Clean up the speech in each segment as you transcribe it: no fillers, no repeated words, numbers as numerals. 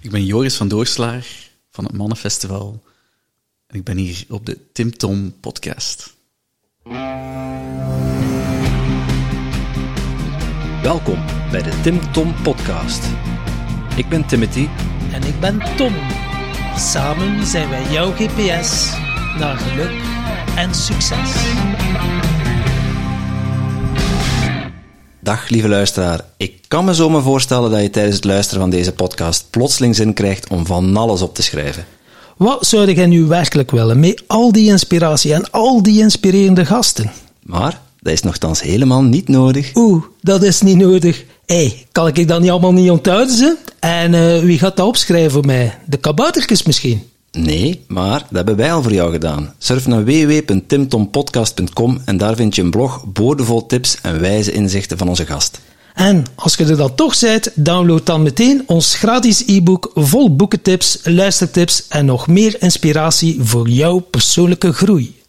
Ik ben Joris van Doorslaar van het Mannenfestival. En ik ben hier op de Tim Tom podcast. Welkom bij de Tim Tom podcast. Ik ben Timothy. En ik ben Tom. Samen zijn wij jouw GPS naar geluk en succes. Dag lieve luisteraar. Ik kan me zo maar voorstellen dat je tijdens het luisteren van deze podcast plotseling zin krijgt om van alles op te schrijven. Wat zou jij nu werkelijk willen met al die inspiratie en al die inspirerende gasten? Maar dat is nogthans helemaal niet nodig. Dat is niet nodig. Kan ik dat niet allemaal niet onthouden, ze? En wie gaat dat opschrijven voor mij? De kaboutertjes misschien? Nee, maar dat hebben wij al voor jou gedaan. Surf naar www.timtompodcast.com en daar vind je een blog boordevol tips en wijze inzichten van onze gast. En als je er dan toch bent, download dan meteen ons gratis e-book vol boekentips, luistertips en nog meer inspiratie voor jouw persoonlijke groei.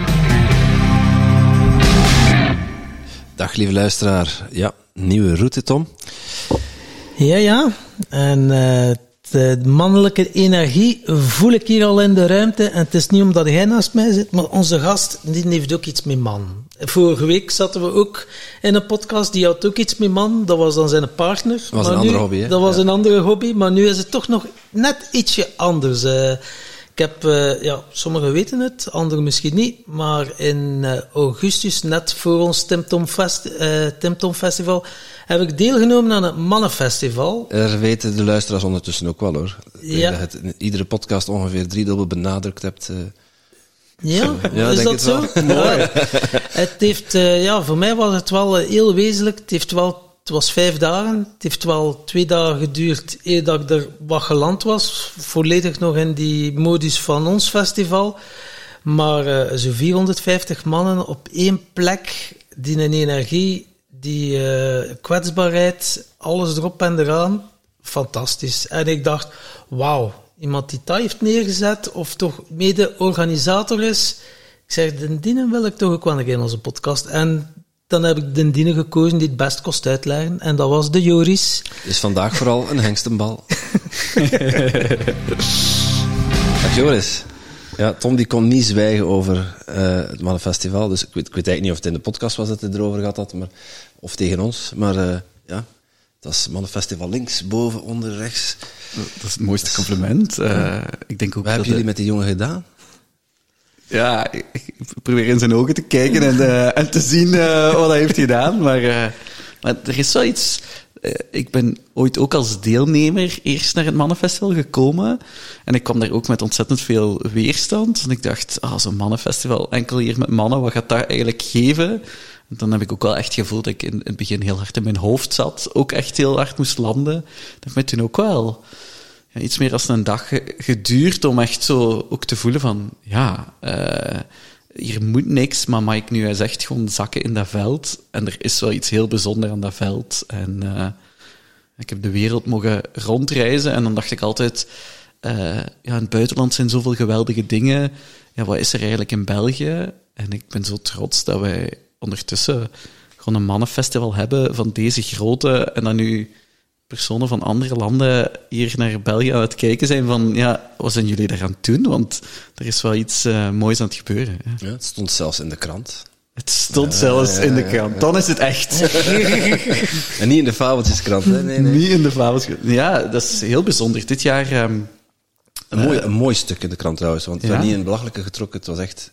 Dag lieve luisteraar. Ja, nieuwe route Tom. Ja. En de mannelijke energie voel ik hier al in de ruimte. En het is niet omdat hij naast mij zit, maar onze gast die heeft ook iets met man. Vorige week zaten we ook in een podcast, die had ook iets met man. Dat was dan zijn partner. Dat was een andere hobby, hè? Dat was een andere hobby, maar nu is het toch nog net ietsje anders. Ik heb, sommigen weten het, anderen misschien niet, maar in augustus, net voor ons Tim Tom Festival, heb ik deelgenomen aan het Mannenfestival. Er weten de luisteraars ondertussen ook wel, hoor. Ja. Dat je het in iedere podcast ongeveer 3-dubbel benadrukt hebt. Ja, Ja, is denk dat het zo? wel. Ja. Het heeft, voor mij was het wel heel wezenlijk. Het was 5 dagen. Het heeft wel 2 dagen geduurd eer dat ik er wat geland was. Volledig nog in die modus van ons festival. Maar zo'n 450 mannen op één plek, die een energie, die kwetsbaarheid, alles erop en eraan. Fantastisch. En ik dacht, wauw, iemand die dat heeft neergezet, of toch mede-organisator is. Ik zeg, de Dienen wil ik toch ook wel nog in onze podcast. En dan heb ik de Dienen gekozen die het best kost uitleggen. En dat was de Joris. Is vandaag vooral een hengstenbal. Dag Joris. Ja, Tom die kon niet zwijgen over het Mannenfestival. Dus ik weet eigenlijk niet of het in de podcast was dat hij erover gehad had, of tegen ons. Maar dat is Mannenfestival links, boven, onder, rechts. Dat is het mooiste compliment. Ik denk ook Wat hebben jullie met die jongen gedaan? Ja, ik probeer in zijn ogen te kijken en te zien wat hij heeft gedaan. Maar er is wel iets... ik ben ooit ook als deelnemer eerst naar het Mannenfestival gekomen. En ik kwam daar ook met ontzettend veel weerstand. En ik dacht, zo'n Mannenfestival, enkel hier met mannen, wat gaat dat eigenlijk geven? En dan heb ik ook wel echt gevoeld dat ik in het begin heel hard in mijn hoofd zat. Ook echt heel hard moest landen. Dat heeft mij toen ook wel... iets meer dan een dag geduurd om echt zo ook te voelen van, hier moet niks, maar mag ik nu eens echt gewoon zakken in dat veld? En er is wel iets heel bijzonders aan dat veld. En ik heb de wereld mogen rondreizen en dan dacht ik altijd, in het buitenland zijn zoveel geweldige dingen. Ja, wat is er eigenlijk in België? En ik ben zo trots dat wij ondertussen gewoon een mannenfestival hebben van deze grootte en dan nu personen van andere landen hier naar België aan het kijken zijn van, wat zijn jullie daar aan het doen? Want er is wel iets moois aan het gebeuren. Hè? Ja, het stond zelfs in de krant. Het stond zelfs in de krant. Dan is het echt. En niet in de fabeltjeskrant, hè? Nee. Niet in de fabeltjeskrant. Ja, dat is heel bijzonder. Dit jaar... een mooi stuk in de krant trouwens, want het werd niet in het belachelijke getrokken, het was echt...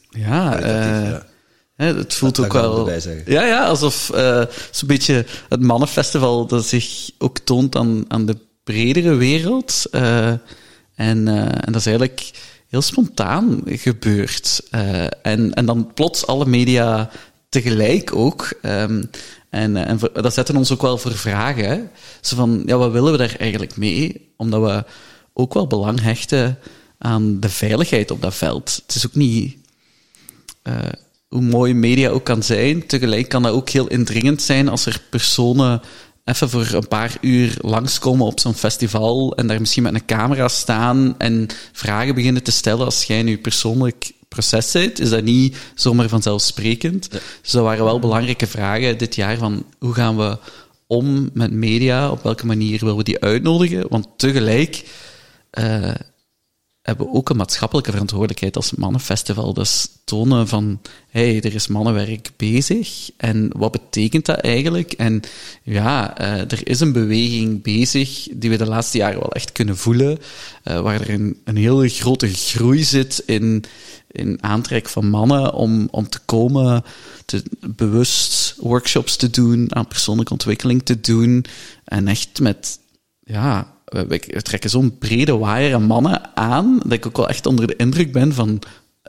Het voelt ook wel... Ja, alsof zo'n beetje het Mannenfestival dat zich ook toont aan de bredere wereld. En dat is eigenlijk heel spontaan gebeurd. En dan plots alle media tegelijk ook. En dat zetten ons ook wel voor vragen. Hè? Zo van, wat willen we daar eigenlijk mee? Omdat we ook wel belang hechten aan de veiligheid op dat veld. Het is ook niet... hoe mooi media ook kan zijn, tegelijk kan dat ook heel indringend zijn als er personen even voor een paar uur langskomen op zo'n festival en daar misschien met een camera staan en vragen beginnen te stellen als jij nu persoonlijk proces bent. Is dat niet zomaar vanzelfsprekend? Ja. Dus dat waren wel belangrijke vragen dit jaar van hoe gaan we om met media, op welke manier willen we die uitnodigen? Want tegelijk hebben we ook een maatschappelijke verantwoordelijkheid als mannenfestival. Dus tonen van, hey, er is mannenwerk bezig. En wat betekent dat eigenlijk? En ja, er is een beweging bezig die we de laatste jaren wel echt kunnen voelen, waar er een hele grote groei zit in aantrek van mannen om te komen, bewust workshops te doen, aan persoonlijke ontwikkeling te doen. En echt met, ja, we trekken zo'n brede waaier aan mannen aan, dat ik ook wel echt onder de indruk ben van...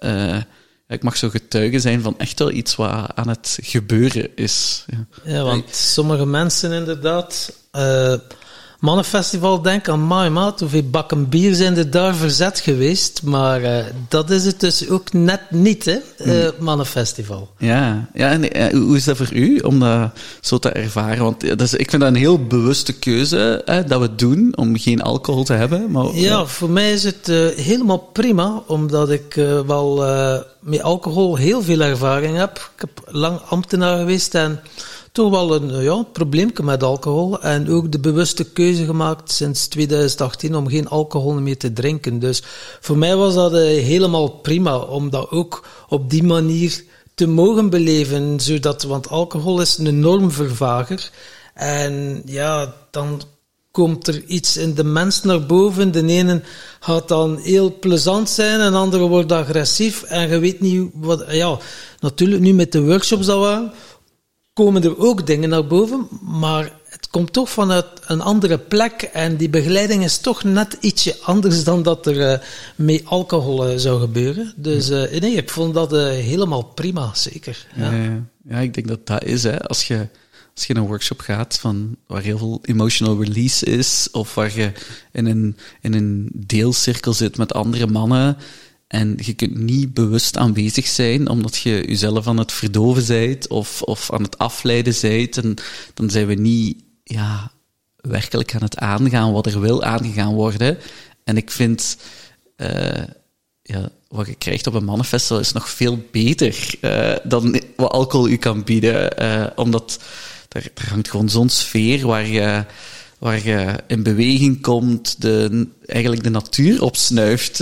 ik mag zo getuige zijn van echt wel iets wat aan het gebeuren is. Ja, want sommige mensen inderdaad... Mannenfestival, denk aan my maat, hoeveel bakken bier zijn er daar verzet geweest, maar dat is het dus ook net niet, hè, Mannenfestival. Ja, en hoe is dat voor u, om dat zo te ervaren? Want ik vind dat een heel bewuste keuze, dat we doen, om geen alcohol te hebben. Maar, ja, voor mij is het helemaal prima, omdat ik wel met alcohol heel veel ervaring heb. Ik heb lang ambtenaar geweest en... toch wel een probleempje met alcohol. En ook de bewuste keuze gemaakt sinds 2018 om geen alcohol meer te drinken. Dus voor mij was dat helemaal prima om dat ook op die manier te mogen beleven. Want alcohol is een normvervager. En ja, dan komt er iets in de mens naar boven. De ene gaat dan heel plezant zijn, en de andere wordt agressief. En je weet niet wat... Ja, natuurlijk nu met de workshops dat we... komen er ook dingen naar boven, maar het komt toch vanuit een andere plek en die begeleiding is toch net ietsje anders dan dat er met alcohol zou gebeuren. Dus nee, ik vond dat helemaal prima, zeker. Ja. Ja, ik denk dat is, hè. Als je een workshop gaat waar heel veel emotional release is, of waar je in een deelcirkel zit met andere mannen, en je kunt niet bewust aanwezig zijn, omdat je jezelf aan het verdoven bent of aan het afleiden bent. En dan zijn we niet werkelijk aan het aangaan wat er wil aangegaan worden. En ik vind, wat je krijgt op een mannenfestival is nog veel beter dan wat alcohol u kan bieden. Omdat er hangt gewoon zo'n sfeer waar je in beweging komt, eigenlijk de natuur opsnuift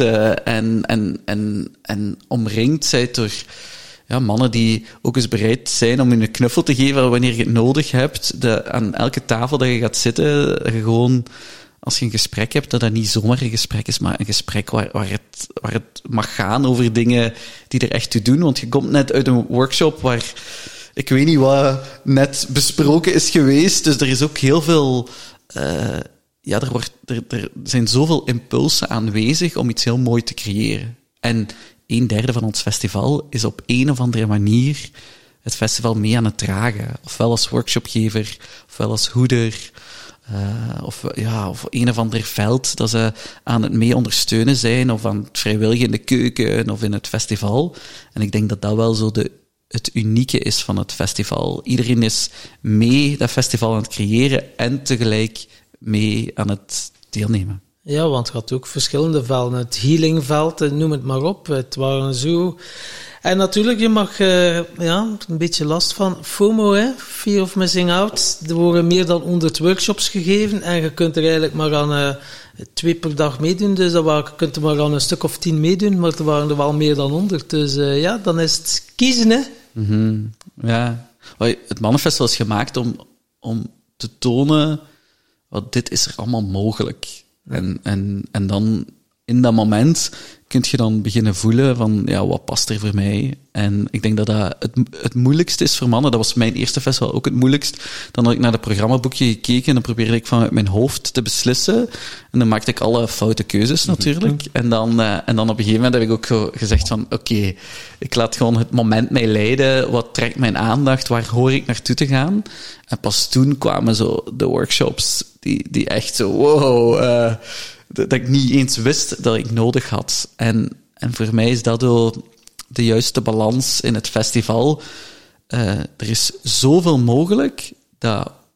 en omringd zijt door mannen die ook eens bereid zijn om je een knuffel te geven wanneer je het nodig hebt. Aan elke tafel dat je gaat zitten, dat je gewoon, als je een gesprek hebt, dat niet zomaar een gesprek is, maar een gesprek waar het mag gaan over dingen die er echt toe doen. Want je komt net uit een workshop waar ik weet niet wat net besproken is geweest, dus er is ook heel veel... er zijn zoveel impulsen aanwezig om iets heel mooi te creëren. En 1/3 van ons festival is op een of andere manier het festival mee aan het dragen. Ofwel als workshopgever, ofwel als hoeder, of een of ander veld dat ze aan het mee ondersteunen zijn, of aan het vrijwillig in de keuken, of in het festival. En ik denk dat dat wel zo het unieke is van het festival. Iedereen is mee dat festival aan het creëren en tegelijk mee aan het deelnemen. Ja, want het had ook verschillende velden. Het healingveld, noem het maar op. Het waren zo... En natuurlijk, je mag een beetje last van FOMO, hè? Fear of Missing Out. Er worden meer dan 100 workshops gegeven en je kunt er eigenlijk maar aan 2 per dag meedoen. Dus je kunt er maar aan een stuk of 10 meedoen, maar er waren er wel meer dan 100. Dus dan is het kiezen, hè? Mm-hmm. Ja. Het Mannenfestival is gemaakt om te tonen, dit is er allemaal mogelijk. En dan in dat moment kun je dan beginnen voelen van, wat past er voor mij? En ik denk dat het moeilijkste is voor mannen. Dat was mijn eerste festival ook het moeilijkst. Dan had ik naar het programmaboekje gekeken en dan probeerde ik vanuit mijn hoofd te beslissen. En dan maakte ik alle foute keuzes natuurlijk. En dan op een gegeven moment heb ik ook gezegd van, oké, ik laat gewoon het moment mij leiden. Wat trekt mijn aandacht? Waar hoor ik naartoe te gaan? En pas toen kwamen zo de workshops die echt zo, wow... dat ik niet eens wist dat ik nodig had. En voor mij is dat de juiste balans in het festival. Er is zoveel mogelijk dat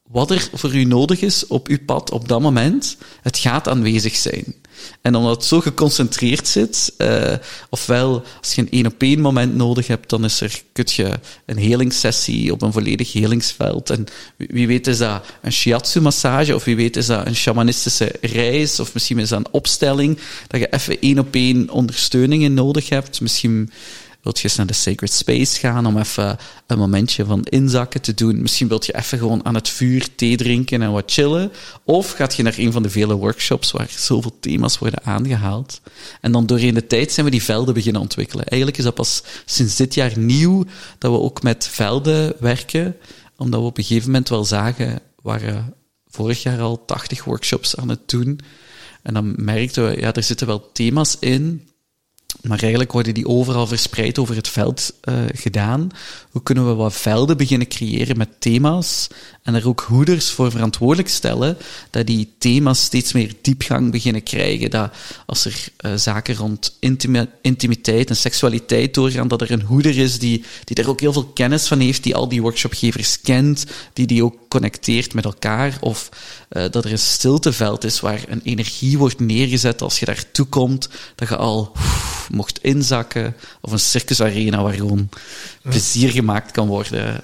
wat er voor u nodig is op uw pad op dat moment. Het gaat aanwezig zijn. En omdat het zo geconcentreerd zit, ofwel als je een 1-op-1 moment nodig hebt, dan kun je een helingssessie op een volledig helingsveld. En wie weet is dat een shiatsu-massage, of wie weet is dat een shamanistische reis, of misschien is dat een opstelling, dat je even 1-op-1 ondersteuning in nodig hebt. Misschien wilt je eens naar de Sacred Space gaan om even een momentje van inzakken te doen. Misschien wilt je even gewoon aan het vuur thee drinken en wat chillen. Of gaat je naar een van de vele workshops waar zoveel thema's worden aangehaald. En dan doorheen de tijd zijn we die velden beginnen ontwikkelen. Eigenlijk is dat pas sinds dit jaar nieuw dat we ook met velden werken. Omdat we op een gegeven moment wel zagen, we waren vorig jaar al 80 workshops aan het doen. En dan merkten we, ja, er zitten wel thema's in, maar eigenlijk worden die overal verspreid over het veld gedaan. Hoe kunnen we wat velden beginnen creëren met thema's en er ook hoeders voor verantwoordelijk stellen dat die thema's steeds meer diepgang beginnen krijgen. Dat als er zaken rond intimiteit en seksualiteit doorgaan, dat er een hoeder is die daar ook heel veel kennis van heeft, die al die workshopgevers kent, die ook connecteert met elkaar. Of dat er een stilteveld is waar een energie wordt neergezet als je daartoe komt, dat je al mocht inzakken, of een circusarena waar gewoon plezier gemaakt kan worden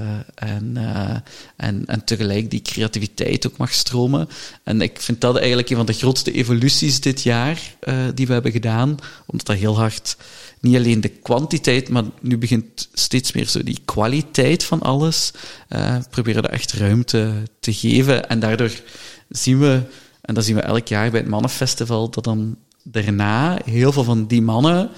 en tegelijk die creativiteit ook mag stromen. En ik vind dat eigenlijk een van de grootste evoluties dit jaar die we hebben gedaan, omdat dat heel hard niet alleen de kwantiteit, maar nu begint steeds meer zo die kwaliteit van alles. Proberen dat echt ruimte te geven. En daardoor zien we, en dat zien we elk jaar bij het Mannenfestival, dat dan daarna heel veel van die mannen,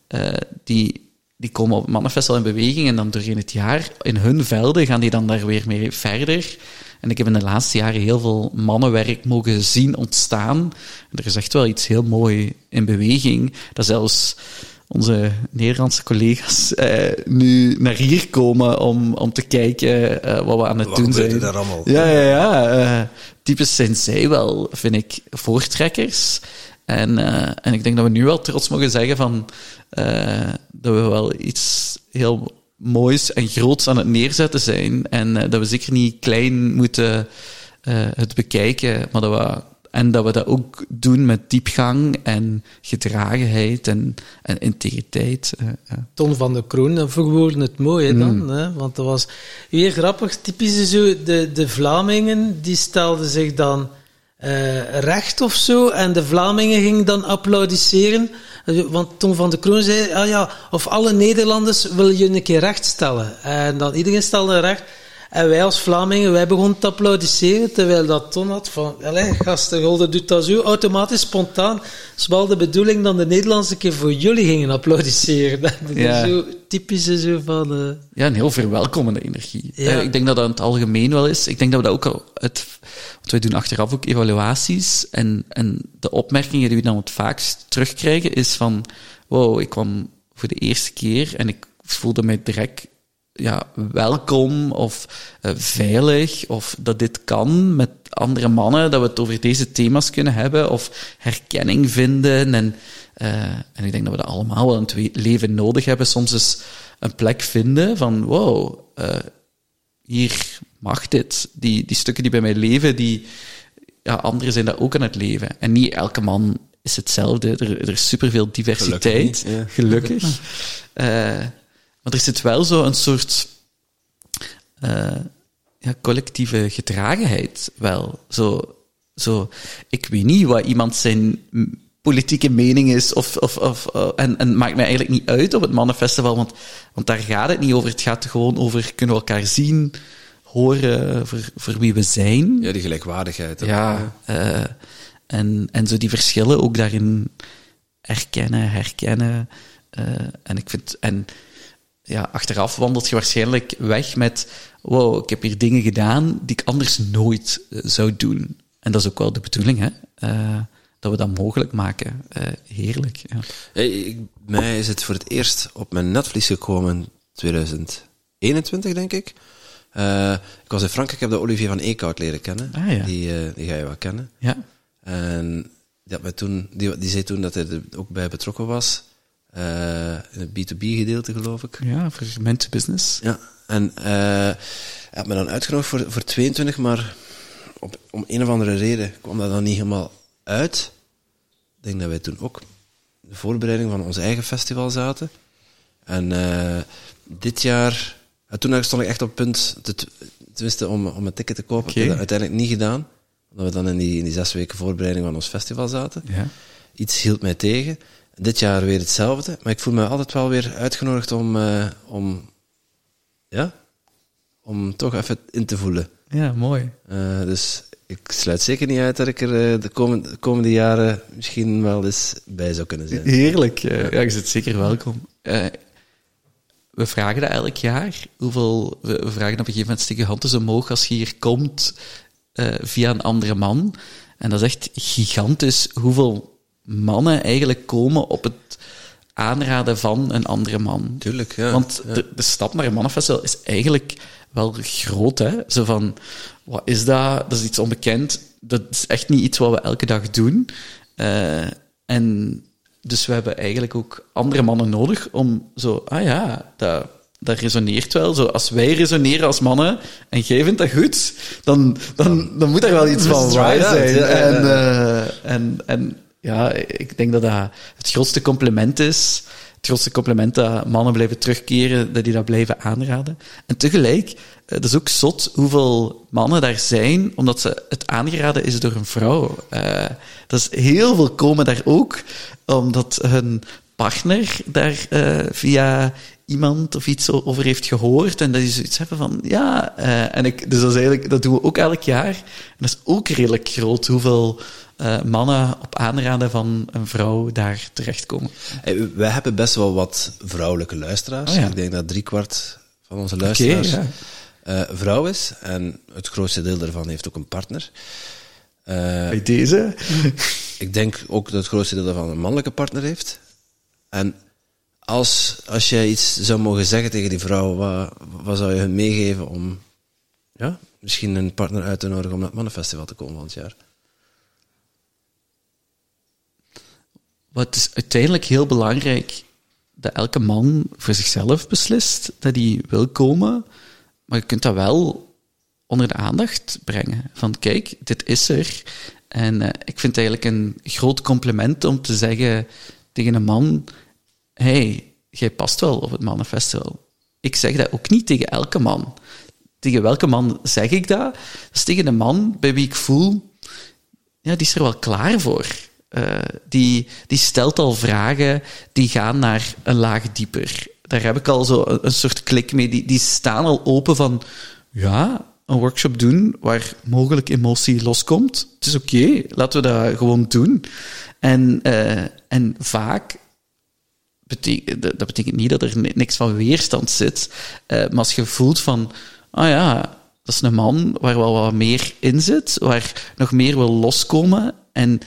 die komen op het Mannenfestival in beweging en dan doorheen het jaar, in hun velden, gaan die dan daar weer mee verder. En ik heb in de laatste jaren heel veel mannenwerk mogen zien ontstaan. En er is echt wel iets heel mooi in beweging, dat zelfs onze Nederlandse collega's nu naar hier komen om te kijken wat we aan het doen zijn. Daar allemaal? Ja. Typisch zijn zij wel, vind ik, voortrekkers. En ik denk dat we nu wel trots mogen zeggen van dat we wel iets heel moois en groots aan het neerzetten zijn. En dat we zeker niet klein moeten het bekijken, maar dat we dat ook doen met diepgang en gedragenheid en integriteit. Ton van de Kroon verwoordde het mooi, hè, dan. Hè? Want dat was weer grappig. Typisch zo, de Vlamingen, die stelden zich dan recht of zo, en de Vlamingen gingen dan applaudisseren. Want Ton van de Kroon zei, of alle Nederlanders willen je een keer recht stellen. En dan iedereen stelde recht. En wij als Vlamingen, wij begonnen te applaudisseren, terwijl dat Ton had van, gasten, doet dat zo automatisch, spontaan. Het is wel de bedoeling dat de Nederlandse keer voor jullie gingen applaudisseren. Dat is zo typische zo van... Ja, een heel verwelkomende energie. Ja. Ik denk dat dat in het algemeen wel is. Ik denk dat we dat ook al... Want wij doen achteraf ook evaluaties, en de opmerkingen die we dan het vaakst terugkrijgen is van, wow, ik kwam voor de eerste keer en ik voelde mij direct welkom of veilig, of dat dit kan met andere mannen, dat we het over deze thema's kunnen hebben, of herkenning vinden. En ik denk dat we dat allemaal wel in het leven nodig hebben. Soms is een plek vinden van, wow, hier mag dit. Die stukken die bij mij leven, anderen zijn dat ook aan het leven. En niet elke man is hetzelfde. Er is superveel diversiteit. Gelukkig. Maar er zit wel zo een soort collectieve gedragenheid wel. Zo, ik weet niet wat iemand zijn politieke mening is, en het maakt mij eigenlijk niet uit op het Mannenfestival, want daar gaat het niet over. Het gaat gewoon over, kunnen we elkaar zien, horen voor wie we zijn. Ja, die gelijkwaardigheid. Ja, en zo die verschillen ook daarin herkennen. En ik vind... achteraf wandelt je waarschijnlijk weg met, wow, ik heb hier dingen gedaan die ik anders nooit zou doen. En dat is ook wel de bedoeling, hè. Dat we dat mogelijk maken. Heerlijk. Ja. Mij is het voor het eerst op mijn netvlies gekomen 2021, denk ik. Ik was in Frankrijk, ik heb de Olivier van Eekhout leren kennen. Ah, ja. Die ga je wel kennen. Ja. En die zei toen dat hij er ook bij betrokken was. In het B2B gedeelte, geloof ik. Ja, voor mensen business. Ja, en had me dan uitgenodigd voor 22, maar om een of andere reden kwam dat dan niet helemaal uit. Ik denk dat wij toen ook de voorbereiding van ons eigen festival zaten. En dit jaar... toen stond ik echt op het punt, tenminste om een ticket te kopen. Ik heb dat uiteindelijk niet gedaan. Omdat we dan in die 6 weken voorbereiding van ons festival zaten. Ja. Iets hield mij tegen. Dit jaar weer hetzelfde. Maar ik voel me altijd wel weer uitgenodigd om toch even in te voelen. Ja, mooi. Dus ik sluit zeker niet uit dat ik er de komende jaren misschien wel eens bij zou kunnen zijn. Heerlijk. Ja, je zit zeker welkom. We vragen dat elk jaar. We vragen op een gegeven moment steek je hand eens omhoog als je hier komt via een andere man. En dat is echt gigantisch hoeveel mannen eigenlijk komen op het aanraden van een andere man. Tuurlijk, ja. Want de stap naar een mannenfestival is eigenlijk wel groot, hè. Zo van, wat is dat? Dat is iets onbekend. Dat is echt niet iets wat we elke dag doen. En dus we hebben eigenlijk ook andere mannen nodig om zo, dat resoneert wel. Zo, als wij resoneren als mannen en jij vindt dat goed, dan moet er wel iets van waar zijn. En ik denk dat dat het grootste compliment is. Het grootste compliment dat mannen blijven terugkeren, dat die dat blijven aanraden. En tegelijk, dat is ook zot hoeveel mannen daar zijn, omdat ze het aangeraden is door een vrouw. Dat is heel veel komen daar ook, omdat hun partner daar via iemand of iets over heeft gehoord en dat die zoiets hebben van, dus dat is eigenlijk, dat doen we ook elk jaar. En dat is ook redelijk groot hoeveel mannen op aanraden van een vrouw daar terechtkomen. Wij hebben best wel wat vrouwelijke luisteraars. Ik denk dat 3/4 van onze luisteraars vrouw is. En het grootste deel daarvan heeft ook een partner. Bij deze? Ik denk ook dat het grootste deel daarvan een mannelijke partner heeft. En als jij iets zou mogen zeggen tegen die vrouw, wat zou je hun meegeven om misschien een partner uit te nodigen om naar het Mannenfestival te komen volgend jaar? Het is uiteindelijk heel belangrijk dat elke man voor zichzelf beslist dat hij wil komen, maar je kunt dat wel onder de aandacht brengen. Van kijk, dit is er. En ik vind het eigenlijk een groot compliment om te zeggen tegen een man, hey, jij past wel op het Mannenfestival. Ik zeg dat ook niet tegen elke man. Tegen welke man zeg ik dat? Dat is tegen een man bij wie ik voel, die is er wel klaar voor. Die stelt al vragen, die gaan naar een laag dieper. Daar heb ik al zo een soort klik mee. Die staan al open van, een workshop doen waar mogelijk emotie loskomt. Het is oké, laten we dat gewoon doen. En vaak dat betekent niet dat er niks van weerstand zit, maar als je voelt van, dat is een man waar wel wat meer in zit, waar nog meer wil loskomen. En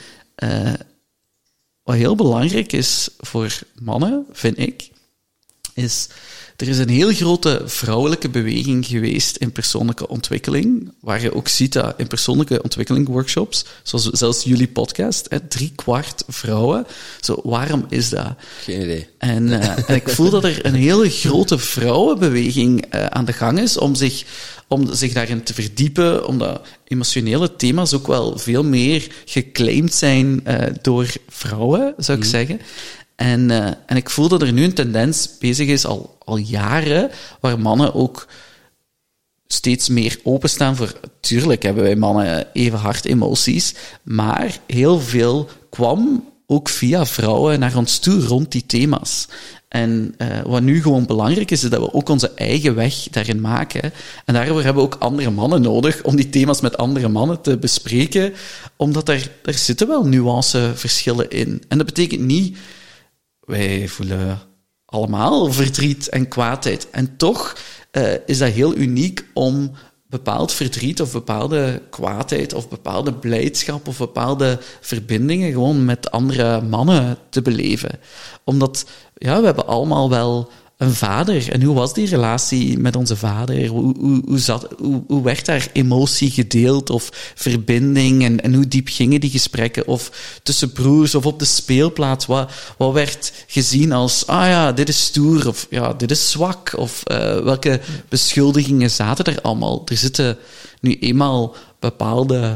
wat heel belangrijk is voor mannen, vind ik, is, er is een heel grote vrouwelijke beweging geweest in persoonlijke ontwikkeling, waar je ook ziet dat in persoonlijke ontwikkeling workshops, zoals zelfs jullie podcast, 3/4 vrouwen. Zo, waarom is dat? Geen idee. En ik voel dat er een hele grote vrouwenbeweging aan de gang is om zich daarin te verdiepen, omdat emotionele thema's ook wel veel meer geclaimd zijn door vrouwen, zou ik zeggen. En ik voel dat er nu een tendens bezig is, al jaren, waar mannen ook steeds meer openstaan voor... Tuurlijk hebben wij mannen even hard emoties, maar heel veel kwam ook via vrouwen naar ons toe rond die thema's. En wat nu gewoon belangrijk is dat we ook onze eigen weg daarin maken. En daarvoor hebben we ook andere mannen nodig om die thema's met andere mannen te bespreken, omdat er zitten wel nuanceverschillen in. En dat betekent niet... Wij voelen allemaal verdriet en kwaadheid. En toch is dat heel uniek om bepaald verdriet of bepaalde kwaadheid of bepaalde blijdschap of bepaalde verbindingen gewoon met andere mannen te beleven. Omdat, we hebben allemaal wel een vader. En hoe was die relatie met onze vader? Hoe werd daar emotie gedeeld of verbinding? En hoe diep gingen die gesprekken? Of tussen broers of op de speelplaats? Wat werd gezien als, dit is stoer of dit is zwak? Of welke beschuldigingen zaten er allemaal? Er zitten nu eenmaal bepaalde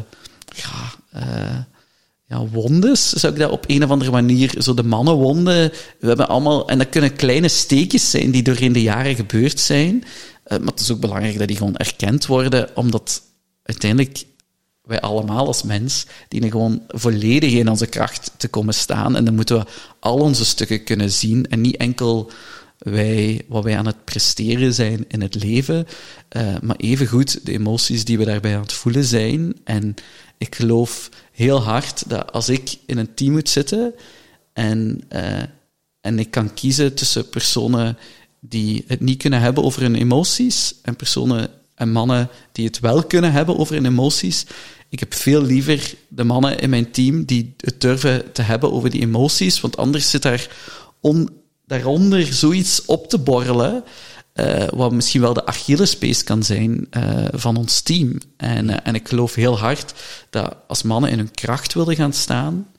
wondes, zou ik dat op een of andere manier, zo de mannenwonden, we hebben allemaal, en dat kunnen kleine steekjes zijn die doorheen de jaren gebeurd zijn, maar het is ook belangrijk dat die gewoon erkend worden, omdat uiteindelijk wij allemaal als mens dienen gewoon volledig in onze kracht te komen staan, en dan moeten we al onze stukken kunnen zien, en niet enkel wat wij aan het presteren zijn in het leven, maar evengoed de emoties die we daarbij aan het voelen zijn. En ik geloof heel hard dat als ik in een team moet zitten en ik kan kiezen tussen personen die het niet kunnen hebben over hun emoties en personen en mannen die het wel kunnen hebben over hun emoties, ik heb veel liever de mannen in mijn team die het durven te hebben over die emoties, want anders zit daaronder zoiets op te borrelen, wat misschien wel de Achillespees kan zijn van ons team. En ik geloof heel hard dat als mannen in hun kracht willen gaan staan,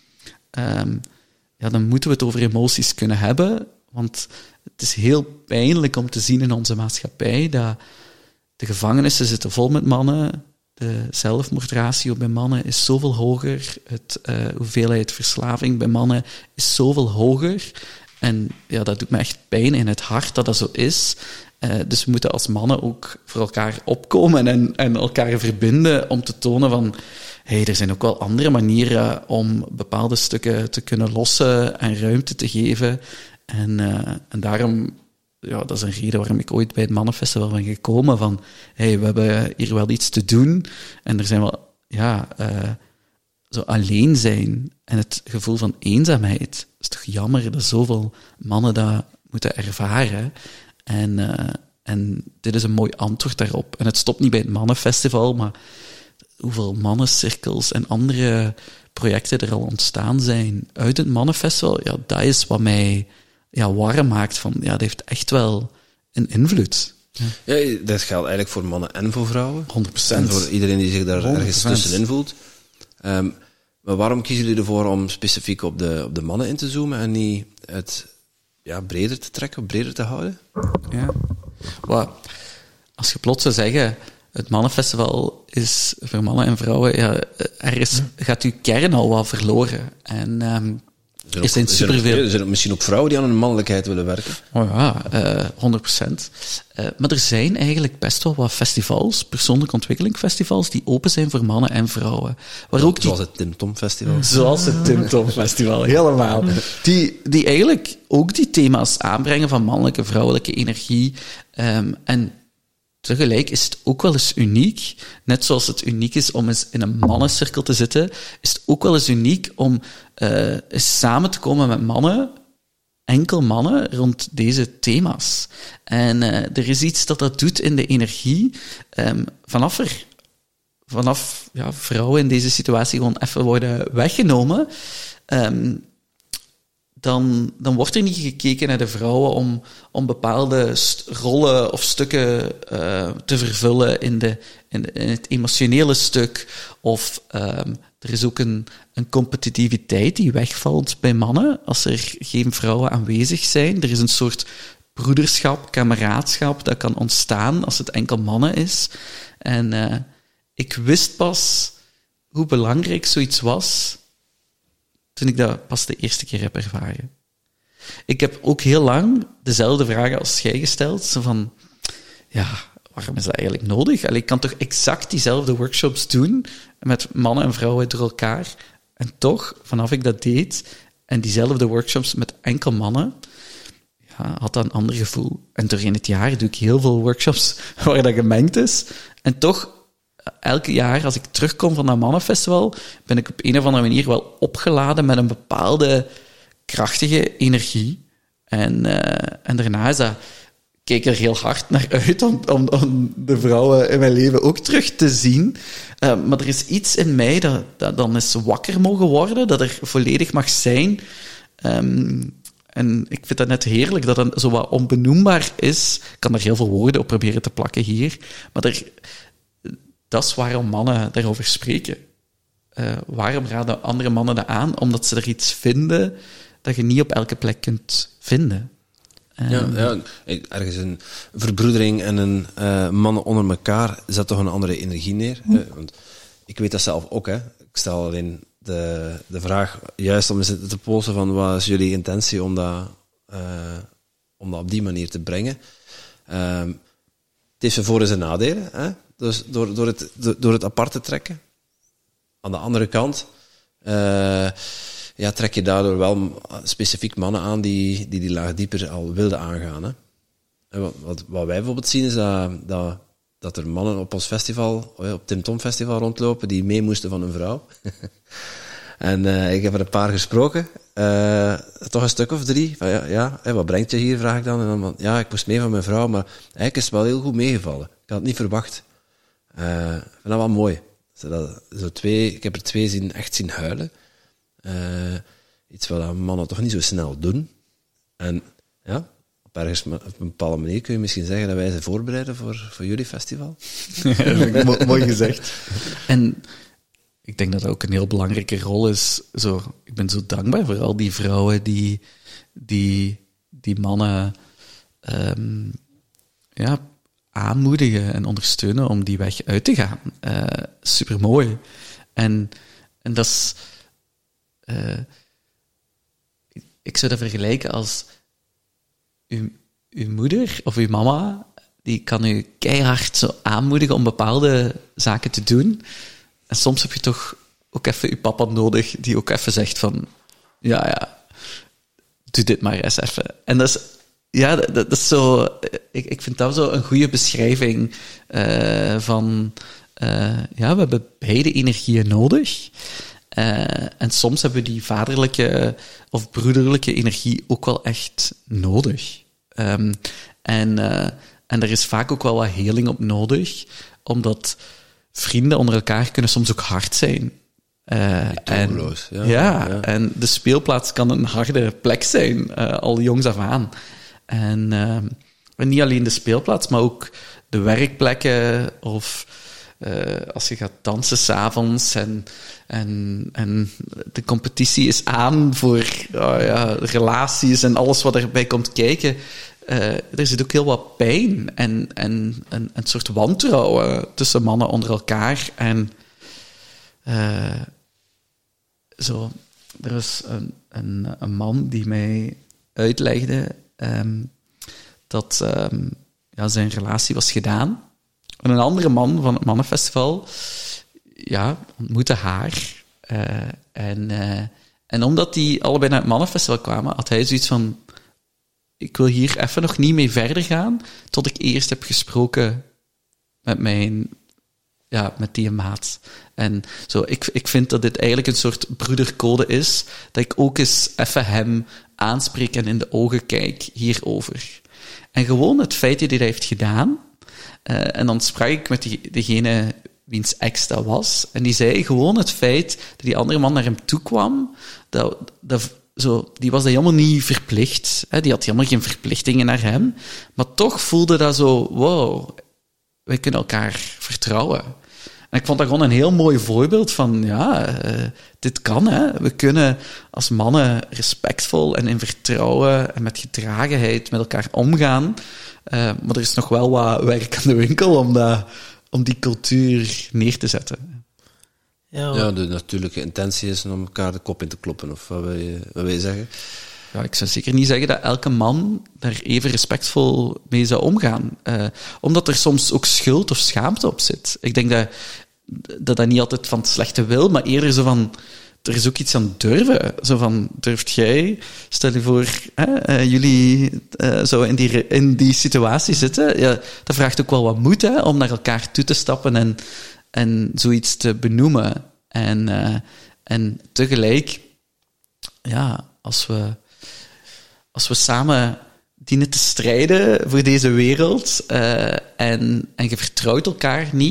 dan moeten we het over emoties kunnen hebben, want het is heel pijnlijk om te zien in onze maatschappij dat de gevangenissen zitten vol met mannen, de zelfmoordratio bij mannen is zoveel hoger, hoeveelheid verslaving bij mannen is zoveel hoger. En dat doet me echt pijn in het hart dat dat zo is. Dus we moeten als mannen ook voor elkaar opkomen en elkaar verbinden om te tonen van, er zijn ook wel andere manieren om bepaalde stukken te kunnen lossen en ruimte te geven. En daarom, dat is een reden waarom ik ooit bij het Mannenfestival ben gekomen, van, we hebben hier wel iets te doen. En er zijn wel, zo alleen zijn en het gevoel van eenzaamheid. Het is toch jammer dat zoveel mannen dat moeten ervaren. En dit is een mooi antwoord daarop. En het stopt niet bij het Mannenfestival, maar hoeveel mannencirkels en andere projecten er al ontstaan zijn uit het Mannenfestival, dat is wat mij warm maakt. Van, dat heeft echt wel een invloed. Ja, dat geldt eigenlijk voor mannen en voor vrouwen. 100%. En voor iedereen die zich daar 100%. Ergens tussenin voelt. Maar waarom kiezen jullie ervoor om specifiek op de mannen in te zoomen en niet het breder te trekken, breder te houden? Ja. Als je plots zou zeggen, het Mannenfestival is voor mannen en vrouwen, ergens gaat uw kern al wat verloren. En er zijn superveel... Er zijn ook misschien ook vrouwen die aan hun mannelijkheid willen werken. 100%. Maar er zijn eigenlijk best wel wat festivals, persoonlijke ontwikkelingsfestivals, die open zijn voor mannen en vrouwen. Zoals het Tim Tom Festival. Zoals het Tim Tom Festival, helemaal. Die eigenlijk ook die thema's aanbrengen van mannelijke, vrouwelijke energie. En tegelijk is het ook wel eens uniek, net zoals het uniek is om eens in een mannencirkel te zitten, is het ook wel eens uniek om eens samen te komen met mannen, enkel mannen, rond deze thema's. En er is iets dat doet in de energie, vanaf vrouwen in deze situatie gewoon even worden weggenomen, dan wordt er niet gekeken naar de vrouwen om bepaalde rollen of stukken te vervullen in het emotionele stuk. Of er is ook een competitiviteit die wegvalt bij mannen als er geen vrouwen aanwezig zijn. Er is een soort broederschap, kameraadschap dat kan ontstaan als het enkel mannen is. En ik wist pas hoe belangrijk zoiets was toen ik dat pas de eerste keer heb ervaren. Ik heb ook heel lang dezelfde vragen als jij gesteld. Zo van, waarom is dat eigenlijk nodig? Ik kan toch exact diezelfde workshops doen met mannen en vrouwen door elkaar. En toch, vanaf ik dat deed, en diezelfde workshops met enkel mannen, had dat een ander gevoel. En doorheen het jaar doe ik heel veel workshops waar dat gemengd is. En toch, elke jaar, als ik terugkom van dat Mannenfestival, ben ik op een of andere manier wel opgeladen met een bepaalde krachtige energie. En daarna is dat, kijk er heel hard naar uit om de vrouwen in mijn leven ook terug te zien. Maar er is iets in mij dat dan eens wakker mogen worden, dat er volledig mag zijn. En ik vind dat net heerlijk dat het zo wat onbenoembaar is. Ik kan er heel veel woorden op proberen te plakken hier. Maar dat is waarom mannen daarover spreken. Waarom raden andere mannen dat aan? Omdat ze er iets vinden dat je niet op elke plek kunt vinden. Ergens een verbroedering en een mannen onder elkaar zet toch een andere energie neer. Want ik weet dat zelf ook. Hè. Ik stel alleen de vraag juist om te polsen van wat is jullie intentie om dat op die manier te brengen. Het heeft zijn voor- en zijn nadelen. Hè. Dus door het apart te trekken. Aan de andere kant trek je daardoor wel specifiek mannen aan die laag dieper al wilden aangaan. Hè. En wat wij bijvoorbeeld zien is dat er mannen op ons festival, op Tim Tom Festival rondlopen, die mee moesten van een vrouw. En ik heb er een paar gesproken, toch een stuk of 3. Van, wat brengt je hier, vraag ik dan. En dan van, ik moest mee van mijn vrouw, maar eigenlijk is het wel heel goed meegevallen. Ik had het niet verwacht. Ik vind dat wel mooi. Ik heb er 2 echt zien huilen. Iets wat mannen toch niet zo snel doen. En ja, op een bepaalde manier kun je misschien zeggen dat wij ze voorbereiden voor jullie festival. Mooi gezegd. En ik denk dat dat ook een heel belangrijke rol is. Ik ben zo dankbaar voor al die vrouwen die mannen aanmoedigen en ondersteunen om die weg uit te gaan. Supermooi. En dat is... ik zou dat vergelijken als uw moeder of uw mama, die kan u keihard zo aanmoedigen om bepaalde zaken te doen. En soms heb je toch ook even uw papa nodig, die ook even zegt van, doe dit maar eens even. En dat is zo... Ik vind dat zo een goede beschrijving van... we hebben beide energieën nodig. En soms hebben we die vaderlijke of broederlijke energie ook wel echt nodig. En er is vaak ook wel wat heling op nodig, omdat vrienden onder elkaar kunnen soms ook hard zijn. En de speelplaats kan een harde plek zijn, al jongs af aan. En niet alleen de speelplaats, maar ook de werkplekken of... als je gaat dansen 's avonds en de competitie is aan voor relaties en alles wat erbij komt kijken, er zit ook heel wat pijn en een soort wantrouwen tussen mannen onder elkaar. En er was een man die mij uitlegde dat zijn relatie was gedaan. En een andere man van het Mannenfestival ontmoette haar. En omdat die allebei naar het Mannenfestival kwamen, had hij zoiets van, ik wil hier even nog niet mee verder gaan, tot ik eerst heb gesproken met die maat. En zo, ik vind dat dit eigenlijk een soort broedercode is, dat ik ook eens even hem aanspreek en in de ogen kijk hierover. En gewoon het feit dat hij dat heeft gedaan, en dan sprak ik met degene wiens ex dat was, en die zei gewoon het feit dat die andere man naar hem toe kwam, die was dat helemaal niet verplicht. Hè? Die had helemaal geen verplichtingen naar hem. Maar toch voelde dat zo, wow, wij kunnen elkaar vertrouwen. En ik vond dat gewoon een heel mooi voorbeeld van, dit kan, hè. We kunnen als mannen respectvol en in vertrouwen en met gedragenheid met elkaar omgaan. Maar er is nog wel wat werk aan de winkel om die cultuur neer te zetten. Ja, de natuurlijke intentie is om elkaar de kop in te kloppen, of wat wil je zeggen? Ja, ik zou zeker niet zeggen dat elke man daar even respectvol mee zou omgaan. Omdat er soms ook schuld of schaamte op zit. Ik denk dat niet altijd van het slechte wil, maar eerder zo van, er is ook iets aan durven. Zo van, durft jij, stel je voor, jullie zo in die situatie zitten. Ja, dat vraagt ook wel wat moed, hè, om naar elkaar toe te stappen en zoiets te benoemen. En tegelijk, als we samen dienen te strijden voor deze wereld en je vertrouwt elkaar niet,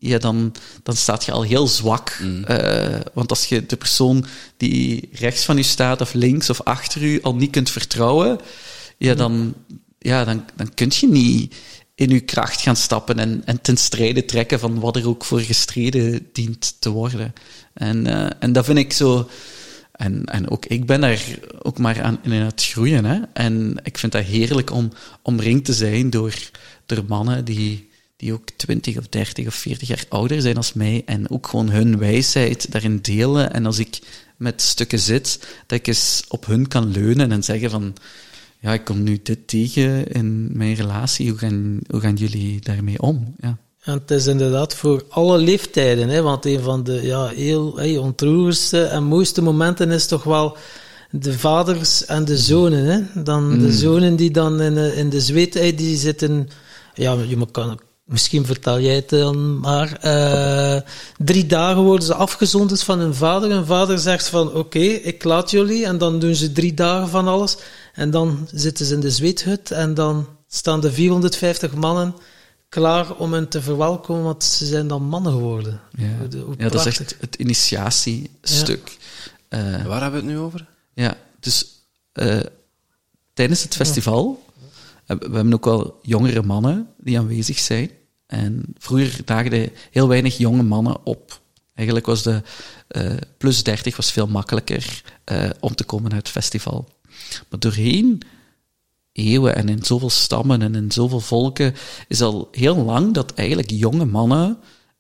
ja, dan staat je al heel zwak. Want als je de persoon die rechts van u staat, of links of achter u, al niet kunt vertrouwen, dan kun je niet in uw kracht gaan stappen en ten strijde trekken van wat er ook voor gestreden dient te worden. En dat vind ik zo... En ook ik ben daar ook maar aan het groeien. Hè? En ik vind dat heerlijk om omringd te zijn door mannen die ook 20 of 30 of 40 jaar ouder zijn als mij en ook gewoon hun wijsheid daarin delen. En als ik met stukken zit, dat ik eens op hun kan leunen en zeggen van... Ja, ik kom nu dit tegen in mijn relatie. Hoe gaan jullie daarmee om? Ja. En het is inderdaad voor alle leeftijden, hè, want een van de heel ontroerendste en mooiste momenten is toch wel de vaders en de zonen. Hè. Dan de zonen die dan in de zweet, die zitten... Ja, misschien vertel jij het dan maar. 3 dagen worden ze afgezonderd van hun vader. Hun vader zegt van, oké, ik laat jullie. En dan doen ze 3 dagen van alles. En dan zitten ze in de zweethut en dan staan de 450 mannen klaar om hen te verwelkomen, want ze zijn dan mannen geworden. Ja, dat is echt het initiatiestuk. Ja. Waar hebben we het nu over? Ja, dus tijdens het festival, we hebben ook wel jongere mannen die aanwezig zijn. En vroeger daagden heel weinig jonge mannen op. Eigenlijk was de plus 30 was veel makkelijker om te komen uit het festival. Maar doorheen eeuwen en in zoveel stammen en in zoveel volken is al heel lang dat eigenlijk jonge mannen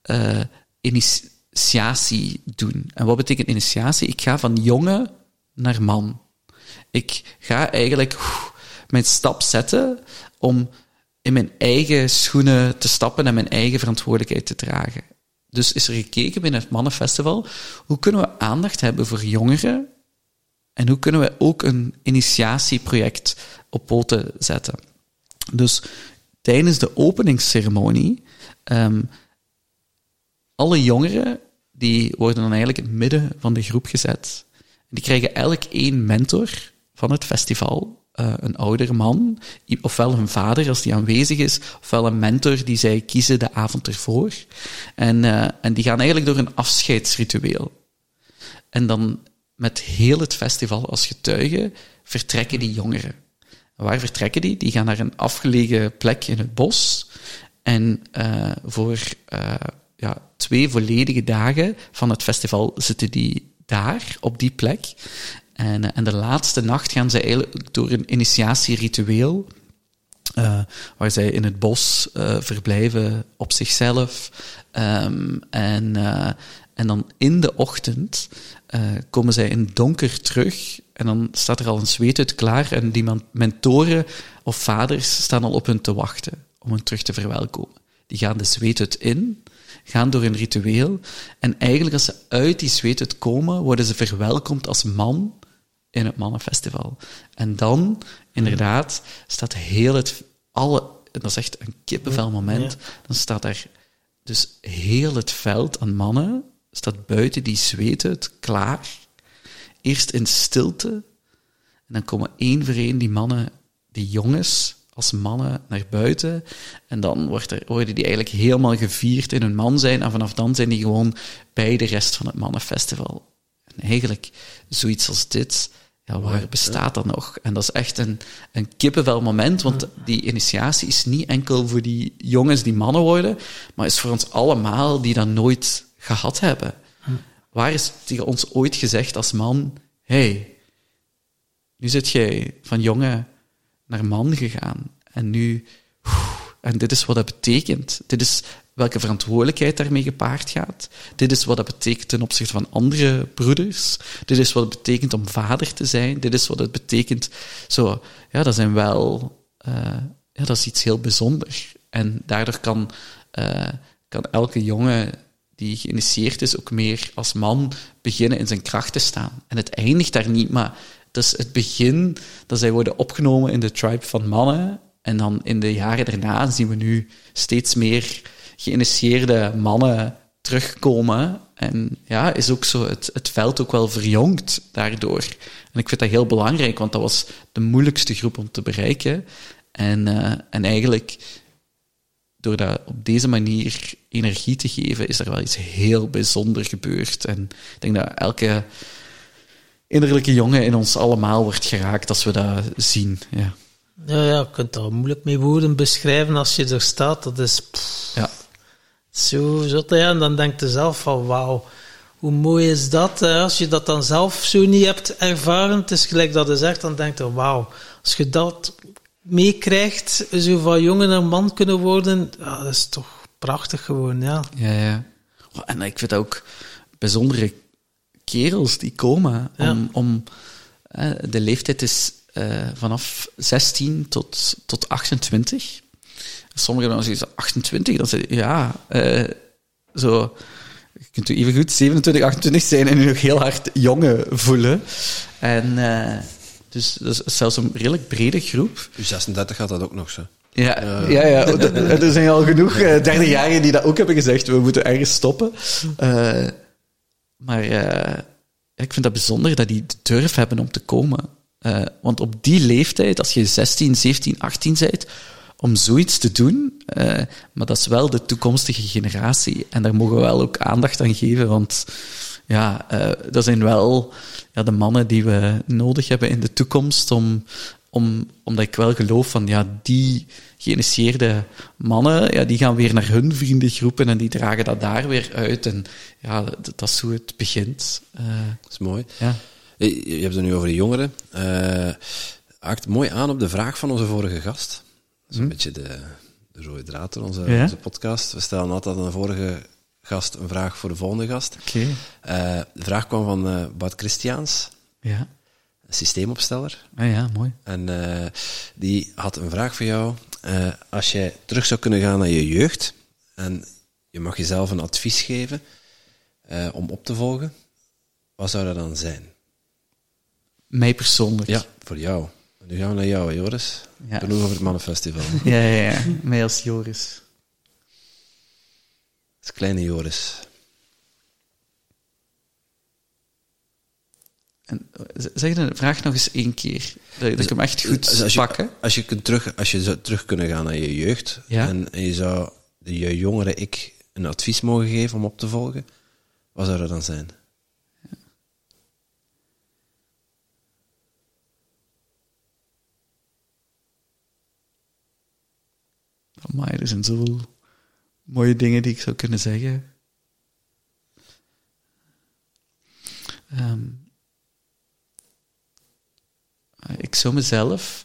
initiatie doen. En wat betekent initiatie? Ik ga van jongen naar man. Ik ga eigenlijk mijn stap zetten om in mijn eigen schoenen te stappen en mijn eigen verantwoordelijkheid te dragen. Dus is er gekeken binnen het Mannenfestival, hoe kunnen we aandacht hebben voor jongeren en hoe kunnen we ook een initiatieproject op poten zetten. Dus tijdens de openingsceremonie, alle jongeren die worden dan eigenlijk in het midden van de groep gezet. Die krijgen elk 1 mentor van het festival. Een oudere man, ofwel hun vader als die aanwezig is, ofwel een mentor die zij kiezen de avond ervoor. En die gaan eigenlijk door een afscheidsritueel. En dan met heel het festival als getuige vertrekken die jongeren. En waar vertrekken die? Die gaan naar een afgelegen plek in het bos. En voor 2 volledige dagen van het festival zitten die daar, op die plek. En de laatste nacht gaan zij eigenlijk door een initiatieritueel, waar zij in het bos verblijven op zichzelf. En dan in de ochtend komen zij in het donker terug en dan staat er al een zweethut klaar en die mentoren of vaders staan al op hun te wachten om hen terug te verwelkomen. Die gaan de zweethut in, gaan door een ritueel en eigenlijk als ze uit die zweethut komen, worden ze verwelkomd als man in het Mannenfestival. En dan, inderdaad, staat dat is echt een kippenvel moment, dan staat daar dus heel het veld aan mannen, staat buiten die zweethut klaar, eerst in stilte, en dan komen 1 voor 1 die mannen, die jongens, als mannen naar buiten, en dan worden die eigenlijk helemaal gevierd in hun man zijn, en vanaf dan zijn die gewoon bij de rest van het Mannenfestival. En eigenlijk, zoiets als dit, waar bestaat dat nog? En dat is echt een kippenvel moment, want die initiatie is niet enkel voor die jongens die mannen worden, maar is voor ons allemaal die dat nooit gehad hebben. Waar is tegen ons ooit gezegd als man, hey, nu zit jij van jongen naar man gegaan, en dit is wat dat betekent. Dit is welke verantwoordelijkheid daarmee gepaard gaat. Dit is wat dat betekent ten opzichte van andere broeders. Dit is wat het betekent om vader te zijn. Dit is wat het betekent... Zo, ja, dat zijn wel... dat is iets heel bijzonders. En daardoor kan elke jongen die geïnitieerd is ook meer als man beginnen in zijn kracht te staan. En het eindigt daar niet, maar het is het begin dat zij worden opgenomen in de tribe van mannen. En dan in de jaren daarna zien we nu steeds meer geïnitieerde mannen terugkomen. En ja, is ook zo het veld ook wel verjongd daardoor. En ik vind dat heel belangrijk, want dat was de moeilijkste groep om te bereiken. En eigenlijk door dat op deze manier energie te geven, is er wel iets heel bijzonders gebeurd. En ik denk dat elke innerlijke jongen in ons allemaal wordt geraakt als we dat zien. Ja. Ja, je kunt dat moeilijk met woorden beschrijven als je er staat. Dat is Ja. zo zot. Ja, en dan denk je zelf van, wauw, hoe mooi is dat? Als je dat dan zelf zo niet hebt ervaren, het is gelijk dat je zegt, dan denk je, wauw, als je dat meekrijgt, zo van jongen naar man kunnen worden, ja, dat is toch prachtig gewoon, ja. Ja. Oh, en ik vind ook bijzondere kerels die komen om de leeftijd is vanaf 16 tot 28. Sommigen dan zeggen 28, dan zeg je, zo, je kunt u even goed 27, 28 zijn en u nog heel hard jongen voelen. En dus dat is zelfs een redelijk brede groep. U 36 gaat dat ook nog zo. Ja. Er zijn al genoeg derdejarigen die dat ook hebben gezegd, we moeten ergens stoppen. Maar ik vind dat bijzonder dat die de durf hebben om te komen. Want op die leeftijd, als je 16, 17, 18 bent, om zoiets te doen, maar dat is wel de toekomstige generatie. En daar mogen we wel ook aandacht aan geven, want dat zijn wel de mannen die we nodig hebben in de toekomst, omdat ik wel geloof van, die geïnitieerde mannen, die gaan weer naar hun vriendengroepen en die dragen dat daar weer uit. En dat is hoe het begint. Dat is mooi. Ja. Je hebt het nu over de jongeren. Haakt mooi aan op de vraag van onze vorige gast. Dat is een beetje de rode draad in onze podcast. We stellen altijd aan de vorige gast een vraag voor de volgende gast. Okay. De vraag kwam van Bart Christiaans. Ja. Een systeemopsteller. Ja, mooi. En die had een vraag voor jou. Als jij terug zou kunnen gaan naar je jeugd en je mag jezelf een advies geven om op te volgen, wat zou dat dan zijn? Mij persoonlijk? Ja, voor jou. Nu gaan we naar jou, Joris. Ja. Genoeg over het Mannenfestival. Ja. Mij als Joris. Dat is kleine Joris. En zeg de vraag nog eens 1 keer. Dat ik hem echt goed pakken. Als je zou terug kunnen gaan naar je jeugd en je zou je jongere ik een advies mogen geven om op te volgen, wat zou dat dan zijn? Amai, er zijn zoveel mooie dingen die ik zou kunnen zeggen. Ik zou mezelf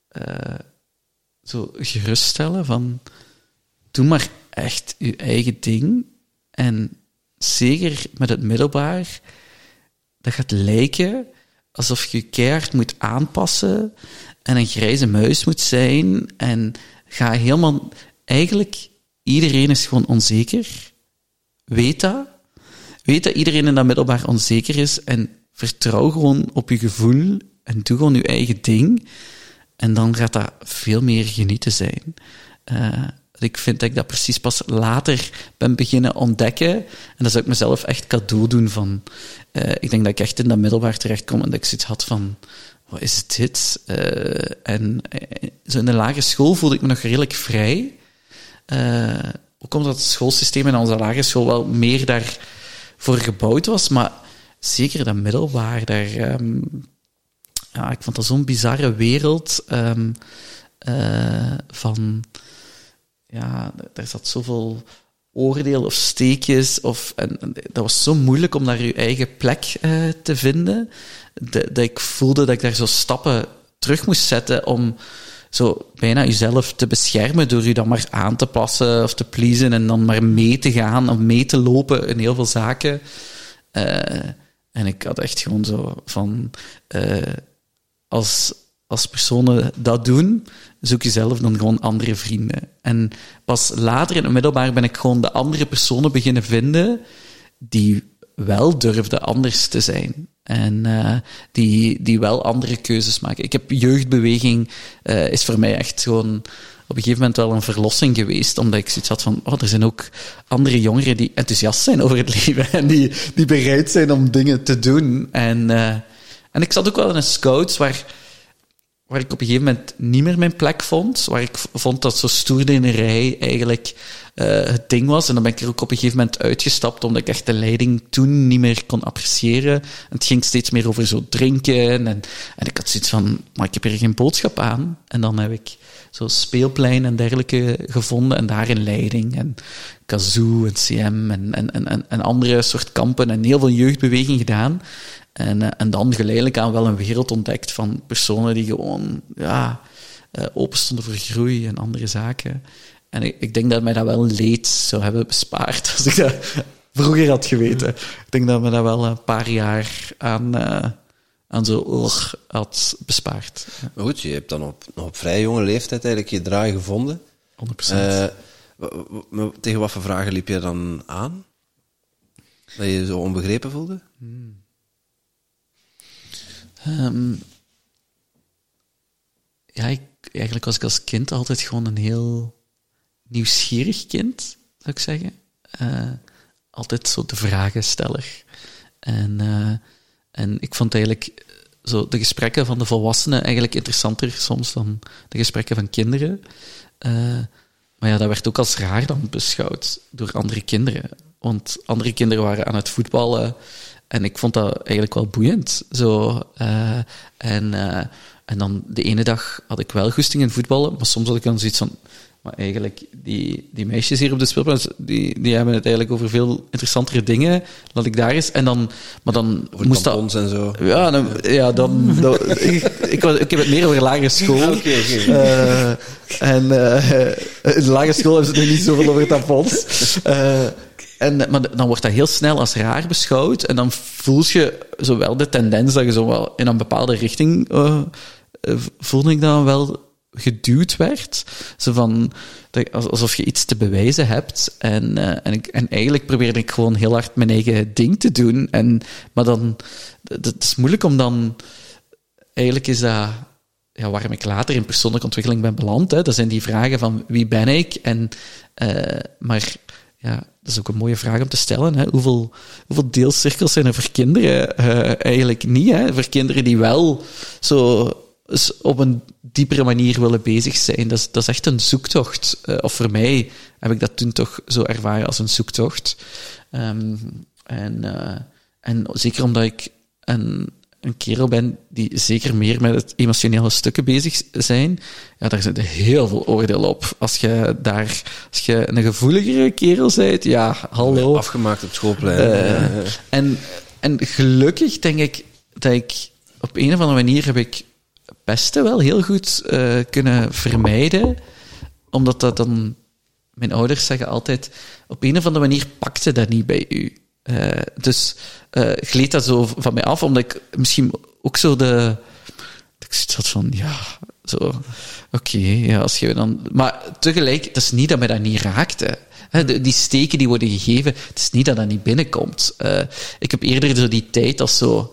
zo geruststellen van, doe maar echt je eigen ding. En zeker met het middelbaar, dat gaat lijken alsof je keihard moet aanpassen en een grijze muis moet zijn en ga helemaal... Eigenlijk, iedereen is gewoon onzeker. Weet dat iedereen in dat middelbaar onzeker is en vertrouw gewoon op je gevoel en doe gewoon je eigen ding. En dan gaat dat veel meer genieten zijn. Ik vind dat ik dat precies pas later ben beginnen ontdekken. En dat zou ik mezelf echt cadeau doen van... ik denk dat ik echt in dat middelbaar terechtkom en dat ik zoiets had van... Wat is dit? En zo in de lagere school voelde ik me nog redelijk vrij. Ook omdat het schoolsysteem in onze lagere school wel meer daarvoor gebouwd was. Maar zeker dat middelbaar, ik vond dat zo'n bizarre wereld van... Ja, daar zat zoveel oordeel of steekjes. En dat was zo moeilijk om daar je eigen plek te vinden. Dat ik voelde dat ik daar zo stappen terug moest zetten om zo bijna jezelf te beschermen door je dan maar aan te passen of te pleasen en dan maar mee te gaan of mee te lopen in heel veel zaken. En ik had echt gewoon zo van... Als personen dat doen, zoek je zelf dan gewoon andere vrienden. En pas later in het middelbaar ben ik gewoon de andere personen beginnen vinden die wel durfden anders te zijn. En die wel andere keuzes maken. Ik heb jeugdbeweging, is voor mij echt gewoon op een gegeven moment wel een verlossing geweest, omdat ik zoiets had van, er zijn ook andere jongeren die enthousiast zijn over het leven en die bereid zijn om dingen te doen. En ik zat ook wel in een scouts waar waar ik op een gegeven moment niet meer mijn plek vond, waar ik vond dat zo stoerdienerij eigenlijk het ding was. En dan ben ik er ook op een gegeven moment uitgestapt, omdat ik echt de leiding toen niet meer kon appreciëren. En het ging steeds meer over zo drinken. En ik had zoiets van, maar ik heb hier geen boodschap aan. En dan heb ik zo speelplein en dergelijke gevonden, en daar een leiding. En Kazoo en CM en andere soort kampen en heel veel jeugdbeweging gedaan. En dan geleidelijk aan wel een wereld ontdekt van personen die gewoon open stonden voor groei en andere zaken. En ik denk dat mij dat wel leed zou hebben bespaard als ik dat vroeger had geweten. Ik denk dat me dat wel een paar jaar aan zo had bespaard. Ja. Maar goed, je hebt dan nog op vrij jonge leeftijd eigenlijk je draai gevonden. 100%. Tegen wat voor vragen liep je dan aan? Dat je je zo onbegrepen voelde? Eigenlijk was ik als kind altijd gewoon een heel nieuwsgierig kind, zou ik zeggen. Altijd zo de vragensteller. En ik vond eigenlijk zo de gesprekken van de volwassenen eigenlijk interessanter soms dan de gesprekken van kinderen. Maar ja, dat werd ook als raar dan beschouwd door andere kinderen. Want andere kinderen waren aan het voetballen en ik vond dat eigenlijk wel boeiend. Zo, en dan de ene dag had ik wel goesting in voetballen, maar soms had ik dan zoiets van, maar eigenlijk, die meisjes hier op de speelplaats, die hebben het eigenlijk over veel interessantere dingen. Laat ik daar eens. En dan, maar dan over moest tampons en zo. Ik heb het meer over lagere school. Okay. In de lagere school hebben ze het nog niet zoveel over tampons. Maar dan wordt dat heel snel als raar beschouwd. En dan voel je zowel de tendens dat je zo wel in een bepaalde richting voelde ik dan wel geduwd werd. Zo van, alsof je iets te bewijzen hebt. En eigenlijk probeerde ik gewoon heel hard mijn eigen ding te doen. Maar dan, het is moeilijk om dan... Eigenlijk is dat... Ja, waarom ik later in persoonlijke ontwikkeling ben beland. Hè. Dat zijn die vragen van wie ben ik? Maar ja, dat is ook een mooie vraag om te stellen. Hè. Hoeveel deelcirkels zijn er voor kinderen? Eigenlijk niet. Hè. Voor kinderen die wel zo op een diepere manier willen bezig zijn. Dat is echt een zoektocht. Of voor mij heb ik dat toen toch zo ervaren als een zoektocht. En zeker omdat ik een kerel ben die zeker meer met het emotionele stukken bezig zijn, ja, daar zit heel veel oordeel op. Als je een gevoeligere kerel bent, ja, hallo. Afgemaakt op het schoolplein. En gelukkig denk ik dat ik op een of andere manier heb ik pesten wel heel goed kunnen vermijden, omdat dat dan... Mijn ouders zeggen altijd, op een of andere manier pakte dat niet bij u. Dus gleed dat zo van mij af, omdat ik misschien ook zo ik zat van, ja, zo... Oké, ja, als je dan... Maar tegelijk, het is niet dat mij dat niet raakte. Die steken die worden gegeven, het is niet dat dat niet binnenkomt. Ik heb eerder zo die tijd als zo...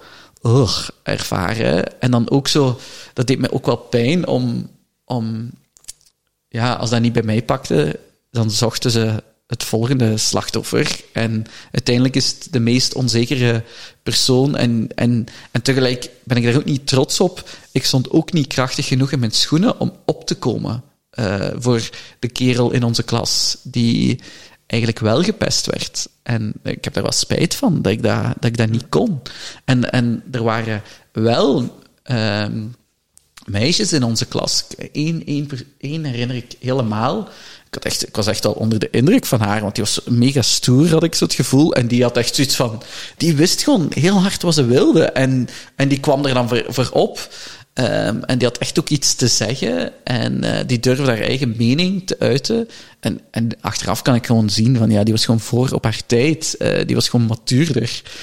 ervaren. En dan ook zo... Dat deed me ook wel pijn om... Ja, als dat niet bij mij pakte, dan zochten ze het volgende slachtoffer. En uiteindelijk is het de meest onzekere persoon. En tegelijk ben ik daar ook niet trots op. Ik stond ook niet krachtig genoeg in mijn schoenen om op te komen voor de kerel in onze klas die eigenlijk wel gepest werd. En ik heb daar wel spijt van, dat ik dat niet kon. En er waren wel meisjes in onze klas. Eén herinner ik helemaal. Ik was echt al onder de indruk van haar, want die was mega stoer, had ik zo het gevoel. En die had echt zoiets van... Die wist gewoon heel hard wat ze wilde. En die kwam er dan voor op. En die had echt ook iets te zeggen. En die durfde haar eigen mening te uiten. En achteraf kan ik gewoon zien van... Ja, die was gewoon voor op haar tijd. Die was gewoon matuurder.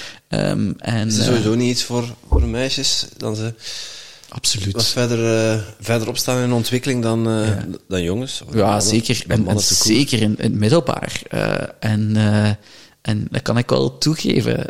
Is er sowieso niet iets voor meisjes dan ze... Absoluut. Wat verder opstaan in de ontwikkeling dan jongens? Ja, mannen, zeker. En zeker in het middelbaar. En dat kan ik wel toegeven.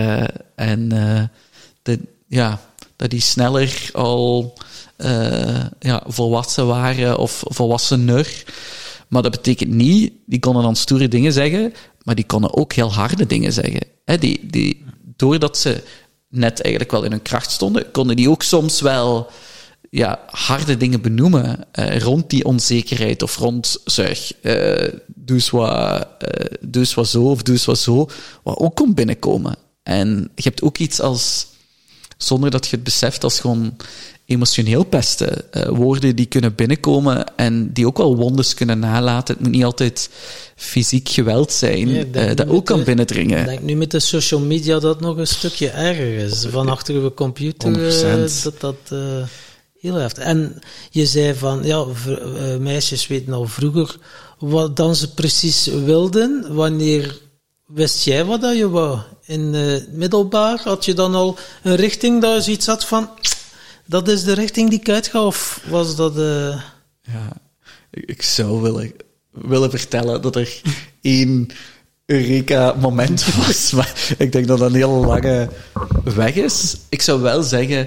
Dat die sneller al volwassen waren of volwassener. Maar dat betekent niet, die konden dan stoere dingen zeggen, maar die konden ook heel harde dingen zeggen. Doordat ze net eigenlijk wel in hun kracht stonden, konden die ook soms wel harde dingen benoemen rond die onzekerheid of rond doe eens wat zo of doe eens wat zo, wat ook komt binnenkomen. En je hebt ook iets als, zonder dat je het beseft, als gewoon emotioneel pesten. Woorden die kunnen binnenkomen en die ook wel wondes kunnen nalaten. Het moet niet altijd fysiek geweld zijn, dat ook kan binnendringen. Ik denk nu met de social media dat nog een stukje erger is. Van achter uw computer, dat heel heftig. En je zei van, meisjes weten al vroeger wat dan ze precies wilden. Wanneer wist jij wat dat je wou? In middelbaar had je dan al een richting dat je zoiets had van, dat is de richting die ik uitga, of was dat... Ja, ik zou willen vertellen dat er één Eureka-moment was, maar ik denk dat dat een hele lange weg is. Ik zou wel zeggen,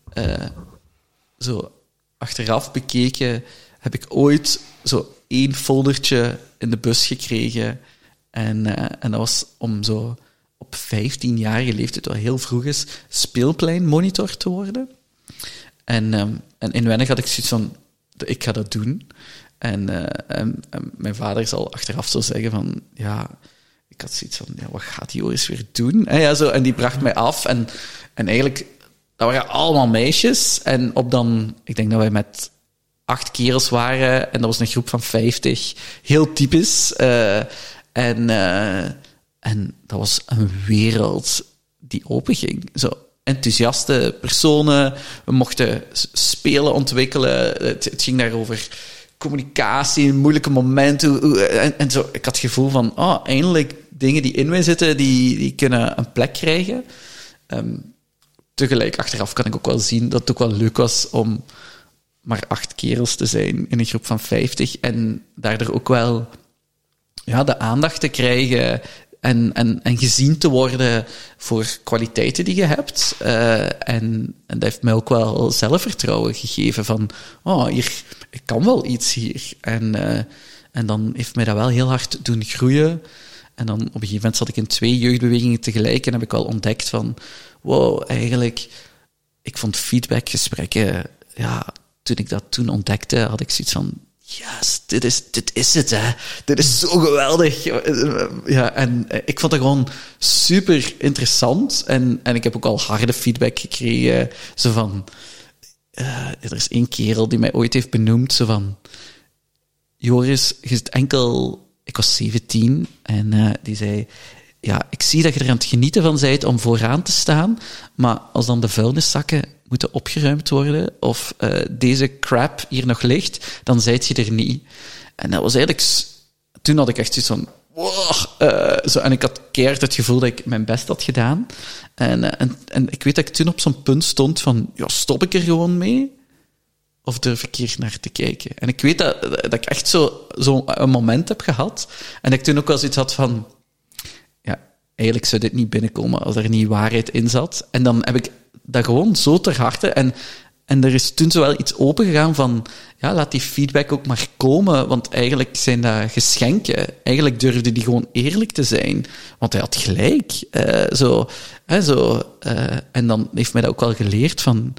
zo achteraf bekeken, heb ik ooit zo 1 foldertje in de bus gekregen en dat was om zo op 15-jarige leeftijd, wat heel vroeg is, speelpleinmonitor te worden. En inwendig had ik zoiets van, ik ga dat doen. En mijn vader zal achteraf zo zeggen van, ik had zoiets van, wat gaat die Joris weer doen? En die bracht mij af. En eigenlijk, dat waren allemaal meisjes. En op dan, ik denk dat wij met 8 kerels waren. En dat was een groep van 50. Heel typisch. En dat was een wereld die openging. Zo enthousiaste personen. We mochten spelen ontwikkelen. Het ging daarover communicatie, moeilijke momenten. En zo. Ik had het gevoel van, eindelijk dingen die in mij zitten, die kunnen een plek krijgen. Tegelijk, achteraf kan ik ook wel zien dat het ook wel leuk was om maar 8 kerels te zijn in een groep van 50. En daardoor ook wel de aandacht te krijgen en gezien te worden voor kwaliteiten die je hebt. En dat heeft mij ook wel zelfvertrouwen gegeven van, ik kan wel iets hier. En dan heeft mij dat wel heel hard doen groeien. En dan op een gegeven moment zat ik in 2 jeugdbewegingen tegelijk en heb ik wel ontdekt van, eigenlijk, ik vond feedbackgesprekken, toen ik dat toen ontdekte, had ik zoiets van, yes, dit is het, hè. Dit is zo geweldig. En ik vond dat gewoon super interessant. En ik heb ook al harde feedback gekregen. Zo van, er is 1 kerel die mij ooit heeft benoemd, zo van, Joris, je zit enkel... Ik was 17 en die zei, ik zie dat je er aan het genieten van bent om vooraan te staan, maar als dan de vuilniszakken moeten opgeruimd worden, of deze crap hier nog ligt, dan zijt je er niet. En dat was eigenlijk... Toen had ik echt zoiets van... en ik had keihard het gevoel dat ik mijn best had gedaan. En ik weet dat ik toen op zo'n punt stond van... stop ik er gewoon mee? Of durf ik hier naar te kijken? En ik weet dat ik echt zo een moment heb gehad. En dat ik toen ook wel zoiets had van... eigenlijk zou dit niet binnenkomen als er niet waarheid in zat. En dan heb ik dat gewoon zo ter harte. En er is toen zo wel iets opengegaan van... laat die feedback ook maar komen. Want eigenlijk zijn dat geschenken. Eigenlijk durfde die gewoon eerlijk te zijn. Want hij had gelijk. En dan heeft mij dat ook wel geleerd van...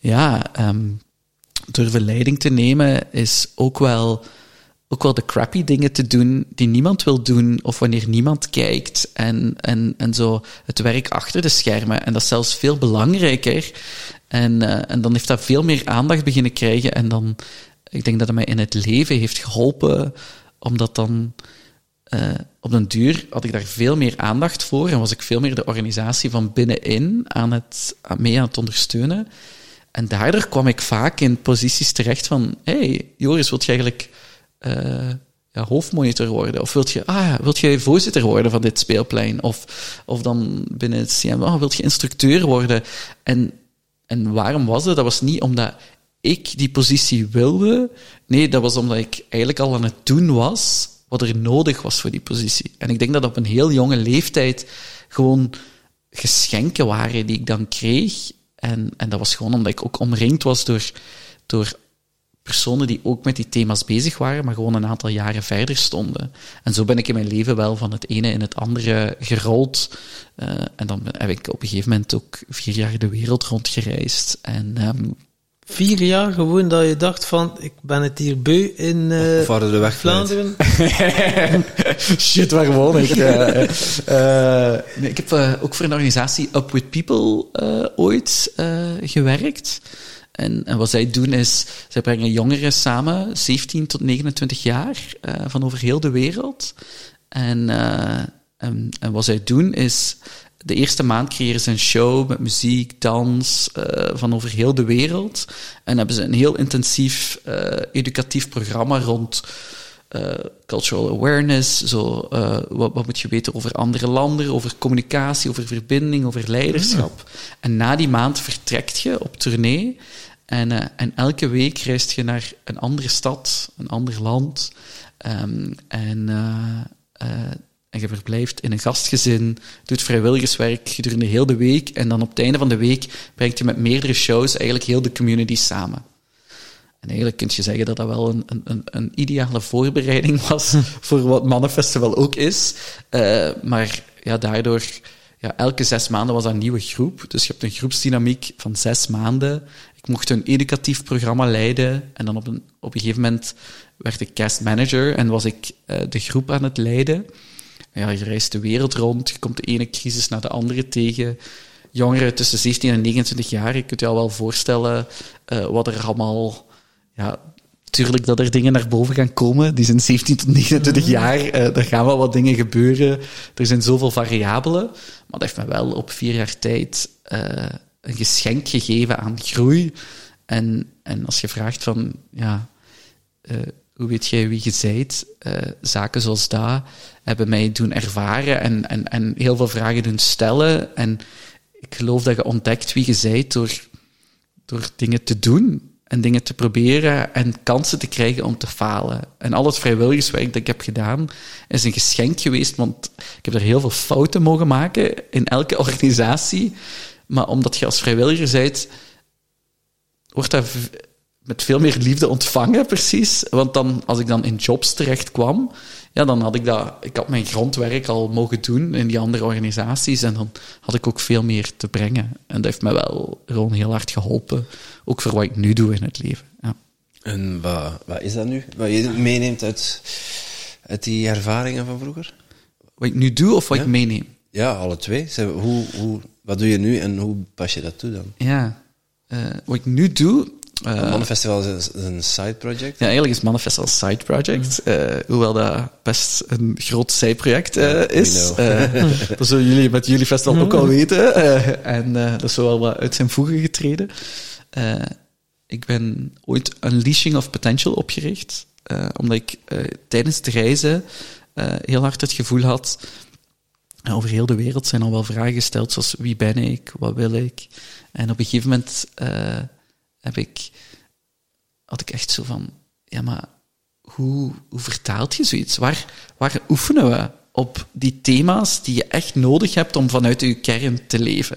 durven leiding te nemen is ook wel de crappy dingen te doen die niemand wil doen, of wanneer niemand kijkt, en zo het werk achter de schermen. En dat is zelfs veel belangrijker. En dan heeft dat veel meer aandacht beginnen krijgen. En dan, ik denk dat het mij in het leven heeft geholpen, omdat dan op den duur had ik daar veel meer aandacht voor en was ik veel meer de organisatie van binnenin mee aan het ondersteunen. En daardoor kwam ik vaak in posities terecht van, Joris, wilt je eigenlijk hoofdmonitor worden? Of wilt je voorzitter worden van dit speelplein? Of dan binnen het CM, wilt je instructeur worden? En waarom was dat? Dat was niet omdat ik die positie wilde. Nee, dat was omdat ik eigenlijk al aan het doen was wat er nodig was voor die positie. En ik denk dat op een heel jonge leeftijd gewoon geschenken waren die ik dan kreeg. En dat was gewoon omdat ik ook omringd was door personen die ook met die thema's bezig waren, maar gewoon een aantal jaren verder stonden. En zo ben ik in mijn leven wel van het ene in het andere gerold. En dan heb ik op een gegeven moment ook 4 jaar de wereld rondgereisd. En 4 jaar gewoon dat je dacht van, ik ben het hier beu in Of waren de weg Vlaanderen. Shit, waar woon ik? Nee, ik heb ook voor een organisatie Up With People ooit gewerkt. En wat zij doen is, zij brengen jongeren samen, 17 tot 29 jaar, van over heel de wereld. En wat zij doen is, de eerste maand creëren ze een show met muziek, dans, van over heel de wereld. En hebben ze een heel intensief educatief programma rond cultural awareness. Zo, wat moet je weten over andere landen, over communicatie, over verbinding, over leiderschap. En na die maand vertrekt je op tournee. En elke week reist je naar een andere stad, een ander land. En je verblijft in een gastgezin, doet vrijwilligerswerk gedurende heel de week. En dan op het einde van de week brengt je met meerdere shows eigenlijk heel de community samen. En eigenlijk kun je zeggen dat dat wel een ideale voorbereiding was voor wat Mannenfestival ook is. Maar ja, daardoor... Ja, elke 6 maanden was dat een nieuwe groep. Dus je hebt een groepsdynamiek van 6 maanden. Ik mocht een educatief programma leiden. En dan op een gegeven moment werd ik castmanager en was ik de groep aan het leiden. Ja, je reist de wereld rond, je komt de ene crisis naar de andere tegen. Jongeren tussen 17 en 29 jaar, je kunt je al wel voorstellen wat er allemaal... Ja, tuurlijk dat er dingen naar boven gaan komen. Die zijn 17 tot 29 jaar. Er gaan wel wat dingen gebeuren. Er zijn zoveel variabelen. Maar dat heeft me wel op 4 jaar tijd een geschenk gegeven aan groei. En als je vraagt van... Ja, hoe weet jij wie je zijt? Zaken zoals dat hebben mij doen ervaren en heel veel vragen doen stellen. En ik geloof dat je ontdekt wie je zijt door dingen te doen. En dingen te proberen en kansen te krijgen om te falen. En al het vrijwilligerswerk dat ik heb gedaan, is een geschenk geweest, want ik heb er heel veel fouten mogen maken in elke organisatie. Maar omdat je als vrijwilliger bent, wordt dat met veel meer liefde ontvangen, precies. Want dan, als ik dan in jobs terecht kwam, ja, dan had ik had mijn grondwerk al mogen doen in die andere organisaties en dan had ik ook veel meer te brengen. En dat heeft me wel gewoon heel hard geholpen, ook voor wat ik nu doe in het leven. Ja. En wat is dat nu? Wat je meeneemt uit die ervaringen van vroeger? Wat ik nu doe of wat ik meeneem? Ja, alle twee. Wat doe je nu en hoe pas je dat toe dan? Ja, wat ik nu doe... Mannenfestival is een side project? Ja, eigenlijk is Mannenfestival een side project. Hoewel dat best een groot zijproject is. Dat zullen jullie met jullie festival ook al weten. En dat is wel wat uit zijn voegen getreden. Ik ben ooit Unleashing of Potential opgericht. Omdat ik tijdens het reizen heel hard het gevoel had... Over heel de wereld zijn al wel vragen gesteld, zoals wie ben ik, wat wil ik? En op een gegeven moment... had ik echt zo van, ja, maar hoe vertaalt je zoiets? Waar oefenen we op die thema's die je echt nodig hebt om vanuit je kern te leven?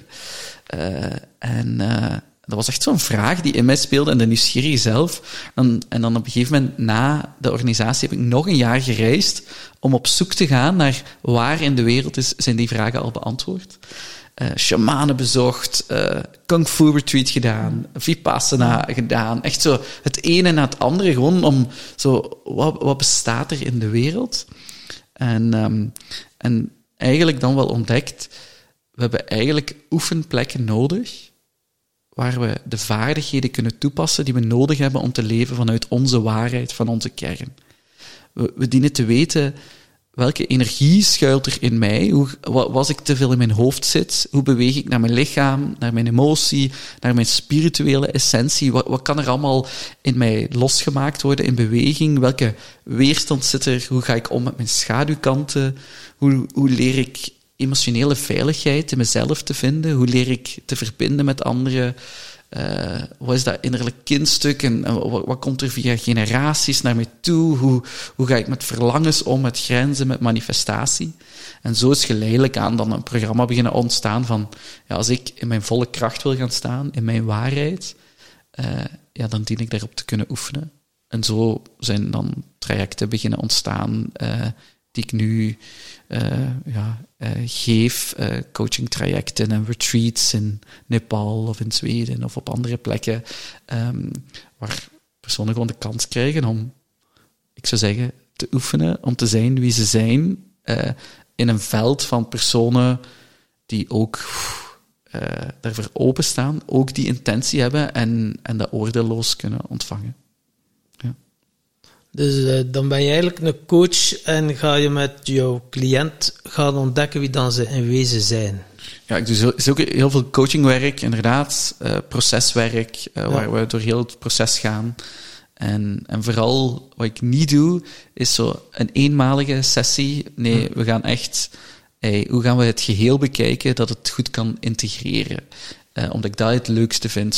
Dat was echt zo'n vraag die in mij speelde en de nieuwsgierige zelf. En dan op een gegeven moment, na de organisatie, heb ik nog een jaar gereisd om op zoek te gaan naar waar in de wereld zijn die vragen al beantwoord. Shamanen bezocht, kung fu retreat gedaan, vipassana gedaan. Echt zo het ene na het andere, gewoon om zo, wat bestaat er in de wereld? En eigenlijk dan wel ontdekt, we hebben eigenlijk oefenplekken nodig, waar we de vaardigheden kunnen toepassen die we nodig hebben om te leven vanuit onze waarheid, van onze kern. We dienen te weten... Welke energie schuilt er in mij? Als ik te veel in mijn hoofd zit, hoe beweeg ik naar mijn lichaam, naar mijn emotie, naar mijn spirituele essentie? Wat kan er allemaal in mij losgemaakt worden in beweging? Welke weerstand zit er? Hoe ga ik om met mijn schaduwkanten? Hoe leer ik emotionele veiligheid in mezelf te vinden? Hoe leer ik te verbinden met anderen? Wat is dat innerlijk kindstuk en wat komt er via generaties naar mij toe? Hoe ga ik met verlangens om, met grenzen, met manifestatie? En zo is geleidelijk aan dan een programma beginnen ontstaan van, ja, als ik in mijn volle kracht wil gaan staan, in mijn waarheid, dan dien ik daarop te kunnen oefenen. En zo zijn dan trajecten beginnen ontstaan, die ik nu geef, coachingtrajecten en retreats in Nepal of in Zweden of op andere plekken, waar personen gewoon de kans krijgen om, ik zou zeggen, te oefenen, om te zijn wie ze zijn, in een veld van personen die ook daarvoor openstaan, ook die intentie hebben en dat oordeelloos kunnen ontvangen. Ja. Dus dan ben je eigenlijk een coach en ga je met jouw cliënt gaan ontdekken wie dan ze in wezen zijn. Ja, ik doe ook heel veel coachingwerk, inderdaad, proceswerk, waar we door heel het proces gaan. En vooral wat ik niet doe, is zo een eenmalige sessie. Nee, we gaan echt... hoe gaan we het geheel bekijken, dat het goed kan integreren? Omdat ik dat het leukste vind.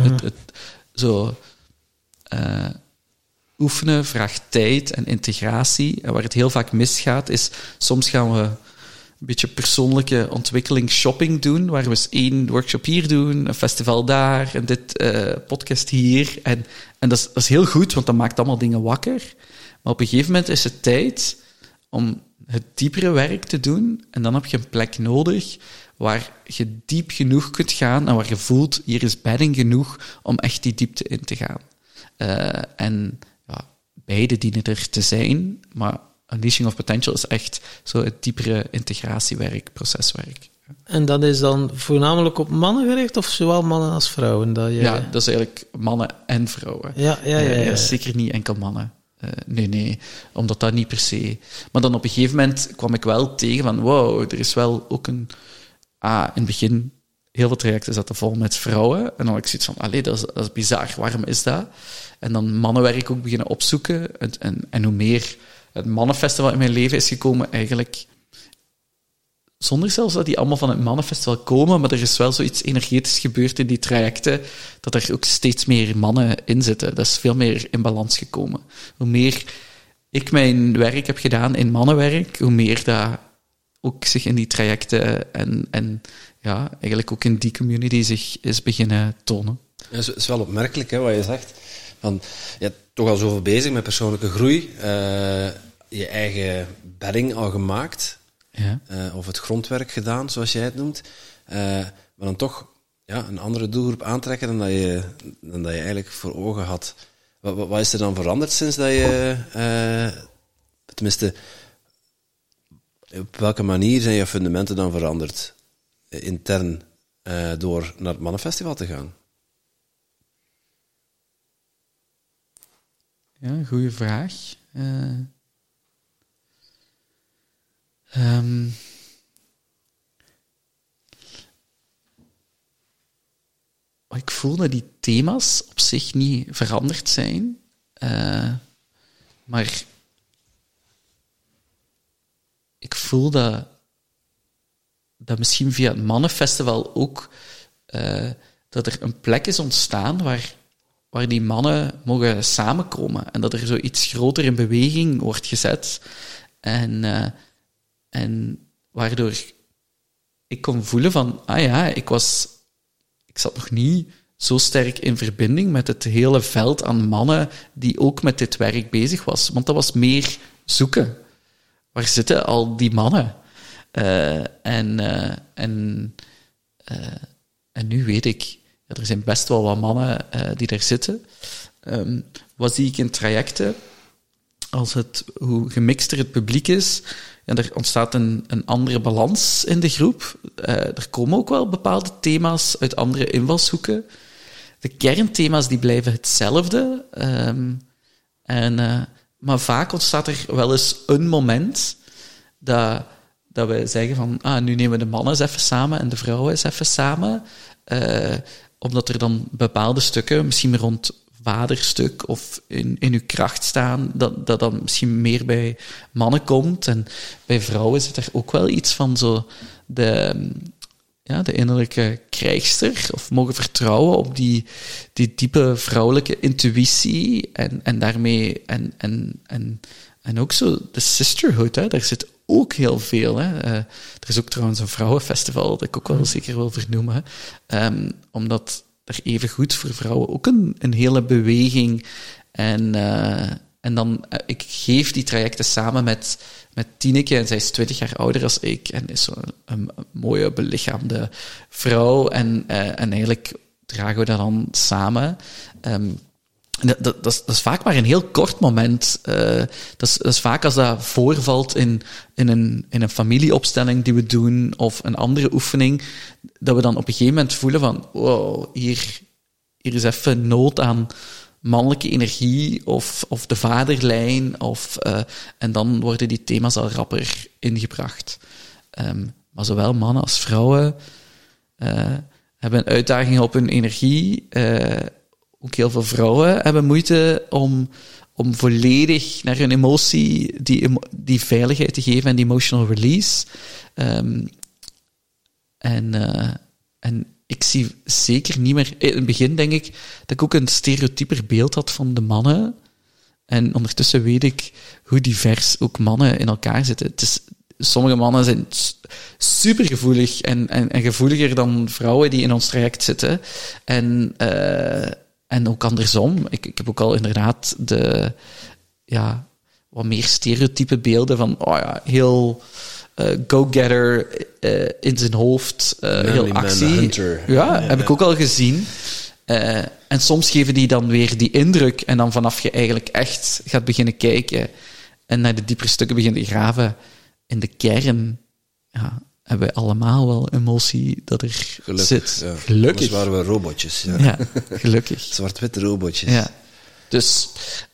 Oefenen vraagt tijd en integratie. En waar het heel vaak misgaat, is soms gaan we een beetje persoonlijke ontwikkeling shopping doen, waar we eens 1 workshop hier doen, een festival daar, en dit podcast hier. En dat is heel goed, want dat maakt allemaal dingen wakker. Maar op een gegeven moment is het tijd om het diepere werk te doen, en dan heb je een plek nodig waar je diep genoeg kunt gaan en waar je voelt, hier is bedding genoeg om echt die diepte in te gaan. En beide dienen er te zijn, maar Unleashing of Potential is echt zo het diepere integratiewerk, proceswerk. En dat is dan voornamelijk op mannen gericht, of zowel mannen als vrouwen? Ja, dat is eigenlijk mannen en vrouwen. Ja. Zeker niet enkel mannen. Nee, omdat dat niet per se... Maar dan op een gegeven moment kwam ik wel tegen van, wow, er is wel ook een... in het begin, heel veel trajecten zaten vol met vrouwen. En dan had ik zoiets van, dat is bizar, waarom is dat? En dan mannenwerk ook beginnen opzoeken. En hoe meer het mannenfestival in mijn leven is gekomen, eigenlijk... Zonder zelfs dat die allemaal van het mannenfestival komen, maar er is wel zoiets energetisch gebeurd in die trajecten, dat er ook steeds meer mannen in zitten. Dat is veel meer in balans gekomen. Hoe meer ik mijn werk heb gedaan in mannenwerk, hoe meer dat ook zich in die trajecten en eigenlijk ook in die community zich is beginnen tonen. Ja, het is wel opmerkelijk, hè, wat je zegt. Van, je hebt toch al zoveel bezig met persoonlijke groei, je eigen bedding al gemaakt... Ja. Of het grondwerk gedaan, zoals jij het noemt. Maar dan toch een andere doelgroep aantrekken dan dat je eigenlijk voor ogen had. Wat is er dan veranderd sinds dat je... tenminste, op welke manier zijn je fundamenten dan veranderd? Intern, door naar het Mannenfestival te gaan? Ja, goede vraag. Ik voel dat die thema's op zich niet veranderd zijn, maar ik voel dat misschien via het Mannenfestival ook dat er een plek is ontstaan waar die mannen mogen samenkomen en dat er zoiets groter in beweging wordt gezet en waardoor ik kon voelen van, ik zat nog niet zo sterk in verbinding met het hele veld aan mannen die ook met dit werk bezig was. Want dat was meer zoeken. Waar zitten al die mannen? En nu weet ik, er zijn best wel wat mannen die daar zitten. Wat zie ik in trajecten? Hoe gemixter het publiek is, er ontstaat een andere balans in de groep. Er komen ook wel bepaalde thema's uit andere invalshoeken. De kernthema's die blijven hetzelfde. Maar vaak ontstaat er wel eens een moment dat we zeggen van, nu nemen we de mannen eens even samen en de vrouwen eens even samen. Omdat er dan bepaalde stukken, misschien rond vaderstuk of in uw kracht staan, dat dan misschien meer bij mannen komt. En bij vrouwen zit er ook wel iets van zo de innerlijke krijgster, of mogen vertrouwen op die diepe vrouwelijke intuïtie en daarmee en ook zo de sisterhood, hè, daar zit ook heel veel. Hè. Er is ook trouwens een vrouwenfestival dat ik ook wel zeker wil vernoemen, omdat er even goed voor vrouwen ook een hele beweging en En dan, ik geef die trajecten samen met Tineke, en zij is 20 jaar ouder als ik, en is zo'n mooie, belichaamde vrouw, en eigenlijk dragen we dat dan samen. Dat is vaak maar een heel kort moment. Dat is vaak als dat voorvalt in een familieopstelling die we doen, of een andere oefening, dat we dan op een gegeven moment voelen van, wow, hier is even nood aan mannelijke energie, of de vaderlijn, en dan worden die thema's al rapper ingebracht. Maar zowel mannen als vrouwen hebben uitdagingen op hun energie. Ook heel veel vrouwen hebben moeite om volledig naar hun emotie die veiligheid te geven en die emotional release. En ik zie zeker niet meer... In het begin denk ik dat ik ook een stereotyper beeld had van de mannen. En ondertussen weet ik hoe divers ook mannen in elkaar zitten. Sommige mannen zijn supergevoelig en gevoeliger dan vrouwen die in ons traject zitten. En ook andersom. Ik heb ook al inderdaad wat meer stereotype beelden van heel go-getter in zijn hoofd, heel actie. Heb ik ook al gezien. En soms geven die dan weer die indruk, en dan vanaf je eigenlijk echt gaat beginnen kijken en naar de diepere stukken begint te graven, in de kern hebben we allemaal wel emotie dat er zit. Ja. Gelukkig. Anders waren we robotjes. Ja, gelukkig. Zwart-witte robotjes. Ja. Dus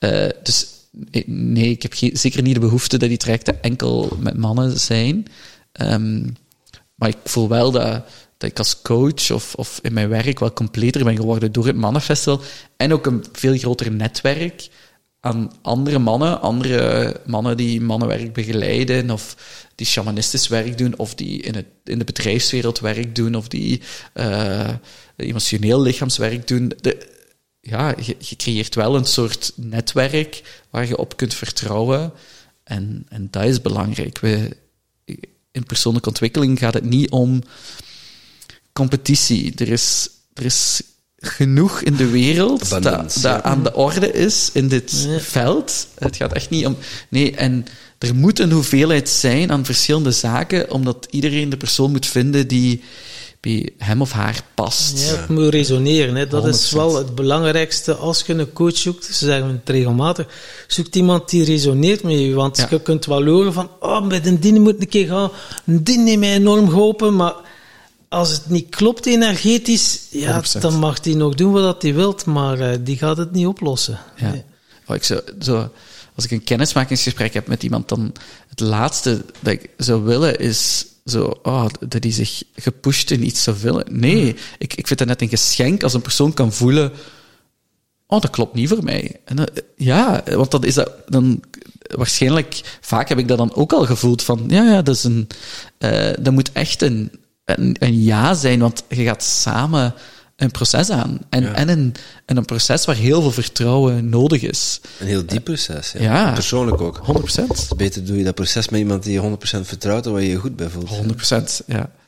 nee, ik heb zeker niet de behoefte dat die trajecten enkel met mannen zijn. Maar ik voel wel dat ik als coach of in mijn werk wel completer ben geworden door het Mannenfestival. En ook een veel groter netwerk aan andere mannen die mannenwerk begeleiden, of die shamanistisch werk doen, of die in de bedrijfswereld werk doen, of die emotioneel lichaamswerk doen. Je creëert wel een soort netwerk waar je op kunt vertrouwen. En dat is belangrijk. In persoonlijke ontwikkeling gaat het niet om competitie. Er is genoeg in de wereld dat aan de orde is in dit veld. Het gaat echt niet om... Nee, en er moet een hoeveelheid zijn aan verschillende zaken, omdat iedereen de persoon moet vinden die bij hem of haar past. Ja, het moet resoneren. Hè. Dat 100%. Is wel het belangrijkste als je een coach zoekt. Ze zeggen het regelmatig. Zoek iemand die resoneert met je. Want je kunt wel horen van, bij de dien moet een keer gaan. Die heeft mij enorm geholpen, maar als het niet klopt energetisch, dan mag die nog doen wat hij wilt, maar die gaat het niet oplossen. Ja. Nee. Als ik een kennismakingsgesprek heb met iemand, dan het laatste dat ik zou willen is dat hij zich gepusht in iets zou willen. Nee, ik vind dat net een geschenk als een persoon kan voelen, dat klopt niet voor mij. En want dan is dan waarschijnlijk, vaak heb ik dat dan ook al gevoeld van, dat is dat moet echt een ja zijn, want je gaat samen een proces aan. En een proces waar heel veel vertrouwen nodig is. Een heel diep proces, ja. Persoonlijk ook. 100%. Beter doe je dat proces met iemand die je 100% vertrouwt en waar je je goed bij voelt. 100%,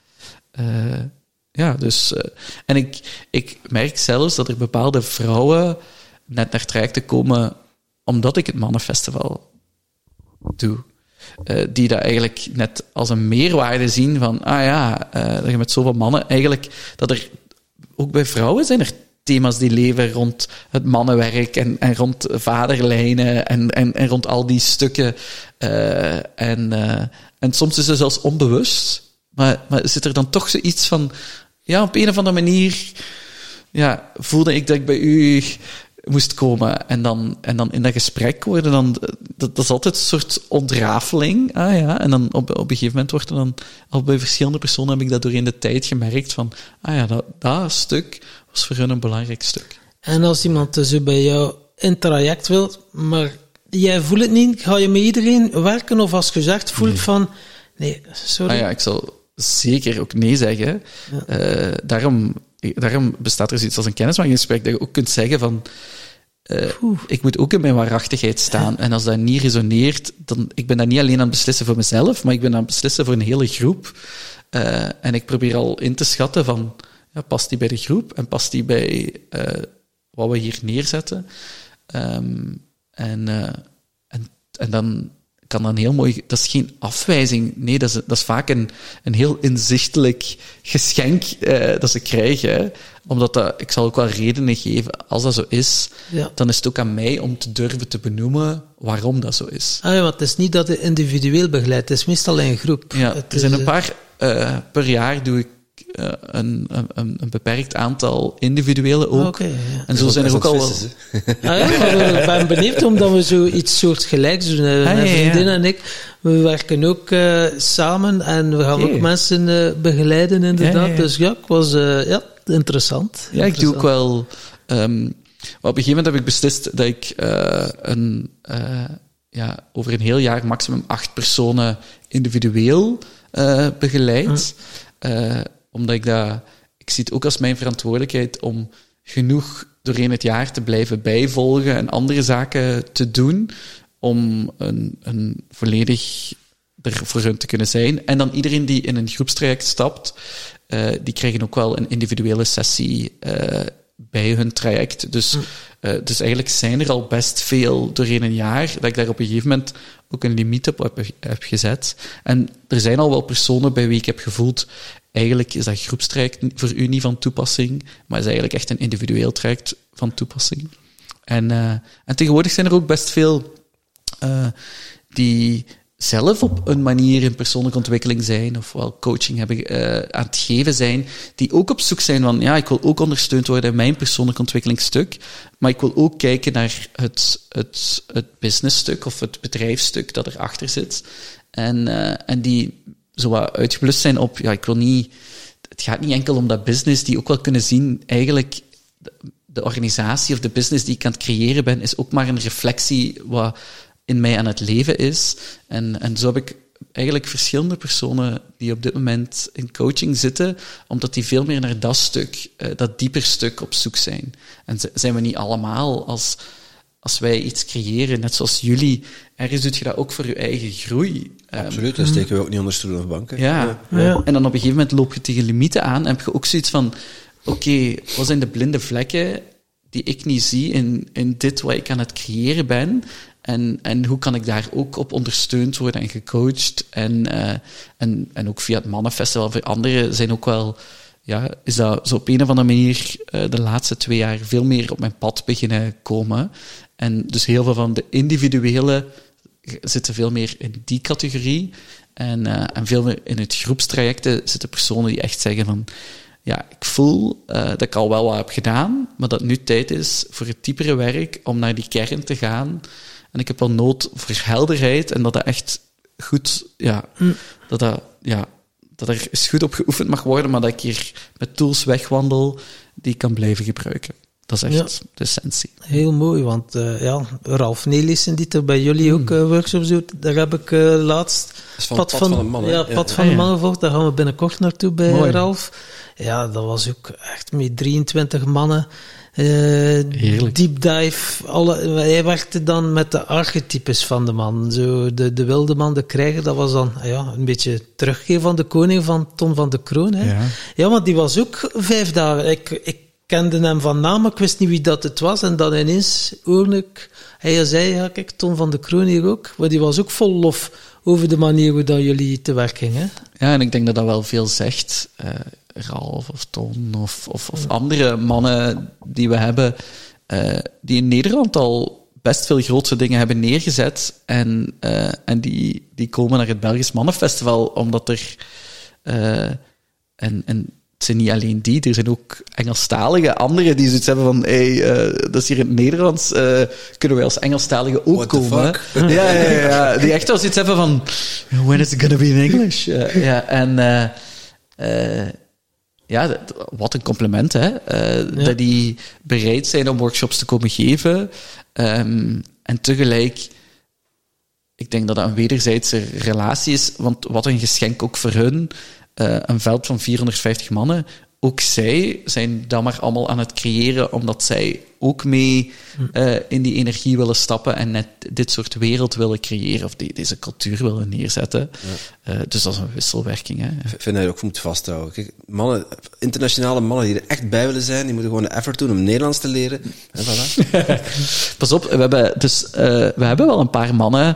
ja. Dus... en ik merk zelfs dat er bepaalde vrouwen net naar trajecten komen omdat ik het Mannenfestival doe. Die dat eigenlijk net als een meerwaarde zien van, dat je met zoveel mannen eigenlijk, dat er ook bij vrouwen zijn er thema's die leven rond het mannenwerk en rond vaderlijnen en rond al die stukken. En soms is het zelfs onbewust, maar zit er dan toch zoiets van, op een of andere manier voelde ik dat ik bij u moest komen. En dan in dat gesprek worden dan... Dat is altijd een soort ontrafeling. En dan op een gegeven moment wordt er dan... Al bij verschillende personen heb ik dat doorheen de tijd gemerkt van... dat stuk was voor hun een belangrijk stuk. En als iemand zo bij jou in traject wil, maar jij voelt het niet, ga je met iedereen werken? Of als je zegt, voelt van... Nee, sorry. Ik zal zeker ook nee zeggen. Ja. Daarom bestaat er zoiets als een kennismakingsgesprek, dat je ook kunt zeggen van... ik moet ook in mijn waarachtigheid staan. En als dat niet resoneert, dan... Ik ben dat niet alleen aan het beslissen voor mezelf, maar ik ben aan het beslissen voor een hele groep. En ik probeer al in te schatten van... past die bij de groep? En past die bij wat we hier neerzetten? En dan kan dan heel mooi... Dat is geen afwijzing. Nee, dat is vaak een heel inzichtelijk geschenk dat ze krijgen. Omdat ik zal ook wel redenen geven. Als dat zo is, dan is het ook aan mij om te durven te benoemen waarom dat zo is. Want het is niet dat je individueel begeleidt. Het is meestal in een groep. Ja, er zijn een paar... per jaar doe ik een beperkt aantal individuele ook. Okay, En zo zijn er ook al wel... Ik ben benieuwd omdat we zoiets soortgelijks doen. Mijn vriendin en ik, we werken ook samen en we gaan ook mensen begeleiden inderdaad. Dus ik was interessant. Ja, ik doe ook wel... op een gegeven moment heb ik beslist dat ik over een heel jaar maximum 8 personen individueel begeleid. Omdat ik zie het ook als mijn verantwoordelijkheid om genoeg doorheen het jaar te blijven bijvolgen en andere zaken te doen, om een volledig er voor hun te kunnen zijn. En dan iedereen die in een groepstraject stapt, die krijgen ook wel een individuele sessie bij hun traject. Dus eigenlijk zijn er al best veel doorheen een jaar, dat ik daar op een gegeven moment ook een limiet op heb gezet. En er zijn al wel personen bij wie ik heb gevoeld, eigenlijk is dat groepstraject voor u niet van toepassing, maar is eigenlijk echt een individueel traject van toepassing. En tegenwoordig zijn er ook best veel die zelf op een manier in persoonlijke ontwikkeling zijn, of wel coaching hebben aan het geven zijn, die ook op zoek zijn van, ik wil ook ondersteund worden in mijn persoonlijke ontwikkelingsstuk, maar ik wil ook kijken naar het businessstuk of het bedrijfsstuk dat erachter zit. En die zo wat uitgeblust zijn op, ik wil niet... Het gaat niet enkel om dat business, die ook wel kunnen zien, eigenlijk, de organisatie of de business die ik aan het creëren ben, is ook maar een reflectie wat in mij aan het leven is. En zo heb ik eigenlijk verschillende personen die op dit moment in coaching zitten, omdat die veel meer naar dat stuk, dat dieper stuk op zoek zijn. En zijn we niet allemaal als wij iets creëren, net zoals jullie, ergens doet je dat ook voor je eigen groei. Absoluut, dat steken we ook niet onder stoelen of banken. Ja. En dan op een gegeven moment loop je tegen limieten aan en heb je ook zoiets van, oké, wat zijn de blinde vlekken die ik niet zie in dit wat ik aan het creëren ben? En hoe kan ik daar ook op ondersteund worden en gecoacht? En ook via het Mannenfestival voor anderen zijn ook wel... is dat zo op een of andere manier de laatste 2 jaar veel meer op mijn pad beginnen komen. En dus heel veel van de individuele zitten veel meer in die categorie. En veel meer in het groepstrajecten zitten personen die echt zeggen van... ik voel dat ik al wel wat heb gedaan, maar dat nu tijd is voor het diepere werk om naar die kern te gaan. En ik heb wel nood voor helderheid en dat echt goed... dat er eens goed op geoefend mag worden, maar dat ik hier met tools wegwandel die ik kan blijven gebruiken. Dat is echt de essentie. Heel mooi, want Ralf Nelissen, die er bij jullie ook workshops doet, daar heb ik laatst Pad van de Man. Pad van de Man gevolgd. Daar gaan we binnenkort naartoe bij Ralf. Ja, dat was ook echt met 23 mannen. Deep dive. Hij werkte dan met de archetypes van de man. Zo de wilde man, de krijger, dat was dan een beetje teruggeven van de koning van Ton van de Kroon. Hè. Ja, maar die was ook 5 dagen. Ik kende hem van naam, maar ik wist niet wie dat het was. En dan ineens hoorde ik, hij zei, kijk, Ton van de Kroon hier ook. Maar die was ook vol lof over de manier hoe dat jullie te werk gingen. Ja, en ik denk dat dat wel veel zegt. Ralf of Ton of andere mannen die we hebben, die in Nederland al best veel grootse dingen hebben neergezet. En die komen naar het Belgisch Mannenfestival, omdat er... Het zijn niet alleen die, er zijn ook Engelstalige anderen die zoiets hebben van dat is hier in het Nederlands, kunnen wij als Engelstalige ook komen. Ja, die echt wel zoiets hebben van when is it gonna be in English? Wat een compliment, hè. Dat die bereid zijn om workshops te komen geven. En tegelijk, ik denk dat dat een wederzijdse relatie is, want wat een geschenk ook voor hun. Een veld van 450 mannen, ook zij zijn dat maar allemaal aan het creëren, omdat zij ook mee in die energie willen stappen en net dit soort wereld willen creëren, of deze cultuur willen neerzetten. Ja. Dus dat is een wisselwerking. Hè. Ik vind dat je ook moet vasthouden. Kijk, mannen, internationale mannen die er echt bij willen zijn, die moeten gewoon de effort doen om Nederlands te leren. En voilà. Pas op, we hebben wel een paar mannen.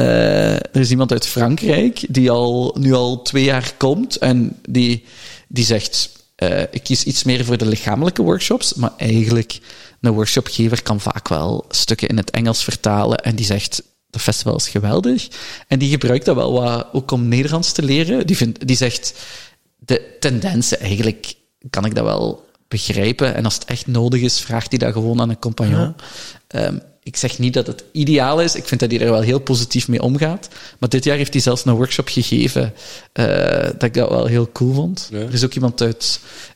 Er is iemand uit Frankrijk die nu al 2 jaar komt en die zegt, ik kies iets meer voor de lichamelijke workshops, maar eigenlijk een workshopgever kan vaak wel stukken in het Engels vertalen en die zegt, de festival is geweldig. En die gebruikt dat wel wat ook om Nederlands te leren. Die zegt, de tendensen, eigenlijk kan ik dat wel begrijpen. En als het echt nodig is, vraagt hij dat gewoon aan een compagnon. Ja. Ik zeg niet dat het ideaal is. Ik vind dat hij er wel heel positief mee omgaat. Maar dit jaar heeft hij zelfs een workshop gegeven dat ik dat wel heel cool vond. Ja. Er is ook iemand uit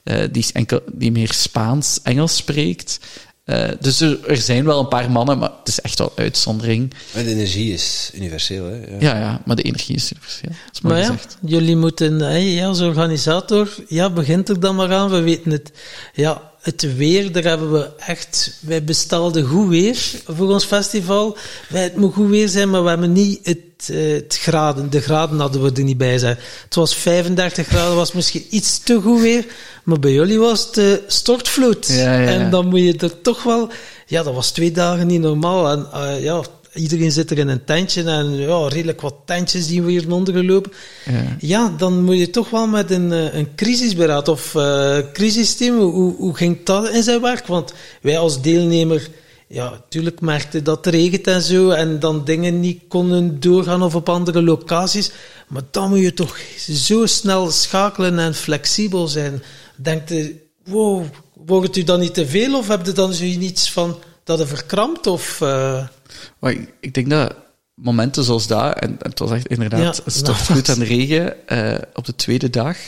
die meer Spaans, Engels spreekt. Dus er zijn wel een paar mannen, maar het is echt wel uitzondering. Maar de energie is universeel, hè? Ja, maar de energie is universeel. Dat is maar gezegd. Jullie moeten, als organisator, begint er dan maar aan. We weten het. Ja, het weer, daar hebben we echt... Wij bestelden goed weer voor ons festival. Het moet goed weer zijn, maar we hebben niet het graden. De graden hadden we er niet bij zijn. Het was 35 graden, was misschien iets te goed weer. Maar bij jullie was het stortvloed. Ja. En dan moet je er toch wel... Ja, dat was 2 dagen niet normaal. En iedereen zit er in een tentje en redelijk wat tentjes die we hier ondergelopen. Ja, dan moet je toch wel met een crisisberaad of crisisteam. Hoe ging dat in zijn werk? Want wij als deelnemer, natuurlijk merkten dat het regent en zo en dan dingen niet konden doorgaan of op andere locaties. Maar dan moet je toch zo snel schakelen en flexibel zijn. Denkt u, wordt het u dan niet te veel of heb je dan zoiets van dat je verkrampt of... Maar ik denk dat momenten zoals dat, en het was echt inderdaad stortvloed en regen op de tweede dag,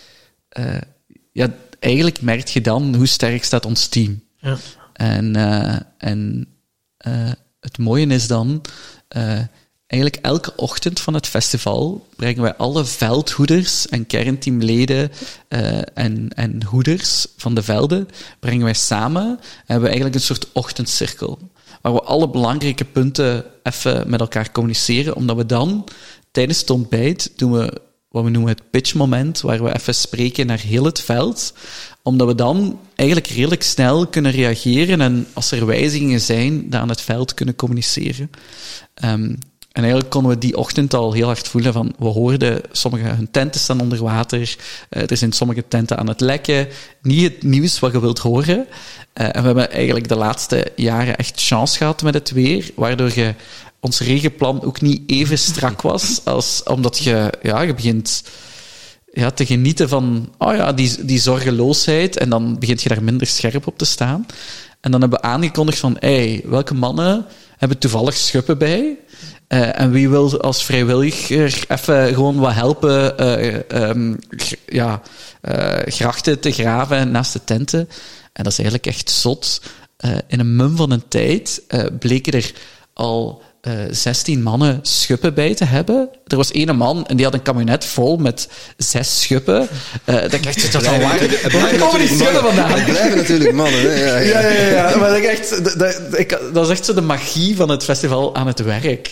eigenlijk merk je dan hoe sterk staat ons team. Ja. En het mooie is dan, eigenlijk elke ochtend van het festival brengen wij alle veldhoeders en kernteamleden en hoeders van de velden brengen wij samen en hebben we eigenlijk een soort ochtendcirkel. Waar we alle belangrijke punten even met elkaar communiceren, omdat we dan, tijdens het ontbijt, doen we wat we noemen het pitchmoment, waar we even spreken naar heel het veld, omdat we dan eigenlijk redelijk snel kunnen reageren en als er wijzigingen zijn, dat aan het veld kunnen communiceren. En eigenlijk konden we die ochtend al heel hard voelen van, we hoorden, hun tenten staan onder water, er zijn sommige tenten aan het lekken, niet het nieuws wat je wilt horen. En we hebben eigenlijk de laatste jaren echt chance gehad met het weer, waardoor ons regenplan ook niet even strak was, omdat je begint te genieten van die zorgeloosheid en dan begint je daar minder scherp op te staan. En dan hebben we aangekondigd van, welke mannen hebben toevallig schuppen bij? En wie wil als vrijwilliger even gewoon wat helpen grachten te graven naast de tenten? En dat is eigenlijk echt zot. In een mum van een tijd bleken er al 16 mannen schuppen bij te hebben. Er was 1 man en die had een kabinet vol met 6 schuppen. Dan krijg je toch al waar. Waar komen die schuppen vandaan? Het blijven natuurlijk mannen. Hè? Ja. Maar dat is echt zo de magie van het festival aan het werk.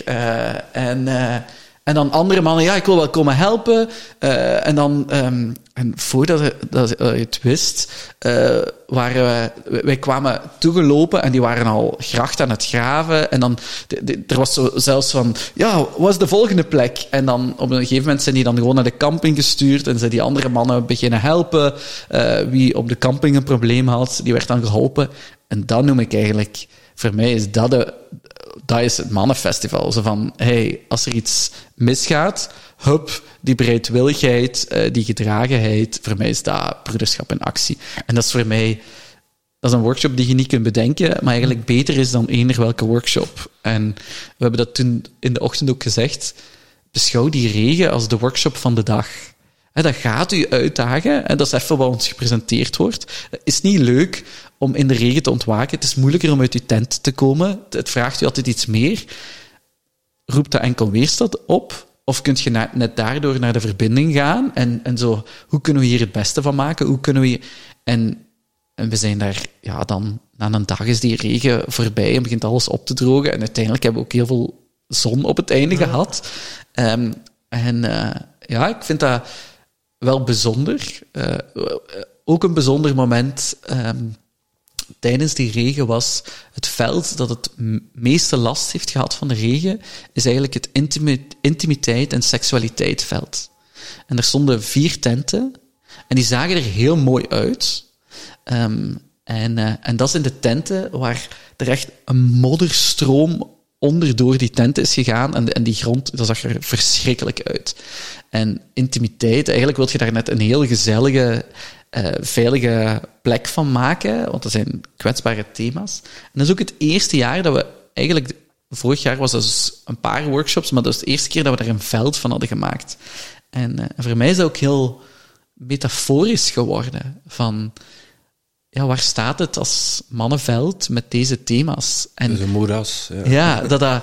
En dan andere mannen, ik wil wel komen helpen. En dan, en voordat je het wist, wij kwamen toegelopen en die waren al gracht aan het graven. En dan, er was zo zelfs van, wat is de volgende plek? En dan op een gegeven moment zijn die dan gewoon naar de camping gestuurd en zijn die andere mannen beginnen helpen. Wie op de camping een probleem had, die werd dan geholpen. En dat noem ik eigenlijk, voor mij is dat is het mannenfestival. Zo van, als er iets misgaat, die bereidwilligheid, die gedragenheid, voor mij is dat broederschap in actie. En dat is voor mij, dat is een workshop die je niet kunt bedenken, maar eigenlijk beter is dan eender welke workshop. En we hebben dat toen in de ochtend ook gezegd, beschouw die regen als de workshop van de dag. Dat gaat u uitdagen, en dat is even wat ons gepresenteerd wordt. Het is niet leuk om in de regen te ontwaken. Het is moeilijker om uit uw tent te komen. Het vraagt u altijd iets meer. Roept dat enkel weerstand op? Of kun je net daardoor naar de verbinding gaan en zo, hoe kunnen we hier het beste van maken? Hoe kunnen we... En we zijn daar, ja, dan na een dag is die regen voorbij en begint alles op te drogen. En uiteindelijk hebben we ook heel veel zon op het einde gehad. Ja, ik vind dat wel bijzonder. Ook een bijzonder moment tijdens die regen was het veld dat het meeste last heeft gehad van de regen, is eigenlijk het intimiteit en seksualiteit veld. En er stonden 4 tenten en die zagen er heel mooi uit. En dat zijn de tenten waar er echt een modderstroom onderdoor die tenten is gegaan en die grond, dat zag er verschrikkelijk uit. En intimiteit, eigenlijk wil je daar net een heel gezellige, veilige plek van maken, want dat zijn kwetsbare thema's. En dat is ook het eerste jaar dat we eigenlijk... Vorig jaar was dat dus een paar workshops, maar dat was de eerste keer dat we daar een veld van hadden gemaakt. En voor mij is dat ook heel metaforisch geworden, van... Ja, waar staat het als mannenveld met deze thema's? En, dus een moeras. Ja,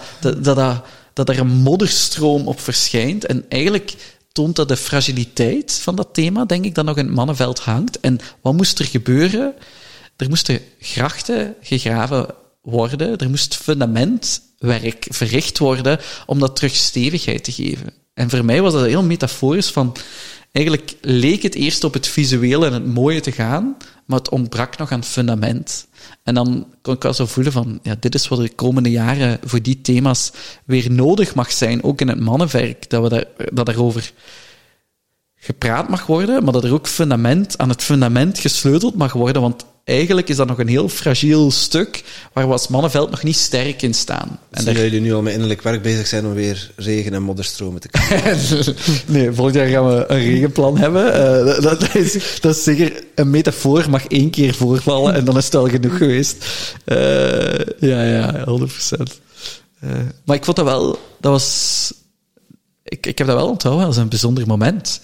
dat er een modderstroom op verschijnt. En eigenlijk toont dat de fragiliteit van dat thema, denk ik, dat nog in het mannenveld hangt. En wat moest er gebeuren? Er moesten grachten gegraven worden. Er moest fundamentwerk verricht worden om dat terug stevigheid te geven. En voor mij was dat heel metaforisch van... Eigenlijk leek het eerst op het visuele en het mooie te gaan, maar het ontbrak nog aan het fundament. En dan kon ik al zo voelen van, ja, dit is wat de komende jaren voor die thema's weer nodig mag zijn, ook in het mannenwerk, dat daarover gepraat mag worden, maar dat er ook aan het fundament gesleuteld mag worden, want eigenlijk is dat nog een heel fragiel stuk waar we als mannenveld nog niet sterk in staan. En dat jullie nu al met innerlijk werk bezig zijn om weer regen- en modderstromen te krijgen? Nee, volgend jaar gaan we een regenplan hebben. Dat is zeker een metafoor, mag 1 keer voorvallen en dan is het al genoeg geweest. Ja, 100%. Maar ik vond dat wel... Dat was... Ik heb dat wel onthouden als een bijzonder moment.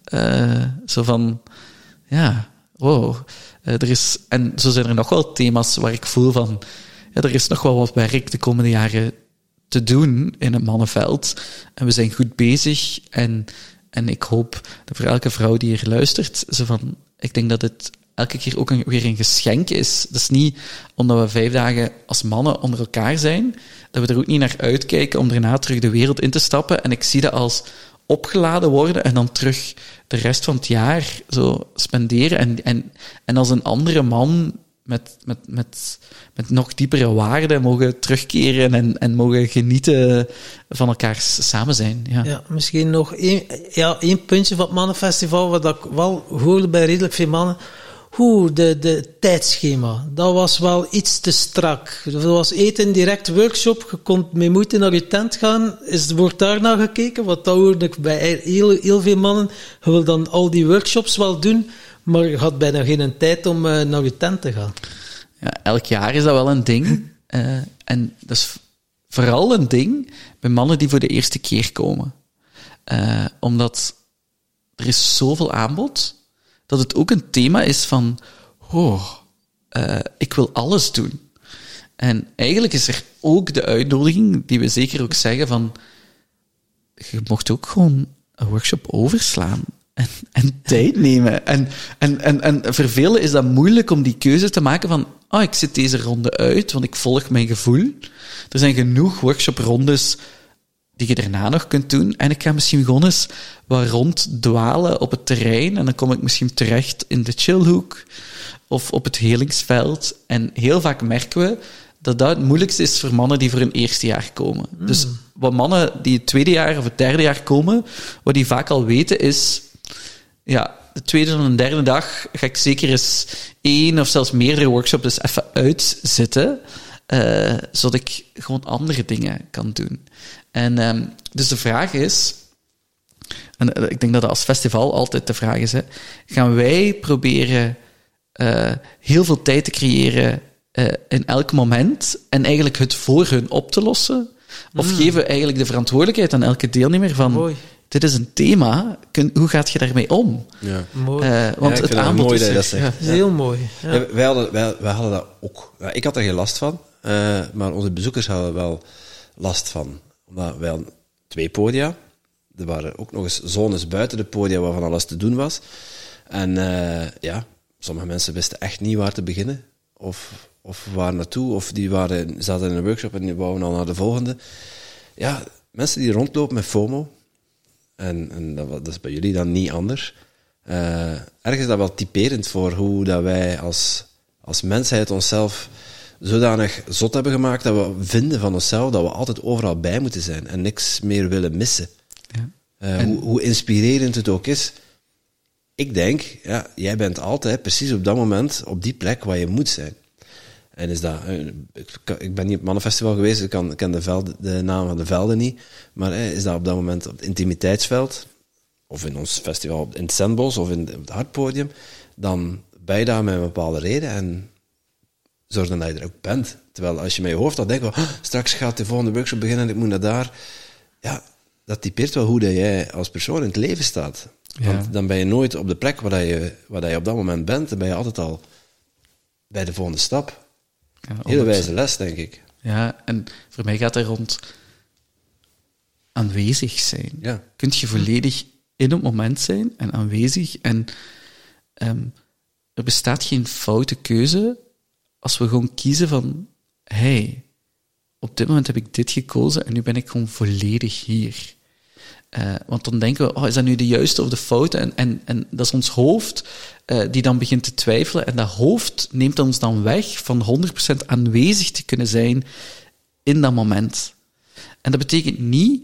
Zo van... Ja, wow... en zo zijn er nog wel thema's waar ik voel van... Ja, er is nog wel wat werk de komende jaren te doen in het mannenveld. En we zijn goed bezig. En ik hoop dat voor elke vrouw die hier luistert... Zo van, ik denk dat het elke keer ook weer een geschenk is. Dat is niet omdat we 5 dagen als mannen onder elkaar zijn... dat we er ook niet naar uitkijken om daarna terug de wereld in te stappen. En ik zie dat als... opgeladen worden en dan terug de rest van het jaar zo spenderen en als een andere man met nog diepere waarden mogen terugkeren en mogen genieten van elkaars samen zijn. Ja, misschien nog één puntje van het Mannenfestival, wat ik wel hoorde bij redelijk veel mannen. De tijdschema, dat was wel iets te strak. Er was eten direct workshop, je kon met moeite naar je tent gaan, wordt daar naar gekeken, want dat hoorde ik bij heel veel mannen. Je wil dan al die workshops wel doen, maar je had bijna geen tijd om naar je tent te gaan. Ja, elk jaar is dat wel een ding. En dat is vooral een ding bij mannen die voor de eerste keer komen. Omdat er is zoveel aanbod... dat het ook een thema is van... ik wil alles doen. En eigenlijk is er ook de uitnodiging, die we zeker ook zeggen van... Je mocht ook gewoon een workshop overslaan. En tijd nemen. En voor velen is dat moeilijk om die keuze te maken van... ik zit deze ronde uit, want ik volg mijn gevoel. Er zijn genoeg workshoprondes... die je daarna nog kunt doen. En ik ga misschien gewoon eens wat ronddwalen op het terrein. En dan kom ik misschien terecht in de chillhoek of op het helingsveld. En heel vaak merken we dat het moeilijkste is voor mannen die voor hun eerste jaar komen. Dus wat mannen die het 2e jaar of het 3e jaar komen, wat die vaak al weten is... Ja, de 2e en de 3e dag ga ik zeker eens 1 of zelfs meerdere workshops dus even uitzitten... zodat ik gewoon andere dingen kan doen. En dus de vraag is, en ik denk dat dat als festival altijd de vraag is, gaan wij proberen heel veel tijd te creëren in elk moment en eigenlijk het voor hun op te lossen? Of geven we eigenlijk de verantwoordelijkheid aan elke deelnemer van... Mooi. Dit is een thema, hoe gaat je daarmee om? Ja. Mooi. Want het aanbod mooi is dat je dat zegt. Dat is heel mooi. Ja. Ja, wij hadden dat ook. Ja, ik had er geen last van, maar onze bezoekers hadden er wel last van. Omdat wij hadden 2 podia. er waren ook nog eens zones buiten de podia waar van alles te doen was. En sommige mensen wisten echt niet waar te beginnen. Of waar naartoe, of die zaten in een workshop en die wouden al naar de volgende. Ja, mensen die rondlopen met FOMO, en dat is bij jullie dan niet anders. Ergens is dat wel typerend voor hoe dat wij als mensheid onszelf zodanig zot hebben gemaakt dat we vinden van onszelf dat we altijd overal bij moeten zijn en niks meer willen missen. Ja. Hoe inspirerend het ook is. Ik denk, jij bent altijd precies op dat moment op die plek waar je moet zijn. En is dat... Ik ben niet op het Mannenfestival geweest, ik ken de naam van de velden niet, maar is dat op dat moment op het intimiteitsveld, of in ons festival in het Zendbos, of op het Hartpodium, dan ben je daar met een bepaalde reden en zorg dan dat je er ook bent. Terwijl als je met je hoofd al denkt, straks gaat de volgende workshop beginnen en ik moet naar daar. Ja, dat typeert wel hoe dat jij als persoon in het leven staat. Ja. Want dan ben je nooit op de plek waar je op dat moment bent, dan ben je altijd al bij de volgende stap. Ja, hele wijze les, denk ik. Ja, en voor mij gaat het rond aanwezig zijn. Ja. Kunt je volledig in het moment zijn en aanwezig. En er bestaat geen foute keuze als we gewoon kiezen van op dit moment heb ik dit gekozen en nu ben ik gewoon volledig hier. Want dan denken we, is dat nu de juiste of de foute? En dat is ons hoofd die dan begint te twijfelen. En dat hoofd neemt ons dan weg van 100% aanwezig te kunnen zijn in dat moment. En dat betekent niet,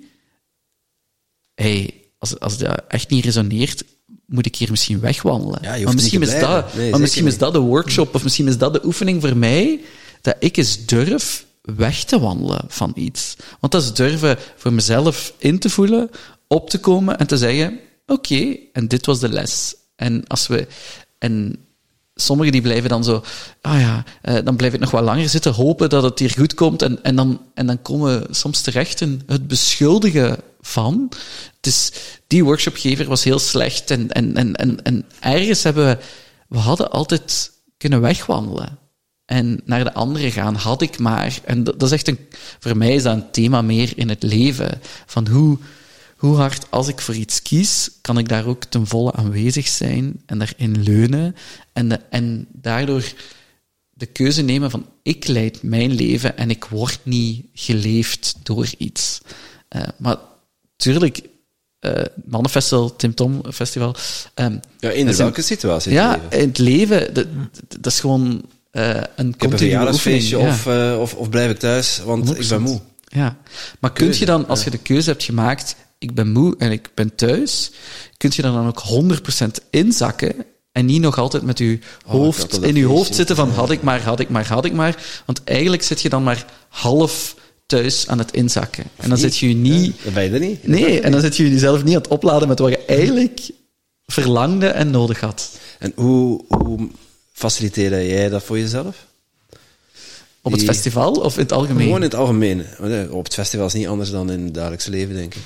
als dat echt niet resoneert, moet ik hier misschien wegwandelen. Ja, maar misschien is dat de workshop, of misschien is dat de oefening voor mij, dat ik eens durf weg te wandelen van iets. Want dat is durven voor mezelf in te voelen, op te komen en te zeggen, oké, en dit was de les. En sommigen die blijven dan zo, dan blijf ik nog wat langer zitten, hopen dat het hier goed komt, en dan komen we soms terecht in het beschuldigen van. Dus die workshopgever was heel slecht, en ergens we hadden altijd kunnen wegwandelen. En naar de andere gaan, had ik maar. En dat is echt voor mij is dat een thema meer in het leven. Van hoe hard, als ik voor iets kies, kan ik daar ook ten volle aanwezig zijn en daarin leunen. En daardoor de keuze nemen van, ik leid mijn leven en ik word niet geleefd door iets. Maar tuurlijk, Mannenfestival, Tim Tom Festival... in welke situatie in het leven? In het leven, dat is gewoon... een verjaardagsfeestje of blijf ik thuis, want 100%. Ik ben moe. Ja, maar kun je dan, als je de keuze hebt gemaakt, ik ben moe en ik ben thuis, kun je dan ook 100% inzakken en niet nog altijd met je hoofd in je hoofd zitten van had ik maar. Want eigenlijk zit je dan maar half thuis aan het inzakken. En dan zit je niet... Dan ben je er niet. Nee, en dan zit je jezelf niet aan het opladen met wat je eigenlijk verlangde en nodig had. En hoe faciliteer jij dat voor jezelf? Op het festival of in het algemeen? Gewoon in het algemeen. Op het festival is niet anders dan in het dagelijks leven, denk ik.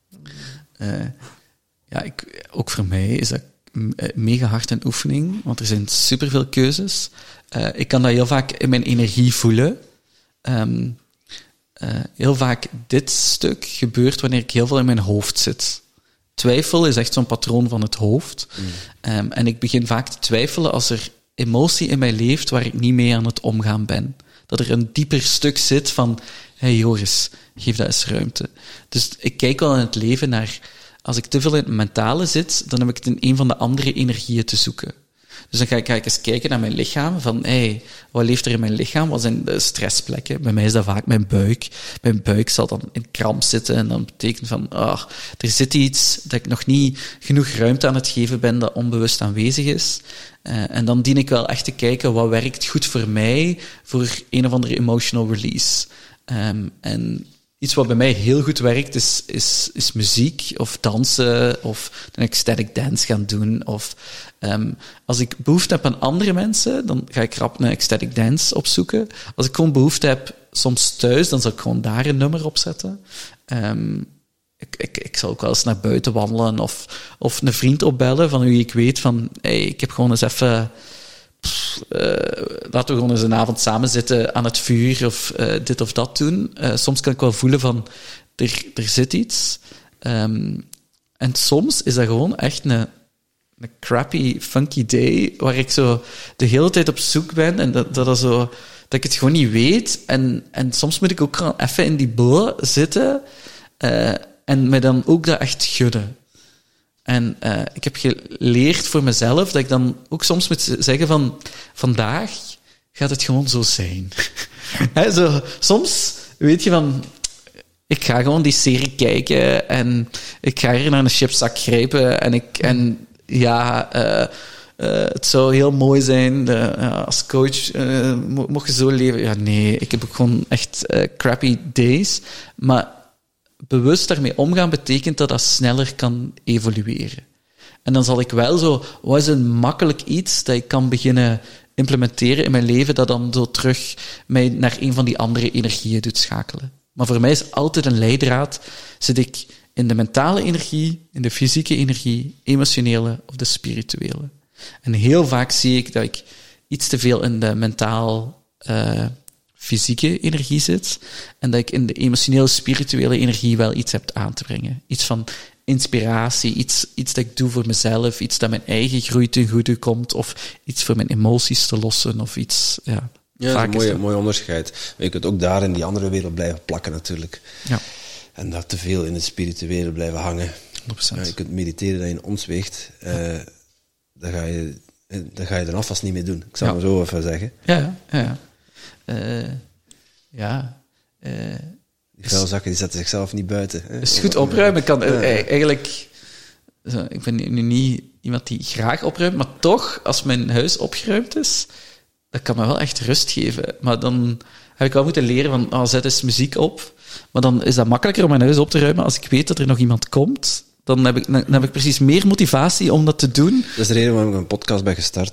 Ook voor mij is dat mega hard een oefening, want er zijn superveel keuzes. Ik kan dat heel vaak in mijn energie voelen. Heel vaak dit stuk gebeurt wanneer ik heel veel in mijn hoofd zit. Twijfel is echt zo'n patroon van het hoofd. En ik begin vaak te twijfelen als er emotie in mij leeft waar ik niet mee aan het omgaan ben. Dat er een dieper stuk zit van, Joris, geef dat eens ruimte. Dus ik kijk wel in het leven naar, als ik te veel in het mentale zit, dan heb ik het in een van de andere energieën te zoeken. Dus dan ga ik eens kijken naar mijn lichaam, van, wat leeft er in mijn lichaam? Wat zijn de stressplekken? Bij mij is dat vaak mijn buik. Mijn buik zal dan in kramp zitten en dat betekent van, er zit iets dat ik nog niet genoeg ruimte aan het geven ben dat onbewust aanwezig is. En dan dien ik wel echt te kijken, wat werkt goed voor mij voor een of andere emotional release. En iets wat bij mij heel goed werkt, is muziek, of dansen, of een ecstatic dance gaan doen. Of als ik behoefte heb aan andere mensen, dan ga ik rap een ecstatic dance opzoeken. Als ik gewoon behoefte heb, soms thuis, dan zal ik gewoon daar een nummer op zetten. Ik zal ook wel eens naar buiten wandelen, of een vriend opbellen van wie ik weet van, ik heb gewoon eens even... laten we gewoon eens een avond samen zitten aan het vuur of dit of dat doen. Soms kan ik wel voelen van, er zit iets. En soms is dat gewoon echt een crappy, funky day, waar ik zo de hele tijd op zoek ben en dat ik het gewoon niet weet. En soms moet ik ook gewoon even in die bubbel zitten en me dan ook dat echt gunnen. En ik heb geleerd voor mezelf dat ik dan ook soms moet zeggen van, vandaag gaat het gewoon zo zijn. Soms weet je van, ik ga gewoon die serie kijken en ik ga hier naar een chipszak grijpen het zou heel mooi zijn als coach, mocht je zo leven. Ja, nee, ik heb ook gewoon echt crappy days. Maar bewust daarmee omgaan betekent dat sneller kan evolueren. En dan zal ik wel zo, wat is een makkelijk iets dat ik kan beginnen implementeren in mijn leven, dat dan zo terug mij naar een van die andere energieën doet schakelen. Maar voor mij is altijd een leidraad, zit ik in de mentale energie, in de fysieke energie, emotionele of de spirituele. En heel vaak zie ik dat ik iets te veel in de mentaal-fysieke energie zit en dat ik in de emotionele, spirituele energie wel iets heb aan te brengen. Iets van inspiratie, iets dat ik doe voor mezelf, iets dat mijn eigen groei ten goede komt, of iets voor mijn emoties te lossen, of iets... Ja, dat is een mooi onderscheid. Maar je kunt ook daar in die andere wereld blijven plakken, natuurlijk. Ja. En daar te veel in het spirituele blijven hangen. 100%. Ja, je kunt mediteren dat je in ons weegt. Dan ga je er alvast niet mee doen. Ik zal maar zo even zeggen. Die vuilzakken die zetten zichzelf niet buiten. Dus goed opruimen kan eigenlijk... Ik ben nu niet iemand die graag opruimt, maar toch, als mijn huis opgeruimd is, dat kan me wel echt rust geven. Maar dan heb ik wel moeten leren van, zet eens muziek op. Maar dan is dat makkelijker om mijn huis op te ruimen als ik weet dat er nog iemand komt. Dan heb ik precies meer motivatie om dat te doen. Dat is de reden waarom ik een podcast ben gestart.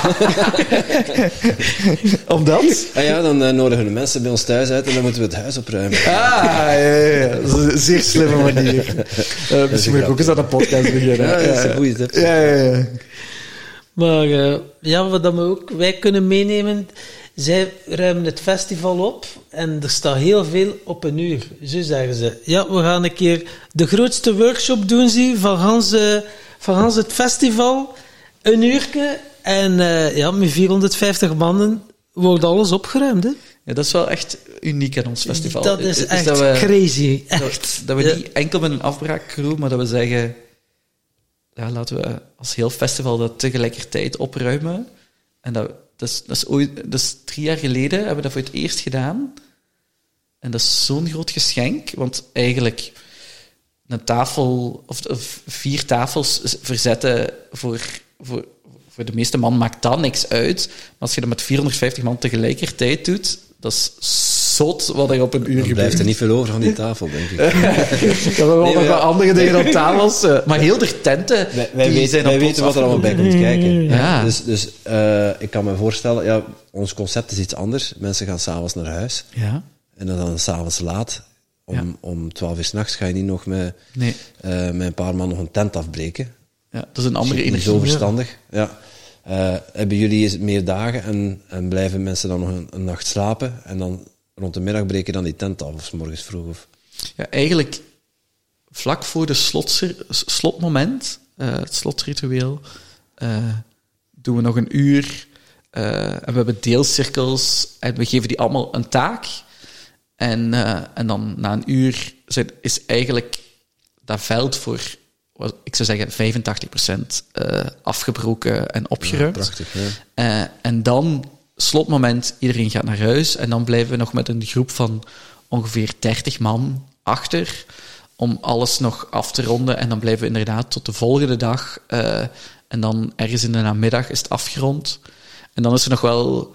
Omdat? Dan nodigen de mensen bij ons thuis uit en dan moeten we het huis opruimen. Ja. Dat is een zeer slimme manier. Misschien moet ik ook eens aan een podcast beginnen. Ja, dat is een goede tip. Ja. Maar wat wij kunnen meenemen... Zij ruimen het festival op en er staat heel veel op een uur. Zo zeggen ze. Ja, we gaan een keer de grootste workshop doen van Hans het festival. Een uurtje. En met 450 mannen wordt alles opgeruimd. Hè? Ja, dat is wel echt uniek aan ons festival. Dat is echt crazy. Echt. Dat we niet enkel met een afbraakcrew, maar dat we zeggen... Ja, laten we als heel festival dat tegelijkertijd opruimen. En dat is 3 jaar geleden, hebben we dat voor het eerst gedaan. En dat is zo'n groot geschenk, want eigenlijk een tafel, of 4 tafels verzetten voor de meeste man maakt dat niks uit. Maar als je dat met 450 man tegelijkertijd doet, dat is zot wat er op een uur gebeurt. Dan blijft er niet veel over van die tafel, denk ik. We hebben wel nog wat andere dingen op tafels, maar heel de tenten... Wij weten wat er allemaal bij komt kijken. Ja. Dus ik kan me voorstellen, ons concept is iets anders. Mensen gaan s'avonds naar huis. Ja. En dan s'avonds laat, om 12 uur 's nachts, ga je niet nog met een paar man nog een tent afbreken. Ja, dat is een andere energie. Zo verstandig. Ja. Hebben jullie meer dagen en blijven mensen dan nog een nacht slapen en dan rond de middag breken dan die tent af of 's morgens vroeg? Of? Ja, eigenlijk vlak voor de slotmoment, het slotritueel, doen we nog een uur en we hebben deelcirkels en we geven die allemaal een taak en dan na een uur is eigenlijk dat veld voor... Ik zou zeggen 85% afgebroken en opgeruimd. Ja, prachtig, ja. En dan, slotmoment, iedereen gaat naar huis. En dan blijven we nog met een groep van ongeveer 30 man achter om alles nog af te ronden. En dan blijven we inderdaad tot de volgende dag. En dan ergens in de namiddag is het afgerond. En dan is er nog wel...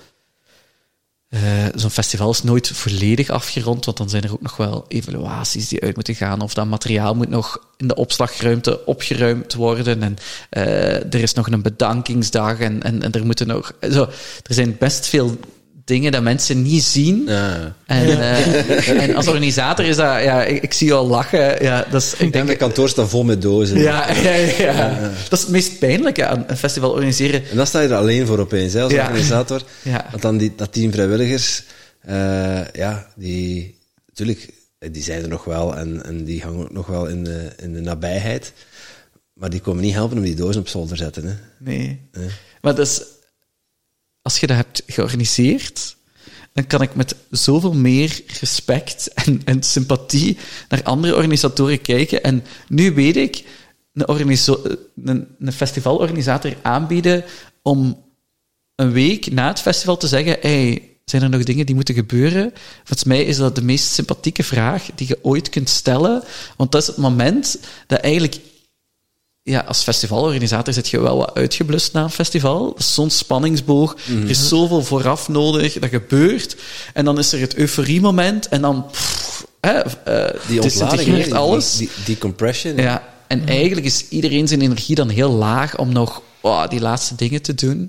Zo'n festival is nooit volledig afgerond, want dan zijn er ook nog wel evaluaties die uit moeten gaan, of dat materiaal moet nog in de opslagruimte opgeruimd worden, en er is nog een bedankingsdag, en er moeten nog... er zijn best veel dingen dat mensen niet zien. Ja. En als organisator is dat... Ja, ik zie je al lachen. Ja, dat is, ik denk de kantoor staat vol met dozen. Ja. Dat is het meest pijnlijke aan een festival organiseren. En dan sta je er alleen voor opeens, hè, als organisator. Ja. Dat dan dat team vrijwilligers... die... Natuurlijk, die zijn er nog wel en die hangen ook nog wel in de nabijheid. Maar die komen niet helpen om die doos op zolder te zetten. Hè? Nee. Maar dus, als je dat hebt georganiseerd, dan kan ik met zoveel meer respect en sympathie naar andere organisatoren kijken. En nu weet ik, een festivalorganisator aanbieden om een week na het festival te zeggen, zijn er nog dingen die moeten gebeuren? Volgens mij is dat de meest sympathieke vraag die je ooit kunt stellen. Want dat is het moment dat eigenlijk... Ja, als festivalorganisator zit je wel wat uitgeblust na een festival. Dat is zo'n spanningsboog. Er is zoveel vooraf nodig. Dat gebeurt. En dan is er het euforiemoment. En dan... die ontlading, alles. Die compression. Ja, en eigenlijk is iedereen zijn energie dan heel laag om nog die laatste dingen te doen.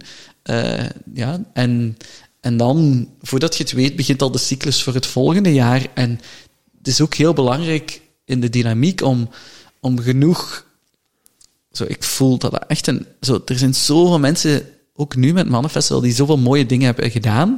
En dan, voordat je het weet, begint al de cyclus voor het volgende jaar. En het is ook heel belangrijk in de dynamiek om genoeg... ik voel dat echt er zijn zoveel mensen, ook nu met het Mannenfestival, die zoveel mooie dingen hebben gedaan,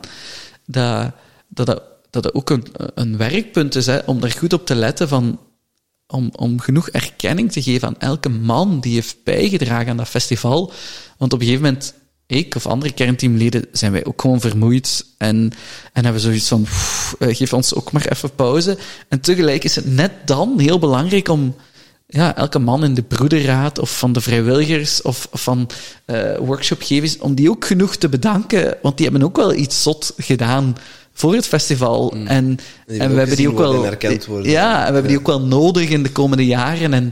dat ook een werkpunt is, hè, om daar goed op te letten, om genoeg erkenning te geven aan elke man die heeft bijgedragen aan dat festival. Want op een gegeven moment, ik of andere kernteamleden, zijn wij ook gewoon vermoeid en hebben zoiets van, geef ons ook maar even pauze. En tegelijk is het net dan heel belangrijk om elke man in de broederraad of van de vrijwilligers of van workshopgevers, om die ook genoeg te bedanken, want die hebben ook wel iets zot gedaan voor het festival. En we hebben die ook wel... we hebben die ook wel nodig in de komende jaren.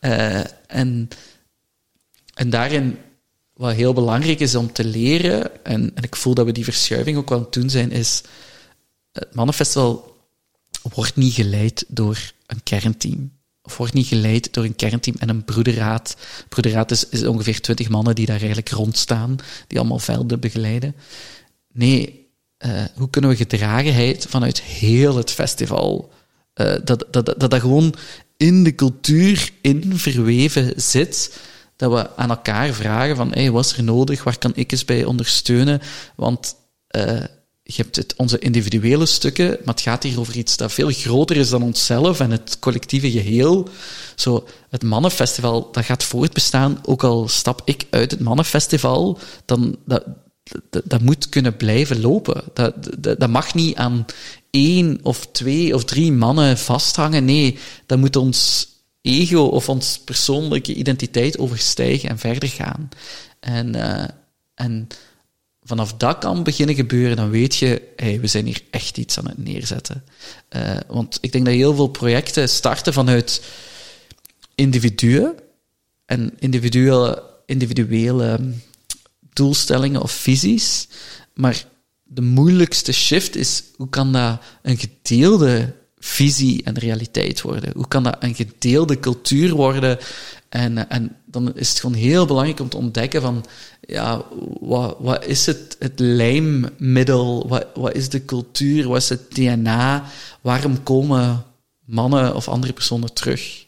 En daarin, wat heel belangrijk is om te leren, en ik voel dat we die verschuiving ook wel aan het doen zijn, is het Mannenfestival wordt niet geleid door een kernteam. Of wordt niet geleid door een kernteam en een broederraad. Broederraad is ongeveer 20 mannen die daar eigenlijk rondstaan, die allemaal velden begeleiden. Nee, hoe kunnen we gedragenheid vanuit heel het festival, dat gewoon in de cultuur in verweven zit, dat we aan elkaar vragen van, wat is er nodig, waar kan ik eens bij ondersteunen? Want je hebt onze individuele stukken, maar het gaat hier over iets dat veel groter is dan onszelf en het collectieve geheel. Zo, het Mannenfestival, dat gaat voortbestaan, ook al stap ik uit het Mannenfestival, dan dat moet kunnen blijven lopen. Dat mag niet aan 1 of 2 of 3 mannen vasthangen. Nee, dat moet ons ego of ons persoonlijke identiteit overstijgen en verder gaan. En vanaf dat kan beginnen gebeuren, dan weet je, we zijn hier echt iets aan het neerzetten. Want ik denk dat heel veel projecten starten vanuit individuen en individuele doelstellingen of visies. Maar de moeilijkste shift is, hoe kan dat een gedeelde visie en realiteit worden? Hoe kan dat een gedeelde cultuur worden? En dan is het gewoon heel belangrijk om te ontdekken van, wat is het lijmmiddel? Wat is de cultuur? Wat is het DNA? Waarom komen mannen of andere personen terug?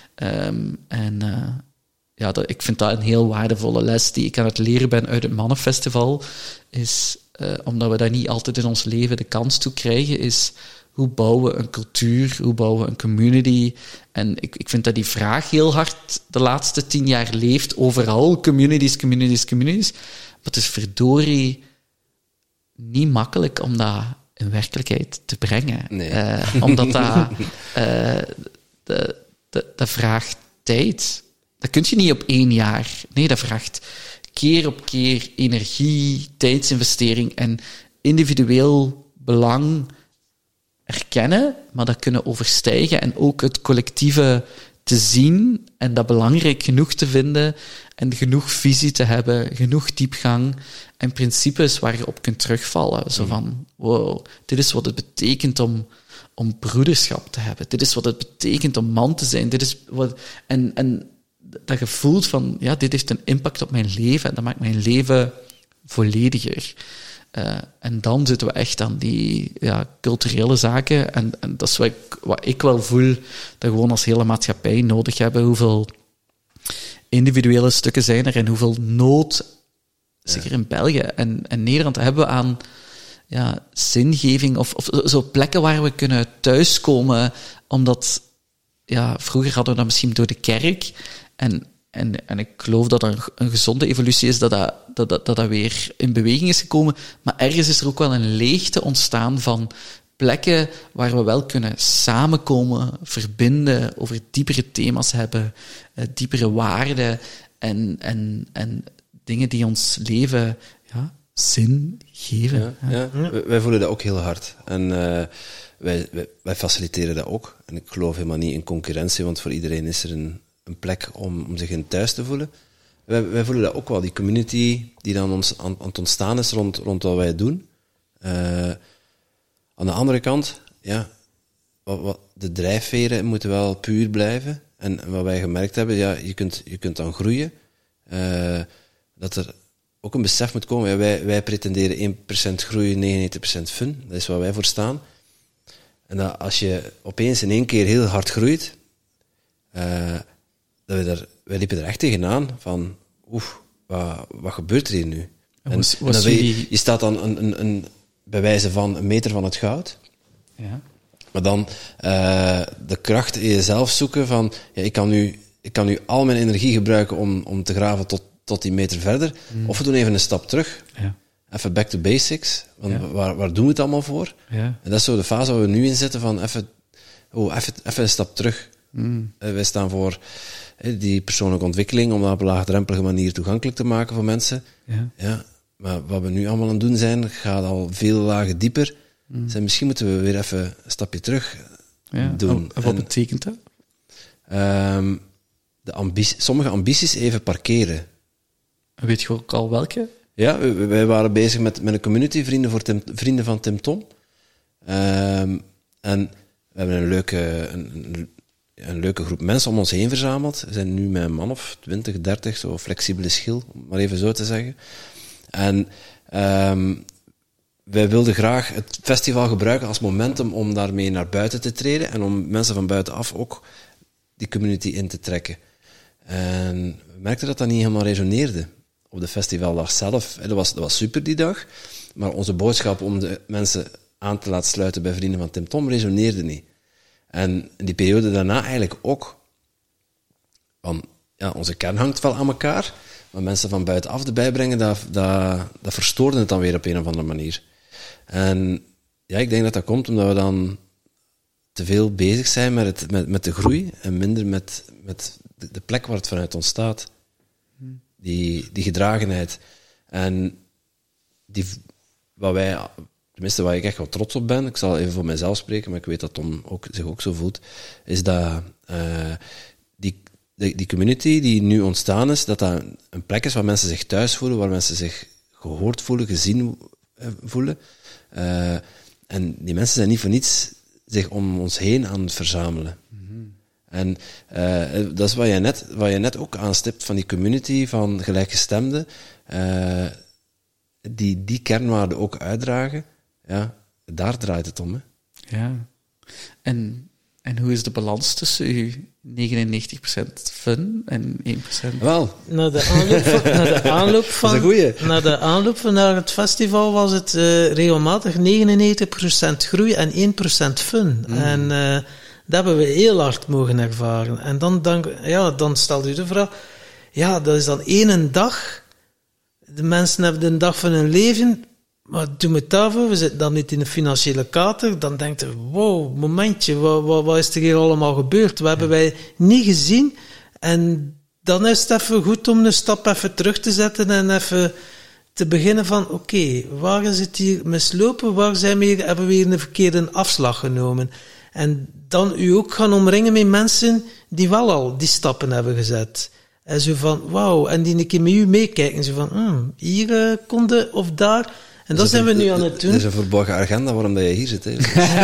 Ik vind dat een heel waardevolle les die ik aan het leren ben uit het Mannenfestival, is, omdat we dat niet altijd in ons leven de kans toe krijgen, is hoe bouwen we een cultuur, hoe bouwen we een community. En ik vind dat die vraag heel hard de laatste 10 jaar leeft, overal, communities. Maar het is verdorie niet makkelijk om dat in werkelijkheid te brengen. Nee. Omdat dat vraagt tijd. Dat kun je niet op 1 jaar. Nee, dat vraagt keer op keer energie, tijdsinvestering en individueel belang erkennen, maar dat kunnen overstijgen en ook het collectieve te zien en dat belangrijk genoeg te vinden en genoeg visie te hebben, genoeg diepgang en principes waar je op kunt terugvallen. Zo van, wow, dit is wat het betekent om broederschap te hebben. Dit is wat het betekent om man te zijn. Dit is wat... En dat je voelt van, dit heeft een impact op mijn leven en dat maakt mijn leven vollediger. En dan zitten we echt aan die culturele zaken. En dat is wat ik wel voel, dat we gewoon als hele maatschappij nodig hebben. Hoeveel individuele stukken zijn er en hoeveel nood, zeker in België en Nederland, hebben we aan zingeving of zo plekken waar we kunnen thuiskomen, omdat vroeger hadden we dat misschien door de kerk en ik geloof dat er een gezonde evolutie is dat weer in beweging is gekomen, maar ergens is er ook wel een leegte ontstaan van plekken waar we wel kunnen samenkomen, verbinden, over diepere thema's hebben, diepere waarden en dingen die ons leven zin geven. Ja. Wij voelen dat ook heel hard. En wij faciliteren dat ook. En ik geloof helemaal niet in concurrentie, want voor iedereen is er een plek om zich in thuis te voelen. Wij voelen dat ook wel, die community die dan aan het ontstaan is rond wat wij doen. Aan de andere kant, de drijfveren moeten wel puur blijven. En wat wij gemerkt hebben, je kunt dan groeien. Dat er ook een besef moet komen. Wij pretenderen 1% groei, 99% fun. Dat is waar wij voor staan. En dat als je opeens in één keer heel hard groeit, wij liepen er echt tegenaan van, wat gebeurt er hier nu? Je staat dan een bij wijze van een meter van het goud. Ja. Maar dan de kracht in jezelf zoeken van, ik kan nu al mijn energie gebruiken om te graven tot die meter verder. Of we doen even een stap terug. Ja. Even back to basics. Want waar doen we het allemaal voor? Ja. En dat is zo de fase waar we nu in zitten van even een stap terug. Wij staan voor die persoonlijke ontwikkeling om dat op een laagdrempelige manier toegankelijk te maken voor mensen. Ja. Maar wat we nu allemaal aan het doen zijn, gaat al veel lagen dieper. Dus misschien moeten we weer even een stapje terug doen. En wat betekent dat? Sommige ambities even parkeren. Weet je ook al welke? Ja, wij waren bezig met een community, vrienden van Tim Tom. En we hebben een leuke groep mensen om ons heen verzameld. We zijn nu met een man of 20, 30, zo flexibele schil, om maar even zo te zeggen. En wij wilden graag het festival gebruiken als momentum om daarmee naar buiten te treden en om mensen van buitenaf ook die community in te trekken. En we merkten dat niet helemaal resoneerde op de festivaldag zelf. Dat was super die dag, maar onze boodschap om de mensen aan te laten sluiten bij Vrienden van Tim Tom resoneerde niet. En in die periode daarna eigenlijk ook. Want onze kern hangt wel aan elkaar, maar mensen van buitenaf erbij brengen, dat verstoorde het dan weer op een of andere manier. En ik denk dat komt omdat we dan te veel bezig zijn met de groei en minder met de plek waar het vanuit ontstaat. Die gedragenheid. En tenminste waar ik echt wel trots op ben, ik zal even voor mezelf spreken, maar ik weet dat Tom zich ook zo voelt, is dat die community die nu ontstaan is, dat een plek is waar mensen zich thuis voelen, waar mensen zich gehoord voelen, gezien voelen. En die mensen zijn niet voor niets zich om ons heen aan het verzamelen. En dat is wat je net ook aanstipt van die community van gelijkgestemden, die kernwaarden ook uitdragen. Ja, daar draait het om. Hè. Ja. En hoe is de balans tussen uw 99% fun en 1%? Wel. Na de aanloop van naar het festival was het regelmatig 99% groei en 1% fun. En dat hebben we heel hard mogen ervaren. En dan stelt u de vraag, dat is dan één dag. De mensen hebben de dag van hun leven. Maar doen we het daarvoor? We zitten dan niet in een financiële kater. Dan denkt er, wow, momentje, wat is er hier allemaal gebeurd? Wat hebben wij niet gezien? En dan is het even goed om een stap even terug te zetten en even te beginnen van, oké, waar is het hier mislopen? Waar hebben we hier een verkeerde afslag genomen? En dan u ook gaan omringen met mensen die wel al die stappen hebben gezet. En zo van, wauw, en die een keer met u meekijken. Zo van, hier konden of daar. En dat zijn we nu aan het doen. Er is een verborgen agenda waarom dat je hier zit.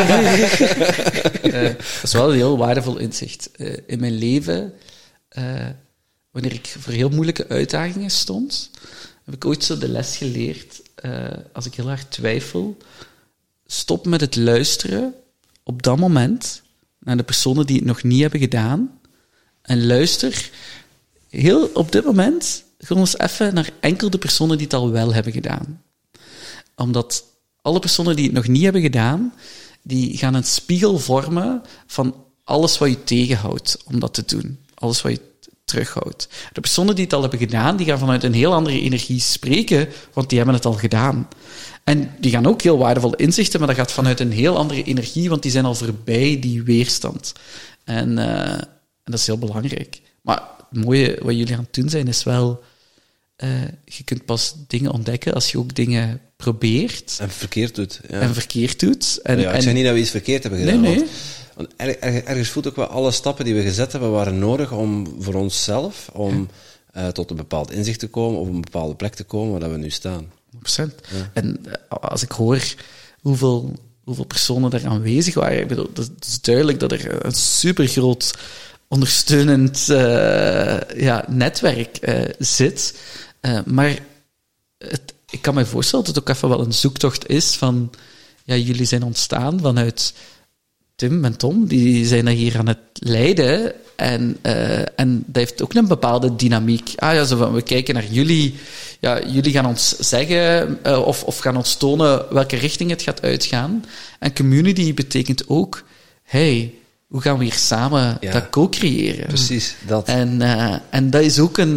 Dat is wel een heel waardevol inzicht. In mijn leven, wanneer ik voor heel moeilijke uitdagingen stond, heb ik ooit zo de les geleerd, als ik heel hard twijfel, stop met het luisteren op dat moment naar de personen die het nog niet hebben gedaan en luister heel op dit moment gewoon eens even naar enkel de personen die het al wel hebben gedaan. Omdat alle personen die het nog niet hebben gedaan, die gaan een spiegel vormen van alles wat je tegenhoudt om dat te doen. Alles wat je terughoudt. De personen die het al hebben gedaan, die gaan vanuit een heel andere energie spreken, want die hebben het al gedaan. En die gaan ook heel waardevolle inzichten, maar dat gaat vanuit een heel andere energie, want die zijn al voorbij die weerstand. En dat is heel belangrijk. Maar het mooie wat jullie aan het doen zijn, is wel... je kunt pas dingen ontdekken als je ook dingen probeert. En verkeerd doet. Ja. En verkeerd doet. En, ik zeg niet dat we iets verkeerd hebben gedaan. Nee. Want ergens voelt ook wel alle stappen die we gezet hebben, waren nodig om voor onszelf, om tot een bepaald inzicht te komen, op een bepaalde plek te komen waar we nu staan. 100%. Ja. En als ik hoor hoeveel personen er aanwezig waren, ik bedoel, het is duidelijk dat er een supergroot ondersteunend netwerk zit. Maar ik kan me voorstellen dat het ook even wel een zoektocht is van... Ja, jullie zijn ontstaan vanuit Tim en Tom. Die zijn er hier aan het leiden. En dat heeft ook een bepaalde dynamiek. We kijken naar jullie. Ja, jullie gaan ons zeggen of gaan ons tonen welke richting het gaat uitgaan. En community betekent ook... Hey, hoe gaan we hier samen dat co-creëren? Precies, dat. En dat is ook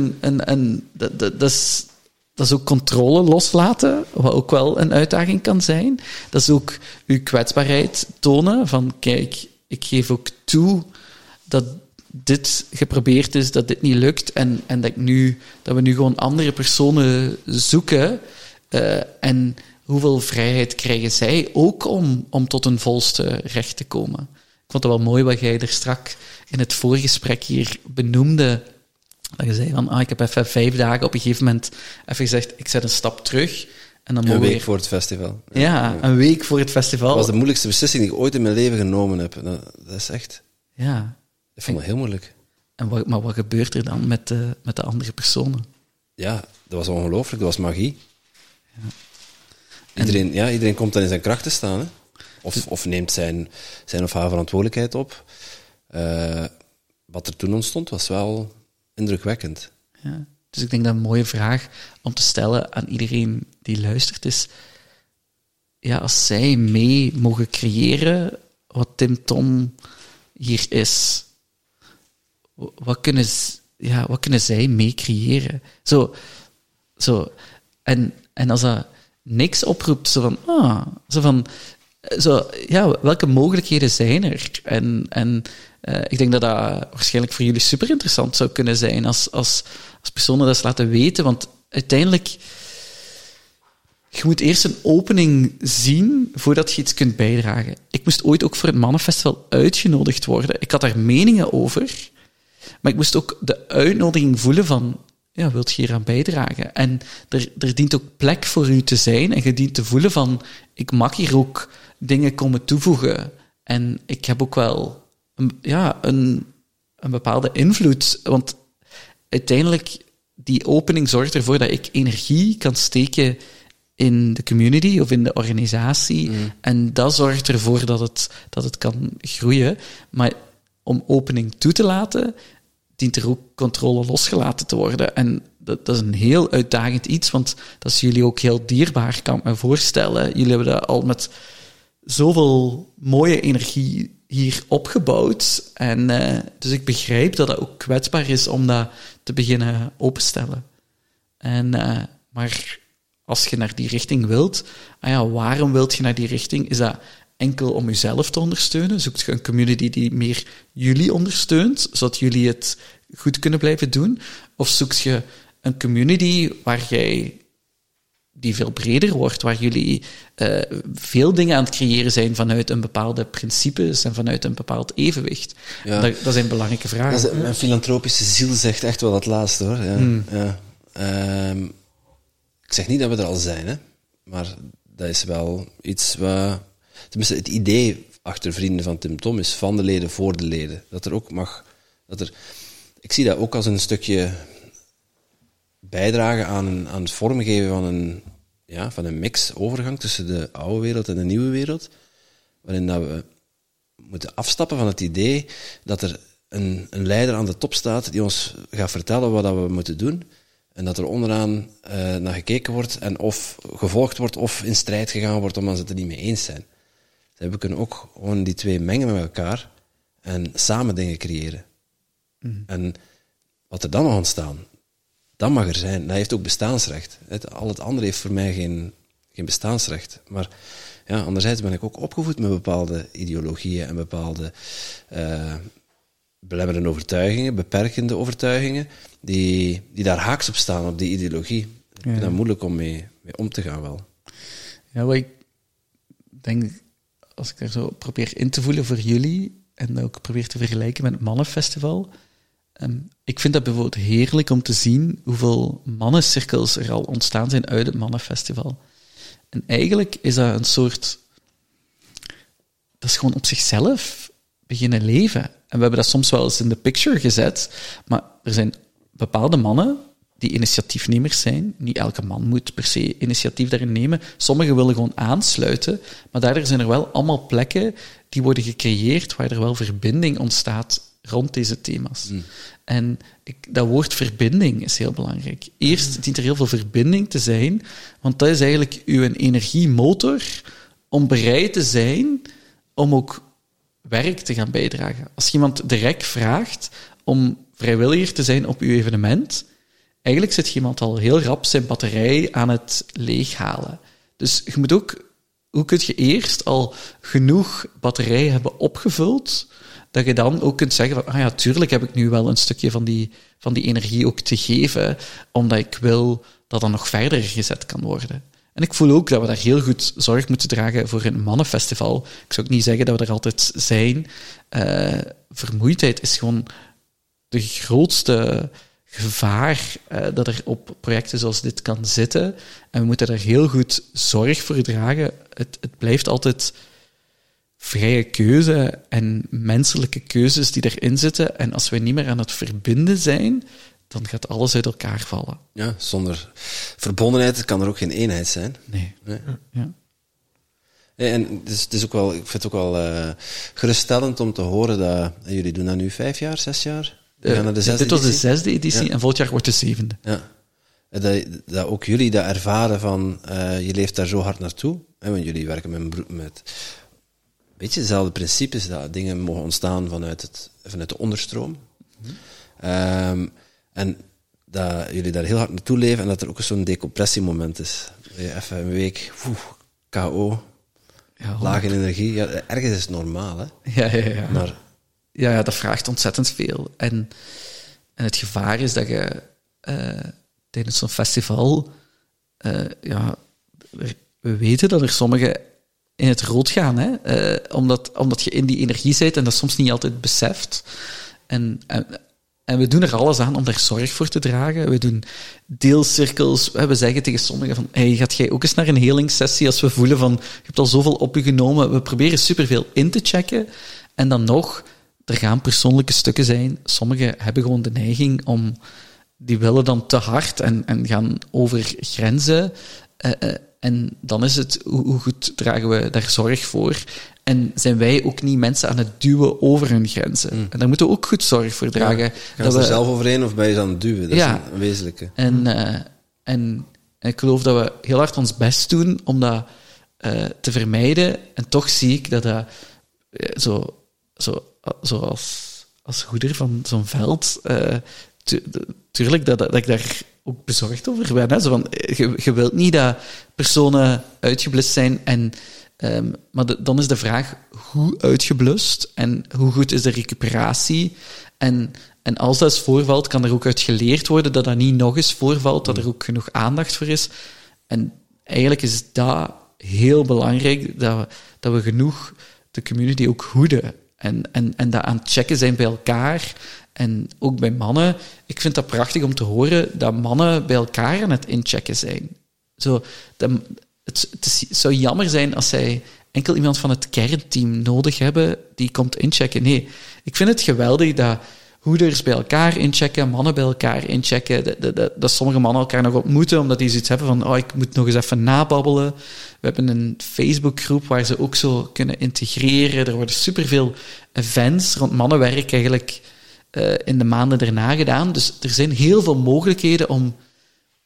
dat is ook controle loslaten, wat ook wel een uitdaging kan zijn. Dat is ook uw kwetsbaarheid tonen, van kijk, ik geef ook toe dat dit geprobeerd is, dat dit niet lukt, en dat we nu gewoon andere personen zoeken, en hoeveel vrijheid krijgen zij ook om tot hun volste recht te komen. Ik vond het wel mooi wat jij er strak in het voorgesprek hier benoemde. Dat je zei van, ik heb even 5 dagen op een gegeven moment even gezegd, ik zet een stap terug. En dan een week voor het festival. Ja, een week voor het festival. Dat was de moeilijkste beslissing die ik ooit in mijn leven genomen heb. Dat is echt... Ja. Ik vond het heel moeilijk. Maar wat gebeurt er dan met de andere personen? Ja, dat was ongelooflijk. Dat was magie. Ja. Iedereen komt dan in zijn kracht te staan, hè? Of neemt zijn of haar verantwoordelijkheid op. Wat er toen ontstond, was wel indrukwekkend. Ja. Dus ik denk dat een mooie vraag om te stellen aan iedereen die luistert is... Ja, als zij mee mogen creëren wat Tim Tom hier is... Wat kunnen zij mee creëren? Zo. En als dat niks oproept, welke mogelijkheden zijn er? En ik denk dat waarschijnlijk voor jullie super interessant zou kunnen zijn als personen dat eens laten weten, want uiteindelijk je moet eerst een opening zien voordat je iets kunt bijdragen. Ik moest ooit ook voor het Mannenfestival uitgenodigd worden. Ik had daar meningen over, maar ik moest ook de uitnodiging voelen van, wilt je hier aan bijdragen? En er dient ook plek voor u te zijn en je dient te voelen van, ik mag hier ook dingen komen toevoegen. En ik heb ook wel een bepaalde invloed, want uiteindelijk, die opening zorgt ervoor dat ik energie kan steken in de community of in de organisatie. En dat zorgt ervoor dat het kan groeien. Maar om opening toe te laten, dient er ook controle losgelaten te worden. En dat is een heel uitdagend iets, want dat is jullie ook heel dierbaar, kan ik me voorstellen. Jullie hebben dat al met zoveel mooie energie hier opgebouwd. En dus ik begrijp dat ook kwetsbaar is om dat te beginnen openstellen. Maar als je naar die richting wilt, waarom wilt je naar die richting? Is dat enkel om jezelf te ondersteunen? Zoekt je een community die meer jullie ondersteunt, zodat jullie het goed kunnen blijven doen? Of zoekt je een community die veel breder wordt, waar jullie veel dingen aan het creëren zijn vanuit een bepaalde principes en vanuit een bepaald evenwicht? Ja. Dat zijn belangrijke vragen. Mijn filantropische ziel zegt echt wel het laatste, hoor. Ja. Ik zeg niet dat we er al zijn, hè. Maar dat is wel iets wat... Tenminste, het idee achter Vrienden van Tim Tom is van de leden voor de leden. Dat er ook mag... Ik zie dat ook als een stukje bijdragen aan het vormgeven van een mix-overgang tussen de oude wereld en de nieuwe wereld, waarin dat we moeten afstappen van het idee dat er een leider aan de top staat die ons gaat vertellen wat we moeten doen. en dat er onderaan naar gekeken wordt en of gevolgd wordt of in strijd gegaan wordt omdat ze het er niet mee eens zijn. We kunnen ook gewoon die twee mengen met elkaar en samen dingen creëren. En wat er dan nog ontstaan, dat mag er zijn. Dat heeft ook bestaansrecht. Al het andere heeft voor mij geen bestaansrecht. Maar ja, anderzijds ben ik ook opgevoed met bepaalde ideologieën en bepaalde belemmerende overtuigingen, beperkende overtuigingen, die daar haaks op staan, op die ideologie. Ik vind dat moeilijk om mee om te gaan wel. Ja, wat ik denk, als ik daar zo probeer in te voelen voor jullie, en dat ook probeer te vergelijken met het Mannenfestival, ik vind dat bijvoorbeeld heerlijk om te zien hoeveel mannencirkels er al ontstaan zijn uit het Mannenfestival. En eigenlijk is dat een soort... Dat is gewoon op zichzelf beginnen leven. En we hebben dat soms wel eens in de picture gezet, maar er zijn bepaalde mannen die initiatiefnemers zijn. Niet elke man moet per se initiatief daarin nemen. Sommigen willen gewoon aansluiten, maar daardoor zijn er wel allemaal plekken die worden gecreëerd waar er wel verbinding ontstaat rond deze thema's. En dat woord verbinding is heel belangrijk. Eerst dient er heel veel verbinding te zijn, want dat is eigenlijk uw energiemotor om bereid te zijn om ook werk te gaan bijdragen. Als iemand direct vraagt om vrijwilliger te zijn op uw evenement, eigenlijk zit iemand al heel rap zijn batterij aan het leeghalen. Dus je moet ook... Hoe kun je eerst al genoeg batterij hebben opgevuld, dat je dan ook kunt zeggen van, ja, tuurlijk heb ik nu wel een stukje van die energie ook te geven, omdat ik wil dat dat nog verder gezet kan worden. En ik voel ook dat we daar heel goed zorg moeten dragen voor een mannenfestival. Ik zou ook niet zeggen dat we er altijd zijn. Vermoeidheid is gewoon de grootste gevaar dat er op projecten zoals dit kan zitten. En we moeten daar heel goed zorg voor dragen. Het blijft altijd vrije keuze en menselijke keuzes die erin zitten. En als we niet meer aan het verbinden zijn, dan gaat alles uit elkaar vallen. Ja, zonder verbondenheid kan er ook geen eenheid zijn. Nee. Ja. En het is ook wel, ik vind het ook wel geruststellend om te horen dat jullie doen dat nu 5 jaar, 6 jaar? Dit was de 6e editie en volgend jaar wordt de 7e. Ja. Dat ook jullie dat ervaren van, je leeft daar zo hard naartoe. Want jullie werken met een beetje dezelfde principes, dat dingen mogen ontstaan vanuit de onderstroom. En dat jullie daar heel hard naartoe leven en dat er ook zo'n decompressiemoment is. Even een week, KO, laag in energie. Ja, ergens is het normaal, hè? Ja. Maar... Ja, dat vraagt ontzettend veel. En het gevaar is dat je tijdens zo'n festival... we weten dat er sommigen in het rood gaan, hè? Omdat je in die energie zit en dat soms niet altijd beseft. En we doen er alles aan om daar zorg voor te dragen. We doen deelcirkels. We zeggen tegen sommigen van, gaat jij ook eens naar een healingssessie als we voelen van, je hebt al zoveel op je genomen. We proberen superveel in te checken. En dan nog, er gaan persoonlijke stukken zijn. Sommigen hebben gewoon de neiging om, die willen dan te hard en gaan over grenzen. En dan is het, hoe goed dragen we daar zorg voor? En zijn wij ook niet mensen aan het duwen over hun grenzen? En daar moeten we ook goed zorg voor dragen. Ja, gaan ze er zelf overheen of ben je ze aan het duwen? Dat is een wezenlijke. En ik geloof dat we heel hard ons best doen om dat te vermijden. En toch zie ik dat als hoeder van zo'n veld... tuurlijk dat ik daar ook bezorgd over ben. Hè? Zo van, je wilt niet dat personen uitgeblust zijn. Maar dan is de vraag, hoe uitgeblust? En hoe goed is de recuperatie? En als dat eens voorvalt, kan er ook uit geleerd worden dat dat niet nog eens voorvalt, dat er ook genoeg aandacht voor is. En eigenlijk is dat heel belangrijk, dat we genoeg de community ook hoeden. En dat aan het checken zijn bij elkaar... En ook bij mannen. Ik vind dat prachtig om te horen dat mannen bij elkaar aan het inchecken zijn. Het zou jammer zijn als zij enkel iemand van het kernteam nodig hebben die komt inchecken. Nee, ik vind het geweldig dat hoeders bij elkaar inchecken, mannen bij elkaar inchecken, dat sommige mannen elkaar nog ontmoeten, omdat die zoiets hebben van, ik moet nog eens even nababbelen. We hebben een Facebookgroep waar ze ook zo kunnen integreren. Er worden superveel events rond mannenwerk eigenlijk... in de maanden daarna gedaan. Dus er zijn heel veel mogelijkheden om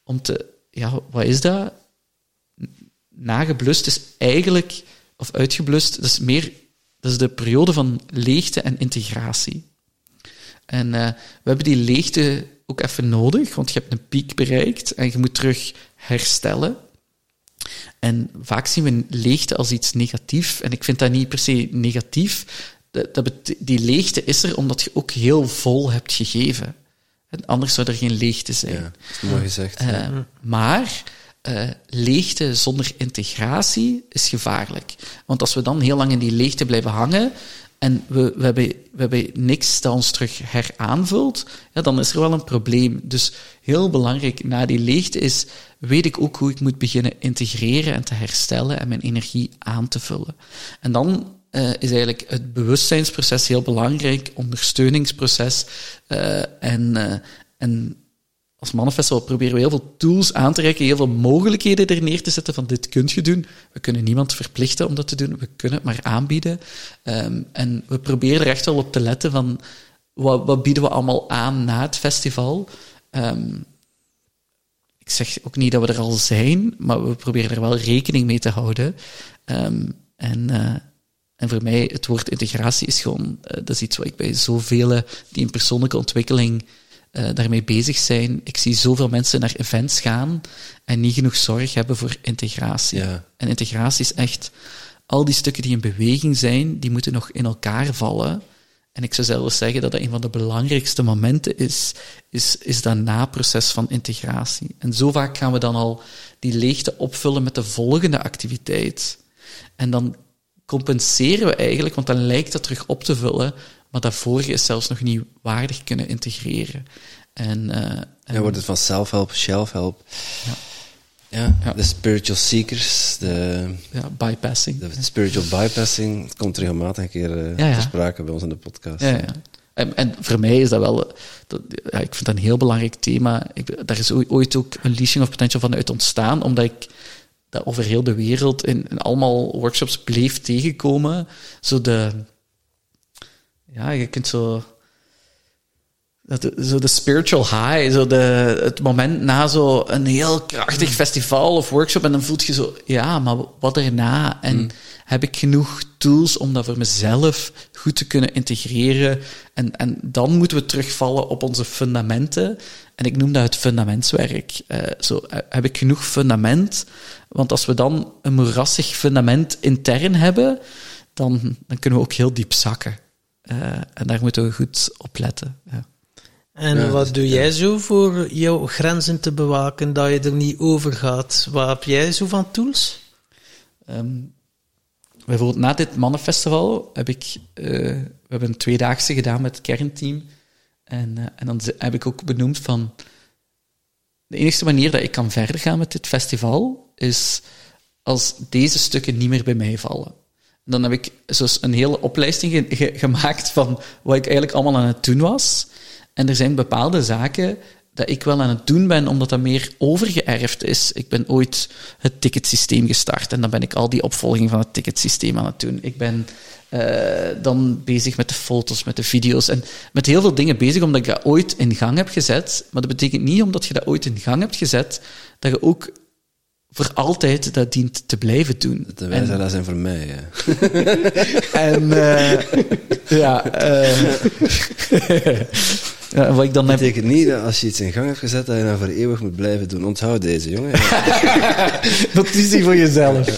wat is dat? Nageblust is eigenlijk, of uitgeblust, dat is de periode van leegte en integratie. En we hebben die leegte ook even nodig, want je hebt een piek bereikt en je moet terug herstellen. En vaak zien we leegte als iets negatiefs, en ik vind dat niet per se negatief. Die leegte is er omdat je ook heel vol hebt gegeven. En anders zou er geen leegte zijn. Ja, dat is mooi gezegd. Maar leegte zonder integratie is gevaarlijk. Want als we dan heel lang in die leegte blijven hangen en we hebben niks dat ons terug heraanvult, dan is er wel een probleem. Dus heel belangrijk na die leegte is, weet ik ook hoe ik moet beginnen integreren en te herstellen en mijn energie aan te vullen. En dan is eigenlijk het bewustzijnsproces heel belangrijk, ondersteuningsproces. En als Manifestival proberen we heel veel tools aan te reiken, heel veel mogelijkheden er neer te zetten van dit kun je doen. We kunnen niemand verplichten om dat te doen, we kunnen het maar aanbieden. En we proberen er echt wel op te letten van wat bieden we allemaal aan na het festival. Ik zeg ook niet dat we er al zijn, maar we proberen er wel rekening mee te houden. En voor mij, het woord integratie is gewoon, dat is iets wat ik bij zoveel die in persoonlijke ontwikkeling daarmee bezig zijn. Ik zie zoveel mensen naar events gaan en niet genoeg zorg hebben voor integratie. Ja. En integratie is echt, al die stukken die in beweging zijn, die moeten nog in elkaar vallen. En ik zou zelfs zeggen dat dat een van de belangrijkste momenten is dat naproces van integratie. En zo vaak gaan we dan al die leegte opvullen met de volgende activiteit. En dan compenseren we eigenlijk, want dan lijkt dat terug op te vullen, maar dat vorige is zelfs nog niet waardig kunnen integreren. En wordt het van self-help, shelf-help. Ja, de spiritual seekers, bypassing. De spiritual bypassing, het komt regelmatig een keer ter sprake bij ons in de podcast. Ja. En voor mij is dat wel... ik vind dat een heel belangrijk thema. Daar is ooit ook een Unleashing of Potential vanuit ontstaan, omdat ik dat over heel de wereld in allemaal workshops bleef tegenkomen. Je kunt zo de spiritual high, het moment na zo een heel krachtig festival of workshop, en dan voelt je zo, maar wat erna? En heb ik genoeg tools om dat voor mezelf goed te kunnen integreren? En dan moeten we terugvallen op onze fundamenten. En ik noem dat het fundamentswerk. Heb ik genoeg fundament? Want als we dan een moerassig fundament intern hebben, dan kunnen we ook heel diep zakken. En daar moeten we goed op letten. Ja. En wat doe jij zo voor jouw grenzen te bewaken, dat je er niet over gaat? Wat heb jij zo van tools? Bijvoorbeeld na dit Mannenfestival we hebben een 2-daagse gedaan met het kernteam. En dan heb ik ook benoemd van, de enige manier dat ik kan verder gaan met dit festival is als deze stukken niet meer bij mij vallen. En dan heb ik zo'n een hele oplijsting gemaakt van wat ik eigenlijk allemaal aan het doen was. En er zijn bepaalde zaken dat ik wel aan het doen ben, omdat dat meer overgeërfd is. Ik ben ooit het ticketsysteem gestart en dan ben ik al die opvolging van het ticketsysteem aan het doen. Ik ben dan bezig met de foto's, met de video's en met heel veel dingen bezig, omdat ik dat ooit in gang heb gezet. Maar dat betekent niet, omdat je dat ooit in gang hebt gezet, dat je ook voor altijd dat dient te blijven doen. De wijze zijn voor mij, ja. Wat ik dan dat betekent niet dat als je iets in gang hebt gezet, dat je dat voor eeuwig moet blijven doen. Onthoud deze, jongen. Notitie voor jezelf.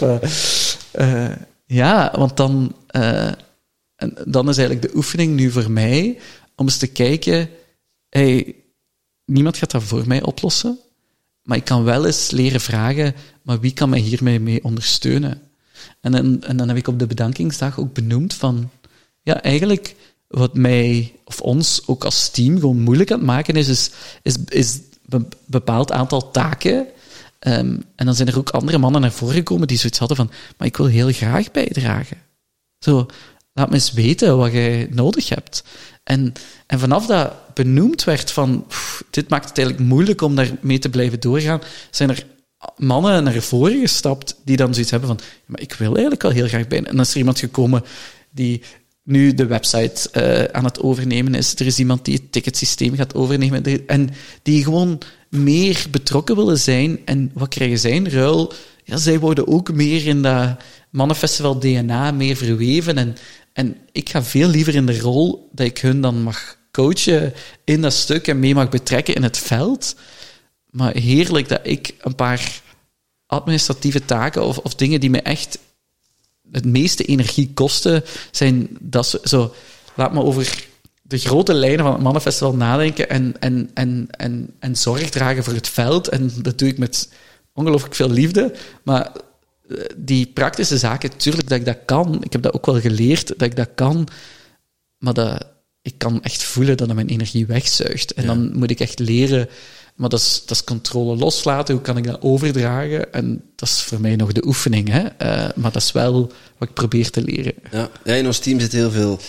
Want dan is eigenlijk de oefening nu voor mij om eens te kijken, niemand gaat dat voor mij oplossen, maar ik kan wel eens leren vragen, maar wie kan mij hiermee mee ondersteunen? En dan heb ik op de bedankingsdag ook benoemd van, eigenlijk wat mij, of ons, ook als team gewoon moeilijk aan het maken is een bepaald aantal taken. En dan zijn er ook andere mannen naar voren gekomen die zoiets hadden van, maar ik wil heel graag bijdragen. Zo, laat me eens weten wat jij nodig hebt. En vanaf dat benoemd werd van, dit maakt het eigenlijk moeilijk om daarmee te blijven doorgaan, zijn er mannen naar voren gestapt die dan zoiets hebben van, maar ik wil eigenlijk wel heel graag bij. En dan is er iemand gekomen die nu de website aan het overnemen is. Er is iemand die het ticketsysteem gaat overnemen. En die gewoon meer betrokken willen zijn. En wat krijgen zij in ruil? Ja, zij worden ook meer in dat Mannenfestival DNA meer verweven. En ik ga veel liever in de rol dat ik hun dan mag coachen in dat stuk en mee mag betrekken in het veld. Maar heerlijk dat ik een paar administratieve taken of dingen die me echt het meeste energie kosten, zijn dat zo... Laat me over de grote lijnen van het Mannenfestival nadenken en zorg dragen voor het veld. En dat doe ik met ongelooflijk veel liefde. Maar die praktische zaken, tuurlijk dat ik dat kan. Ik heb dat ook wel geleerd, dat ik dat kan. Maar ik kan echt voelen dat het mijn energie wegzuigt. En dan moet ik echt leren... Maar dat is controle loslaten. Hoe kan ik dat overdragen? En dat is voor mij nog de oefening. Hè? Maar dat is wel wat ik probeer te leren. Ja, in ons team zit heel veel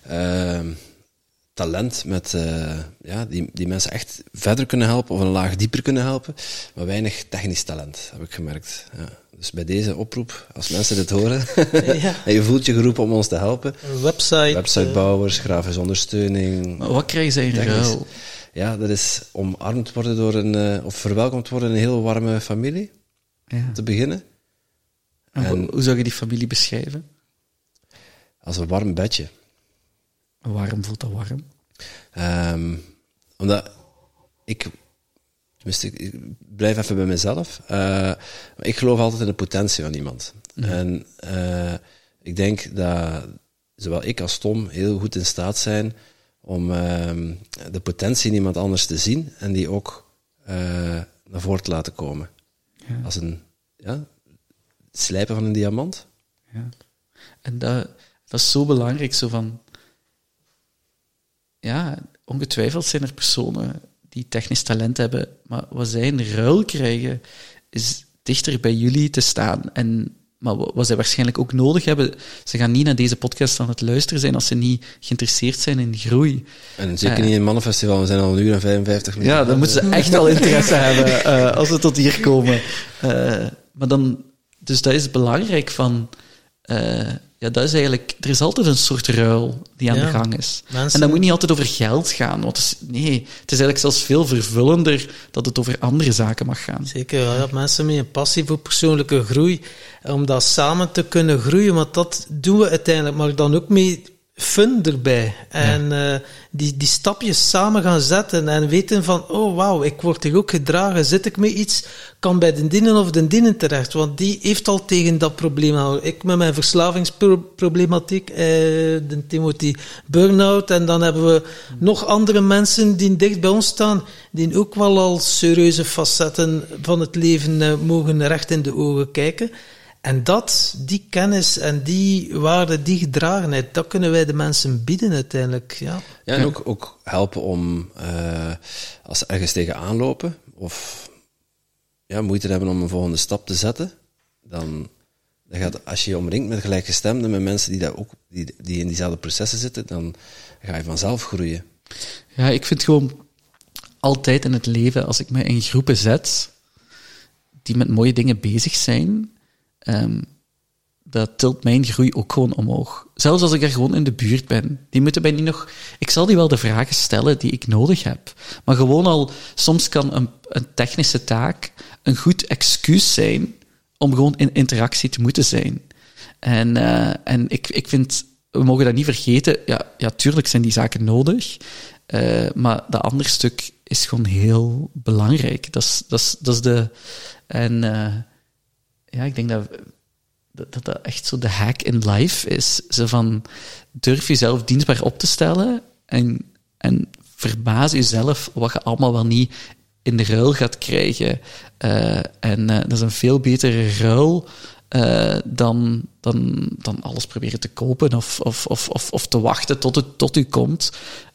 talent met, die mensen echt verder kunnen helpen of een laag dieper kunnen helpen. Maar weinig technisch talent, heb ik gemerkt. Ja. Dus bij deze oproep, als mensen dit horen, en je voelt je geroepen om ons te helpen. Websitebouwers, grafische ondersteuning. Maar wat krijgen zij in ruil? Ja, dat is omarmd worden door of verwelkomd worden in een heel warme familie. Ja. Te beginnen. En hoe zou je die familie beschrijven? Als een warm bedje. Waarom voelt dat warm? Omdat ik blijf even bij mezelf. Ik geloof altijd in de potentie van iemand. Mm. En ik denk dat zowel ik als Tom heel goed in staat zijn om de potentie in iemand anders te zien en die ook naar voren te laten komen. Ja. Als een slijpen van een diamant. Ja. En dat is zo belangrijk, zo van... Ja, ongetwijfeld zijn er personen die technisch talent hebben, maar wat zij in ruil krijgen, is dichter bij jullie te staan. Maar wat zij waarschijnlijk ook nodig hebben, ze gaan niet naar deze podcast aan het luisteren zijn als ze niet geïnteresseerd zijn in groei. En zeker niet in het Mannenfestival, we zijn al 1 uur en 55 minuten. Ja, dan moeten ze echt wel interesse hebben als ze tot hier komen. Maar dan, dus dat is belangrijk van... dat is eigenlijk... Er is altijd een soort ruil die aan de gang is. En dat moet niet altijd over geld gaan. Want het is eigenlijk zelfs veel vervullender dat het over andere zaken mag gaan. Zeker, ja. Mensen met een passie voor persoonlijke groei. Om dat samen te kunnen groeien, want dat doen we uiteindelijk. Maar dan ook mee fun erbij. En die stapjes samen gaan zetten en weten van, oh wauw, ik word hier ook gedragen, zit ik met iets, kan bij de dienen of de dienen terecht, want die heeft al tegen dat probleem al. Ik met mijn verslavingsproblematiek, de Timothy burn-out, en dan hebben we nog andere mensen die dicht bij ons staan, die ook wel al serieuze facetten van het leven mogen recht in de ogen kijken. En die kennis en die waarde, die gedragenheid, dat kunnen wij de mensen bieden uiteindelijk. Ja, en ook helpen om, als ze ergens tegenaan lopen, of moeite hebben om een volgende stap te zetten, dan gaat, als je je omringt met gelijkgestemden, met mensen die in diezelfde processen zitten, dan ga je vanzelf groeien. Ja, ik vind gewoon altijd in het leven, als ik me in groepen zet, die met mooie dingen bezig zijn, dat tilt mijn groei ook gewoon omhoog. Zelfs als ik er gewoon in de buurt ben. Die moeten mij niet nog... Ik zal die wel de vragen stellen die ik nodig heb. Maar gewoon al... Soms kan een technische taak een goed excuus zijn om gewoon in interactie te moeten zijn. En ik vind... We mogen dat niet vergeten. Ja, tuurlijk zijn die zaken nodig. Maar dat andere stuk is gewoon heel belangrijk. Dat is de... ik denk dat echt zo de hack in life is. Zo van, durf jezelf dienstbaar op te stellen en verbaas jezelf wat je allemaal wel niet in de ruil gaat krijgen. Dat is een veel betere ruil dan alles proberen te kopen of te wachten tot u komt.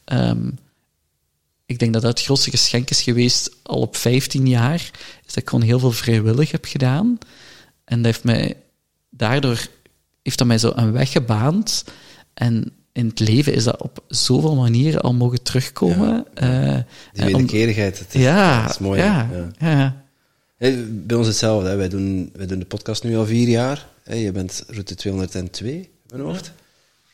Ik denk dat het grootste geschenk is geweest al op 15 jaar, is dat ik gewoon heel veel vrijwillig heb gedaan. En daardoor heeft dat mij zo een weg gebaand. En in het leven is dat op zoveel manieren al mogen terugkomen. Die wederkerigheid, dat is mooi. Ja. Bij ons hetzelfde. Hè. Wij doen de podcast nu al 4 jaar. Je bent route 202, in mijn hoofd.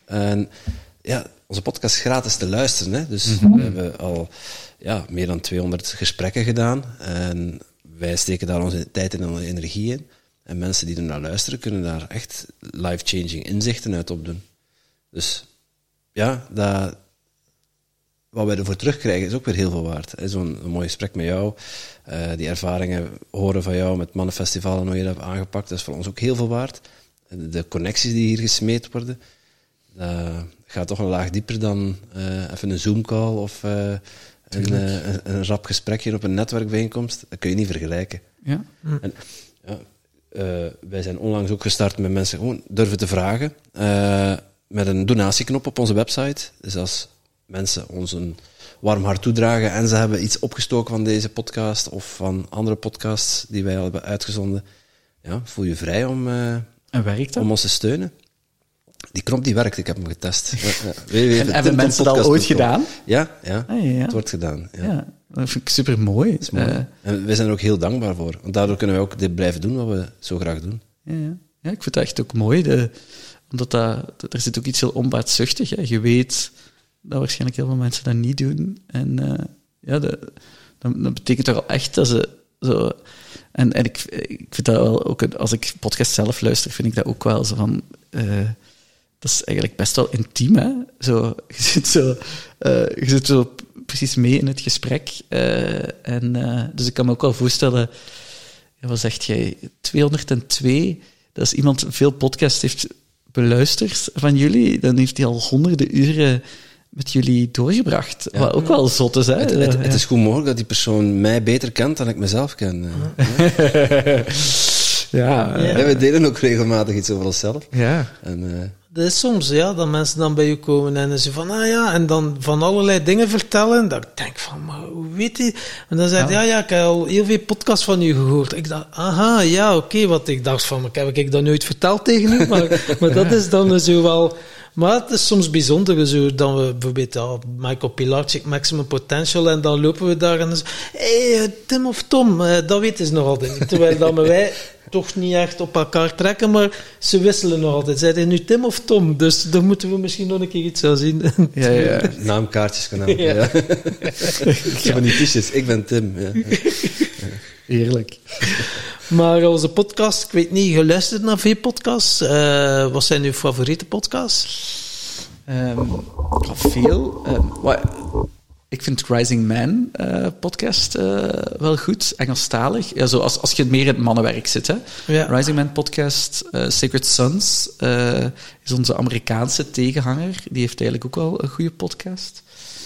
En ja, onze podcast is gratis te luisteren. Hè? Dus we hebben al meer dan 200 gesprekken gedaan. En wij steken daar onze tijd en onze energie in. En mensen die er naar luisteren, kunnen daar echt life-changing inzichten uit opdoen. Dus ja, wat wij ervoor terugkrijgen is ook weer heel veel waard. Zo'n mooi gesprek met jou, die ervaringen horen van jou met Mannenfestival en hoe je dat hebt aangepakt, dat is voor ons ook heel veel waard. De connecties die hier gesmeed worden, dat gaat toch een laag dieper dan even een Zoom-call of een rap gesprekje op een netwerkbijeenkomst. Dat kun je niet vergelijken. Ja. En, wij zijn onlangs ook gestart met mensen gewoon durven te vragen, met een donatieknop op onze website. Dus als mensen ons een warm hart toedragen en ze hebben iets opgestoken van deze podcast of van andere podcasts die wij al hebben uitgezonden, ja, voel je vrij om ons te steunen. Die knop die werkt, ik heb hem getest. En hebben mensen dat al ooit gedaan? Ja, het wordt gedaan. Ja. Dat vind ik super mooi. En wij zijn er ook heel dankbaar voor. Want daardoor kunnen wij ook dit blijven doen wat we zo graag doen. Ja, ik vind dat echt ook mooi. Omdat er zit ook iets heel onbaatzuchtig. Hè. Je weet dat waarschijnlijk heel veel mensen dat niet doen. En dat betekent toch al echt dat ze zo... En ik vind dat wel ook... Als ik podcast zelf luister, vind ik dat ook wel zo van... dat is eigenlijk best wel intiem, hè. Zo, je zit zo precies mee in het gesprek. Dus ik kan me ook wel voorstellen... wat zegt jij? 202... Dat is iemand veel podcasts heeft beluisterd van jullie. Dan heeft hij al honderden uren met jullie doorgebracht. Ja. Wat ook wel zot is, hè? Het is goed mogelijk dat die persoon mij beter kent dan ik mezelf ken. We delen ook regelmatig iets over onszelf. Ja. Dat is soms, dat mensen dan bij je komen en ze van, en dan van allerlei dingen vertellen, dat ik denk van, maar hoe weet je? En dan zeg je, ik heb al heel veel podcasts van u gehoord. Ik dacht, oké, wat ik dacht van, heb ik dat nooit verteld tegen u? Maar dat is dan zo wel... Maar het is soms bijzonder, zo dan we bijvoorbeeld Michael Pilarczyk, Maximum Potential, en dan lopen we daar en dan zeggen, Tim of Tom, dat weten ze nog altijd niet. Terwijl dan wij toch niet echt op elkaar trekken, maar ze wisselen nog altijd. Zijn hij nu Tim of Tom? Dus daar moeten we misschien nog een keer iets aan zien. Ja. Naamkaartjes kunnen helpen. Ja. Ik heb die t-shirts, ik ben Tim. Ja. Heerlijk. Maar onze podcast, ik weet niet, je luistert naar veel podcasts. Wat zijn uw favoriete podcasts? Veel. Ik vind Rising Man podcast wel goed, Engelstalig. Ja, zo als je meer in het mannenwerk zit. Hè. Ja. Rising Man podcast, Sacred Sons is onze Amerikaanse tegenhanger. Die heeft eigenlijk ook wel een goede podcast.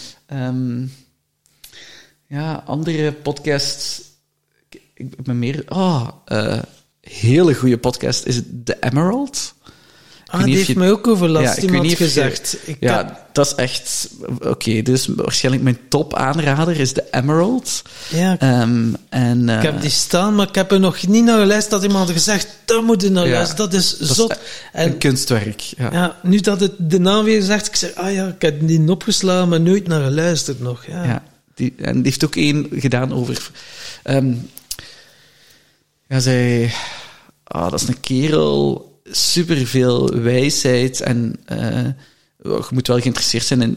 Andere podcasts... Ik ben meer... hele goede podcast is The Emerald. Die heeft mij ook overlast iemand gezegd. Dat is echt... Oké, dus waarschijnlijk mijn top aanrader is The Emerald. Ja, ik heb die staan, maar ik heb er nog niet naar geluisterd dat iemand gezegd, daar moet je naar luisteren. Dat is zot. Een kunstwerk. Ja. Nu dat het de naam weer zegt, ik zeg, ik heb die opgeslagen, maar nooit naar geluisterd nog. Die heeft ook één gedaan over... dat is een kerel, superveel wijsheid en je moet wel geïnteresseerd zijn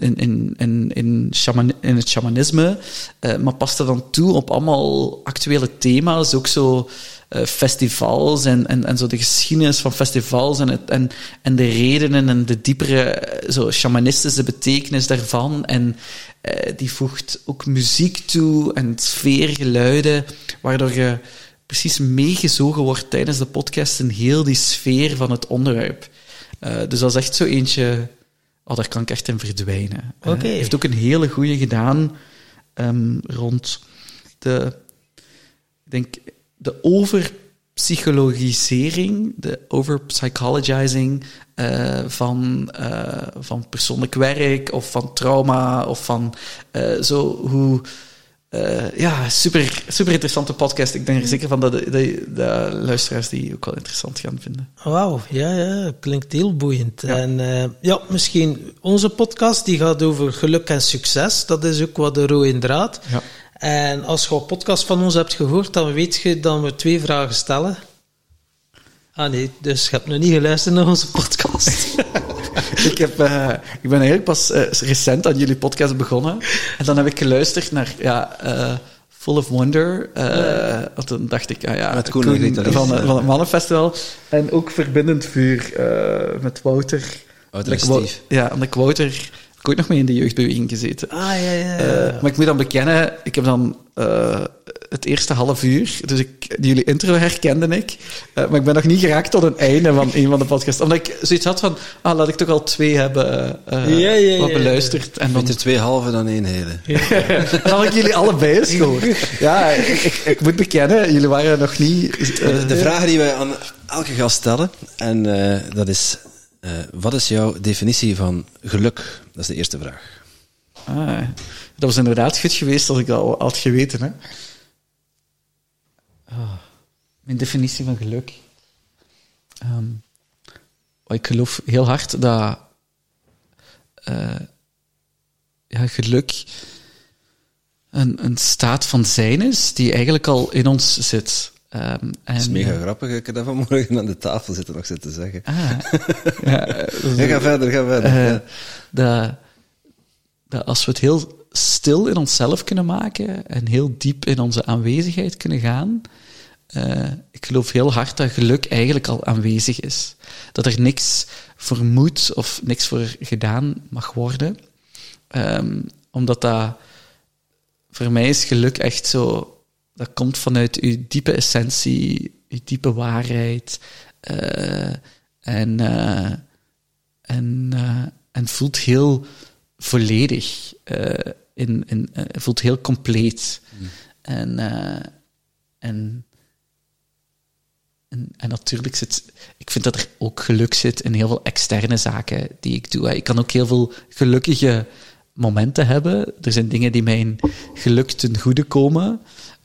in het shamanisme, maar past er dan toe op allemaal actuele thema's, ook zo festivals en zo de geschiedenis van festivals en de redenen en de diepere zo shamanistische betekenis daarvan. En die voegt ook muziek toe en sfeergeluiden, waardoor je precies meegezogen wordt tijdens de podcast in heel die sfeer van het onderwerp. Dus dat is echt zo eentje... daar kan ik echt in verdwijnen. Okay. Heeft ook een hele goeie gedaan rond de overpsychologisering, de overpsychologizing van persoonlijk werk of van trauma of van super, super interessante podcast. Ik ben er zeker van dat de luisteraars die ook wel interessant gaan vinden. Wauw, ja, klinkt heel boeiend. Ja. En misschien onze podcast, die gaat over geluk en succes. Dat is ook wat de rode draad. Ja. En als je een podcast van ons hebt gehoord, dan weet je dat we 2 vragen stellen. Nee, dus je hebt nog niet geluisterd naar onze podcast. Ik ben eigenlijk pas recent aan jullie podcast begonnen. En dan heb ik geluisterd naar Full of Wonder. Want dan dacht ik, met Koen van het Mannenfestival. En ook Verbindend Vuur met Wouter. Wouter en Steve. Ja, en ik Wouter... Ik heb ook nog mee in de jeugdbeweging gezeten. Ja. Maar ik moet dan bekennen, ik heb dan het eerste half uur, dus jullie intro herkende ik, maar ik ben nog niet geraakt tot het einde van een van de podcasts. Omdat ik zoiets had van, laat ik toch al 2 hebben wat beluisterd. En dan... Beter 2 halve dan 1 hele. Dan had ik jullie allebei eens gehoord. Ja, ik moet bekennen, jullie waren nog niet... De vraag die wij aan elke gast stellen, en dat is... wat is jouw definitie van geluk? Dat is de eerste vraag. Dat was inderdaad goed geweest als ik dat al had geweten. Hè? Mijn definitie van geluk. Ik geloof heel hard dat geluk een staat van zijn is die eigenlijk al in ons zit. Dat is mega grappig. Ik heb dat vanmorgen aan de tafel zitten nog zitten zeggen. Ga verder. Dat als we het heel stil in onszelf kunnen maken en heel diep in onze aanwezigheid kunnen gaan, ik geloof heel hard dat geluk eigenlijk al aanwezig is. Dat er niks voor moet of niks voor gedaan mag worden. Omdat dat... Voor mij is geluk echt zo... Dat komt vanuit uw diepe essentie, uw diepe waarheid. En voelt heel volledig. Voelt heel compleet. En natuurlijk ik vind dat er ook geluk zit in heel veel externe zaken die ik doe. Ik kan ook heel veel gelukkige momenten hebben. Er zijn dingen die mijn geluk ten goede komen.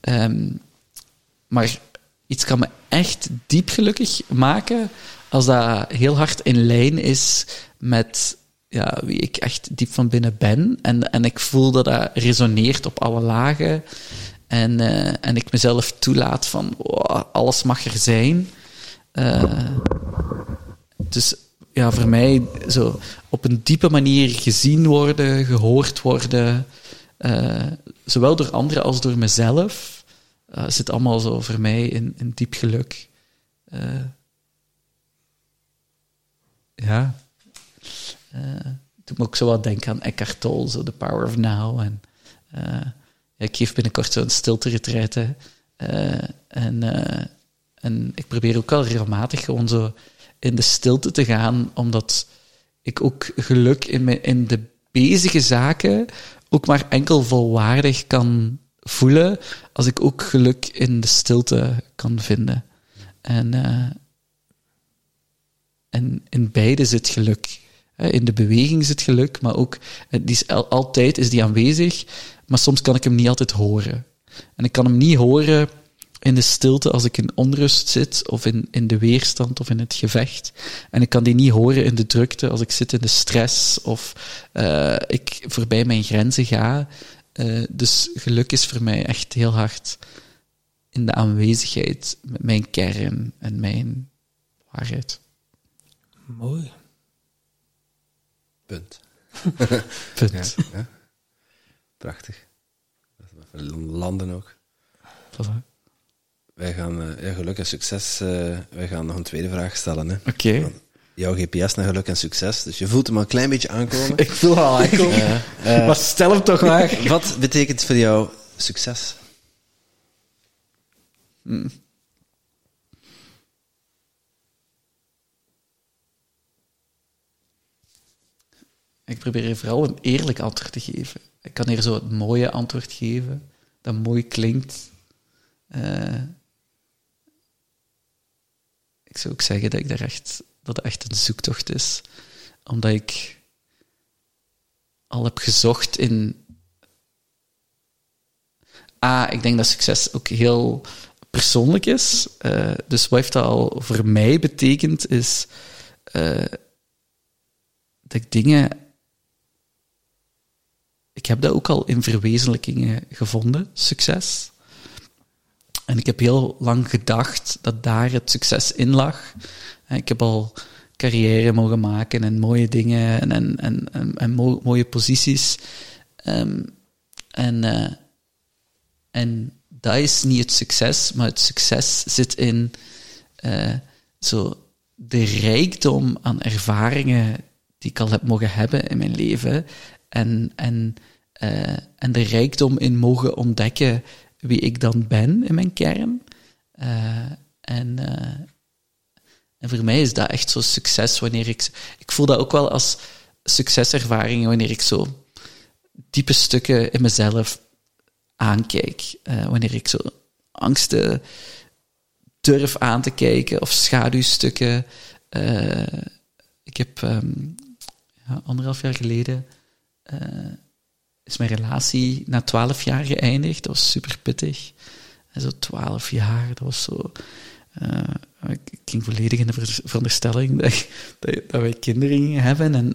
Maar iets kan me echt diep gelukkig maken als dat heel hard in lijn is met wie ik echt diep van binnen ben. En ik voel dat dat resoneert op alle lagen. En ik mezelf toelaat van alles mag er zijn. Dus voor mij zo op een diepe manier gezien worden, gehoord worden, zowel door anderen als door mezelf, zit allemaal zo voor mij in diep geluk. Doet me ook zo wat denken aan Eckhart Tolle, zo The Power of Now. En ik geef binnenkort zo'n stilte-retraite. En ik probeer ook wel regelmatig gewoon zo in de stilte te gaan, omdat ik ook geluk in de bezige zaken ook maar enkel volwaardig kan voelen als ik ook geluk in de stilte kan vinden. En in beide zit geluk. In de beweging zit geluk, maar ook altijd is die aanwezig, maar soms kan ik hem niet altijd horen. En ik kan hem niet horen in de stilte als ik in onrust zit, of in de weerstand, of in het gevecht. En ik kan die niet horen in de drukte als ik zit in de stress, of ik voorbij mijn grenzen ga. Dus geluk is voor mij echt heel hard in de aanwezigheid met mijn kern en mijn waarheid. Mooi. Punt. Punt. Ja. Prachtig. Landen ook. Voilà. Wij gaan, geluk en succes, wij gaan nog een tweede vraag stellen. Hè. Oké. Jouw GPS naar geluk en succes, dus je voelt hem al een klein beetje aankomen. Ik voel al aankomen. Maar stel hem toch maar. Wat betekent voor jou succes? Ik probeer hier vooral een eerlijk antwoord te geven. Ik kan hier zo het mooie antwoord geven, dat mooi klinkt. Ik zou ook zeggen dat het echt een zoektocht is. Omdat ik al heb gezocht in... ik denk dat succes ook heel persoonlijk is. Dus wat heeft dat al voor mij betekend, is dat ik dingen... Ik heb dat ook al in verwezenlijkingen gevonden, succes. En ik heb heel lang gedacht dat daar het succes in lag. Ik heb al carrière mogen maken en mooie dingen en mooie posities. En dat is niet het succes, maar het succes zit in zo de rijkdom aan ervaringen die ik al heb mogen hebben in mijn leven en de rijkdom in mogen ontdekken wie ik dan ben in mijn kern. En voor mij is dat echt zo'n succes wanneer ik voel dat ook wel als succeservaringen wanneer ik zo diepe stukken in mezelf aankijk. Wanneer ik zo angsten durf aan te kijken of schaduwstukken. Ik heb 1,5 jaar geleden is mijn relatie na 12 jaar geëindigd. Dat was super pittig. En zo 12 jaar, dat was zo... ik ging volledig in de veronderstelling dat wij kinderen gingen hebben.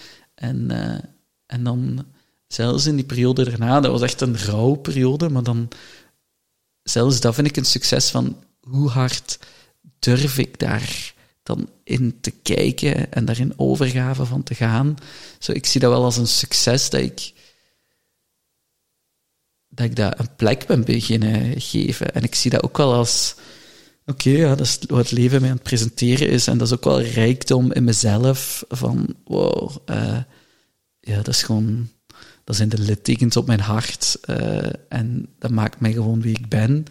En dan, zelfs in die periode daarna, dat was echt een rouwperiode, maar dan... Zelfs dat vind ik een succes van hoe hard durf ik daar dan in te kijken en daar in overgave van te gaan. Zo, ik zie dat wel als een succes dat ik dat een plek ben beginnen geven. En ik zie dat ook wel als... Oké, dat is wat het leven mij aan het presenteren is. En dat is ook wel rijkdom in mezelf. Van, wow, dat is gewoon... Dat zijn de littekens op mijn hart. En dat maakt mij gewoon wie ik ben.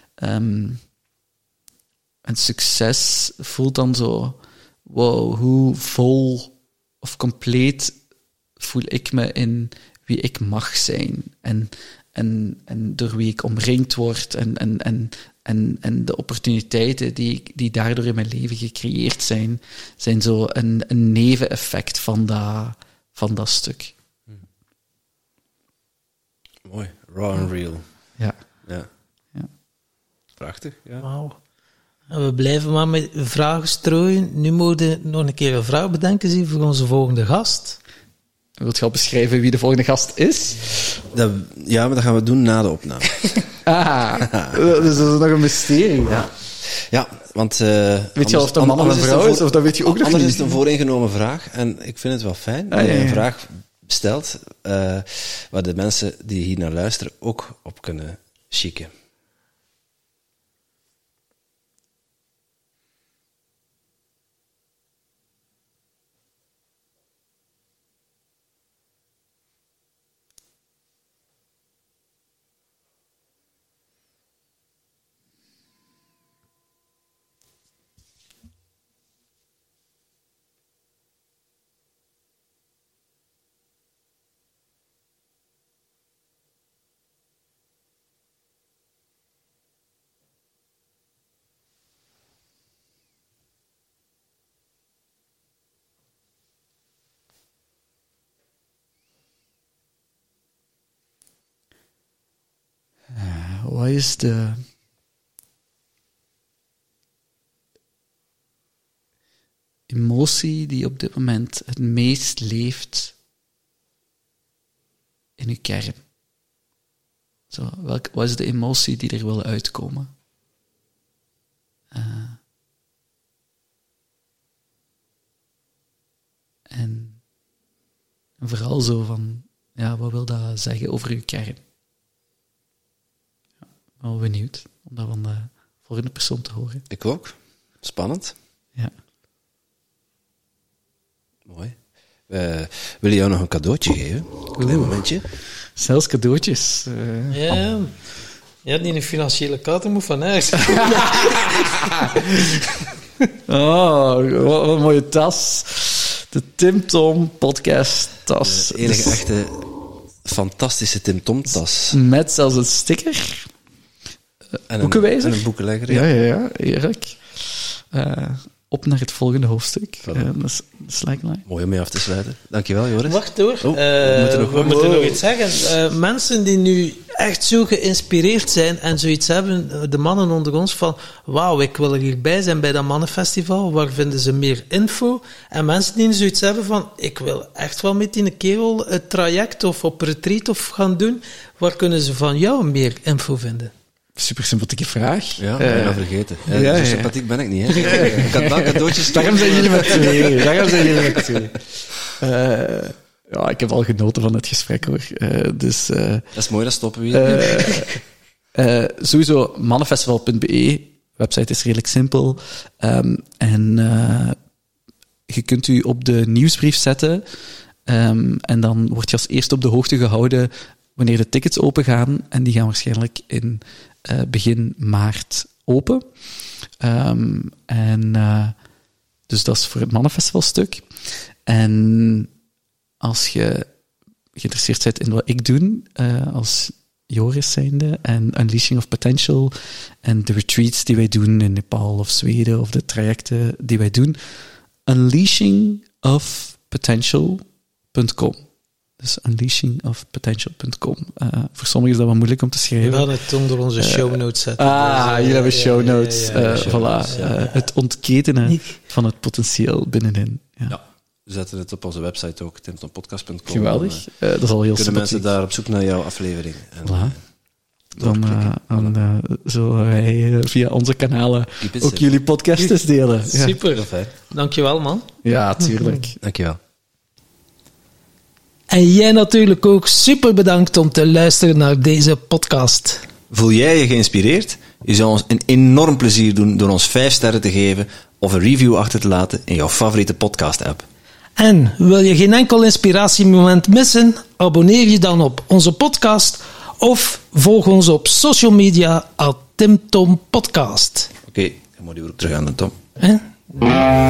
En succes voelt dan zo... Wow, hoe vol of compleet voel ik me in wie ik mag zijn. En door wie ik omringd word. En de opportuniteiten die daardoor in mijn leven gecreëerd zijn zo een neveneffect van dat stuk. Mooi. Raw and real. Ja. Prachtig, ja. Wauw. En we blijven maar met vragen strooien. Nu moeten we nog een keer een vraag bedenken zien voor onze volgende gast. Wilt je al beschrijven wie de volgende gast is? Ja, maar dat gaan we doen na de opname. Dus dat is nog een mysterie. Ja, want... weet je al of het een man of een vrouw is, of dat weet je ook nog niet? Anders is het een vooringenomen vraag, en ik vind het wel fijn dat je een vraag stelt, waar de mensen die hier naar luisteren ook op kunnen chicken. Wat is de emotie die op dit moment het meest leeft in uw kern? Zo, wat is de emotie die er wil uitkomen? En vooral zo van, wat wil dat zeggen over uw kern? Ik ben wel benieuwd om dat van de volgende persoon te horen. Ik ook. Spannend. Ja. Mooi. We willen jou nog een cadeautje geven. Een klein momentje. Zelfs cadeautjes. Ja. Je hebt niet een financiële kater, moet van huis. Wat een mooie tas. De Tim Tom podcast tas. De enige echte fantastische Tim Tom tas. Met zelfs een sticker. Boekenwijzer. En een boekenlegger. Ja, eerlijk. Op naar het volgende hoofdstuk. Dat lijkt mij. Mooi om mee af te sluiten. Dankjewel, Joris. Wacht hoor. We moeten nog iets zeggen. Mensen die nu echt zo geïnspireerd zijn en zoiets hebben, de mannen onder ons, van wauw, ik wil er hierbij zijn bij dat mannenfestival, waar vinden ze meer info? En mensen die zoiets hebben van, ik wil echt wel met die kerel het traject of op retreat of gaan doen, waar kunnen ze van jou meer info vinden? super sympathieke vraag. Ja, bijna vergeten. Ja, Zo sympathiek ben ik niet, hè. Ik had wel cadeautjes. Daarom zijn jullie met twee. Ja, ik heb al genoten van het gesprek, hoor. Dus... Dat is mooi, dat stoppen we hier. Sowieso, mannenfestival.be. Website is redelijk simpel. En je kunt u op de nieuwsbrief zetten. En dan word je als eerste op de hoogte gehouden wanneer de tickets open gaan. En die gaan waarschijnlijk in begin maart open. Dus dat is voor het Mannenfestivalstuk. En als je geïnteresseerd bent in wat ik doe, als Joris zijnde, en Unleashing of Potential, en de retreats die wij doen in Nepal of Zweden, of de trajecten die wij doen, unleashingofpotential.com. Dus unleashingofpotential.com. Voor sommigen is dat wat moeilijk om te schrijven. We gaan het onder onze show notes zetten. Jullie hebben show notes. Voilà. Ja. Het ontketenen van het potentieel binnenin. Ja. We zetten het op onze website ook, timtompodcast.com. Geweldig. Dat is al heel Kunnen mensen sympathiek. daar op zoek naar jouw aflevering. En, Voilà. Dan zullen wij via onze kanalen ook jullie podcasts delen. Ja. Super. Heel fijn. Dankjewel, man. Ja, tuurlijk. Dankjewel. En jij natuurlijk ook super bedankt om te luisteren naar deze podcast. Voel jij je geïnspireerd? Je zou ons een enorm plezier doen door ons 5 sterren te geven of een review achter te laten in jouw favoriete podcast-app. En wil je geen enkel inspiratiemoment missen? Abonneer je dan op onze podcast of volg ons op social media @TimTomPodcast. Oké, dan moet je ook terug aan de Tom. Hè?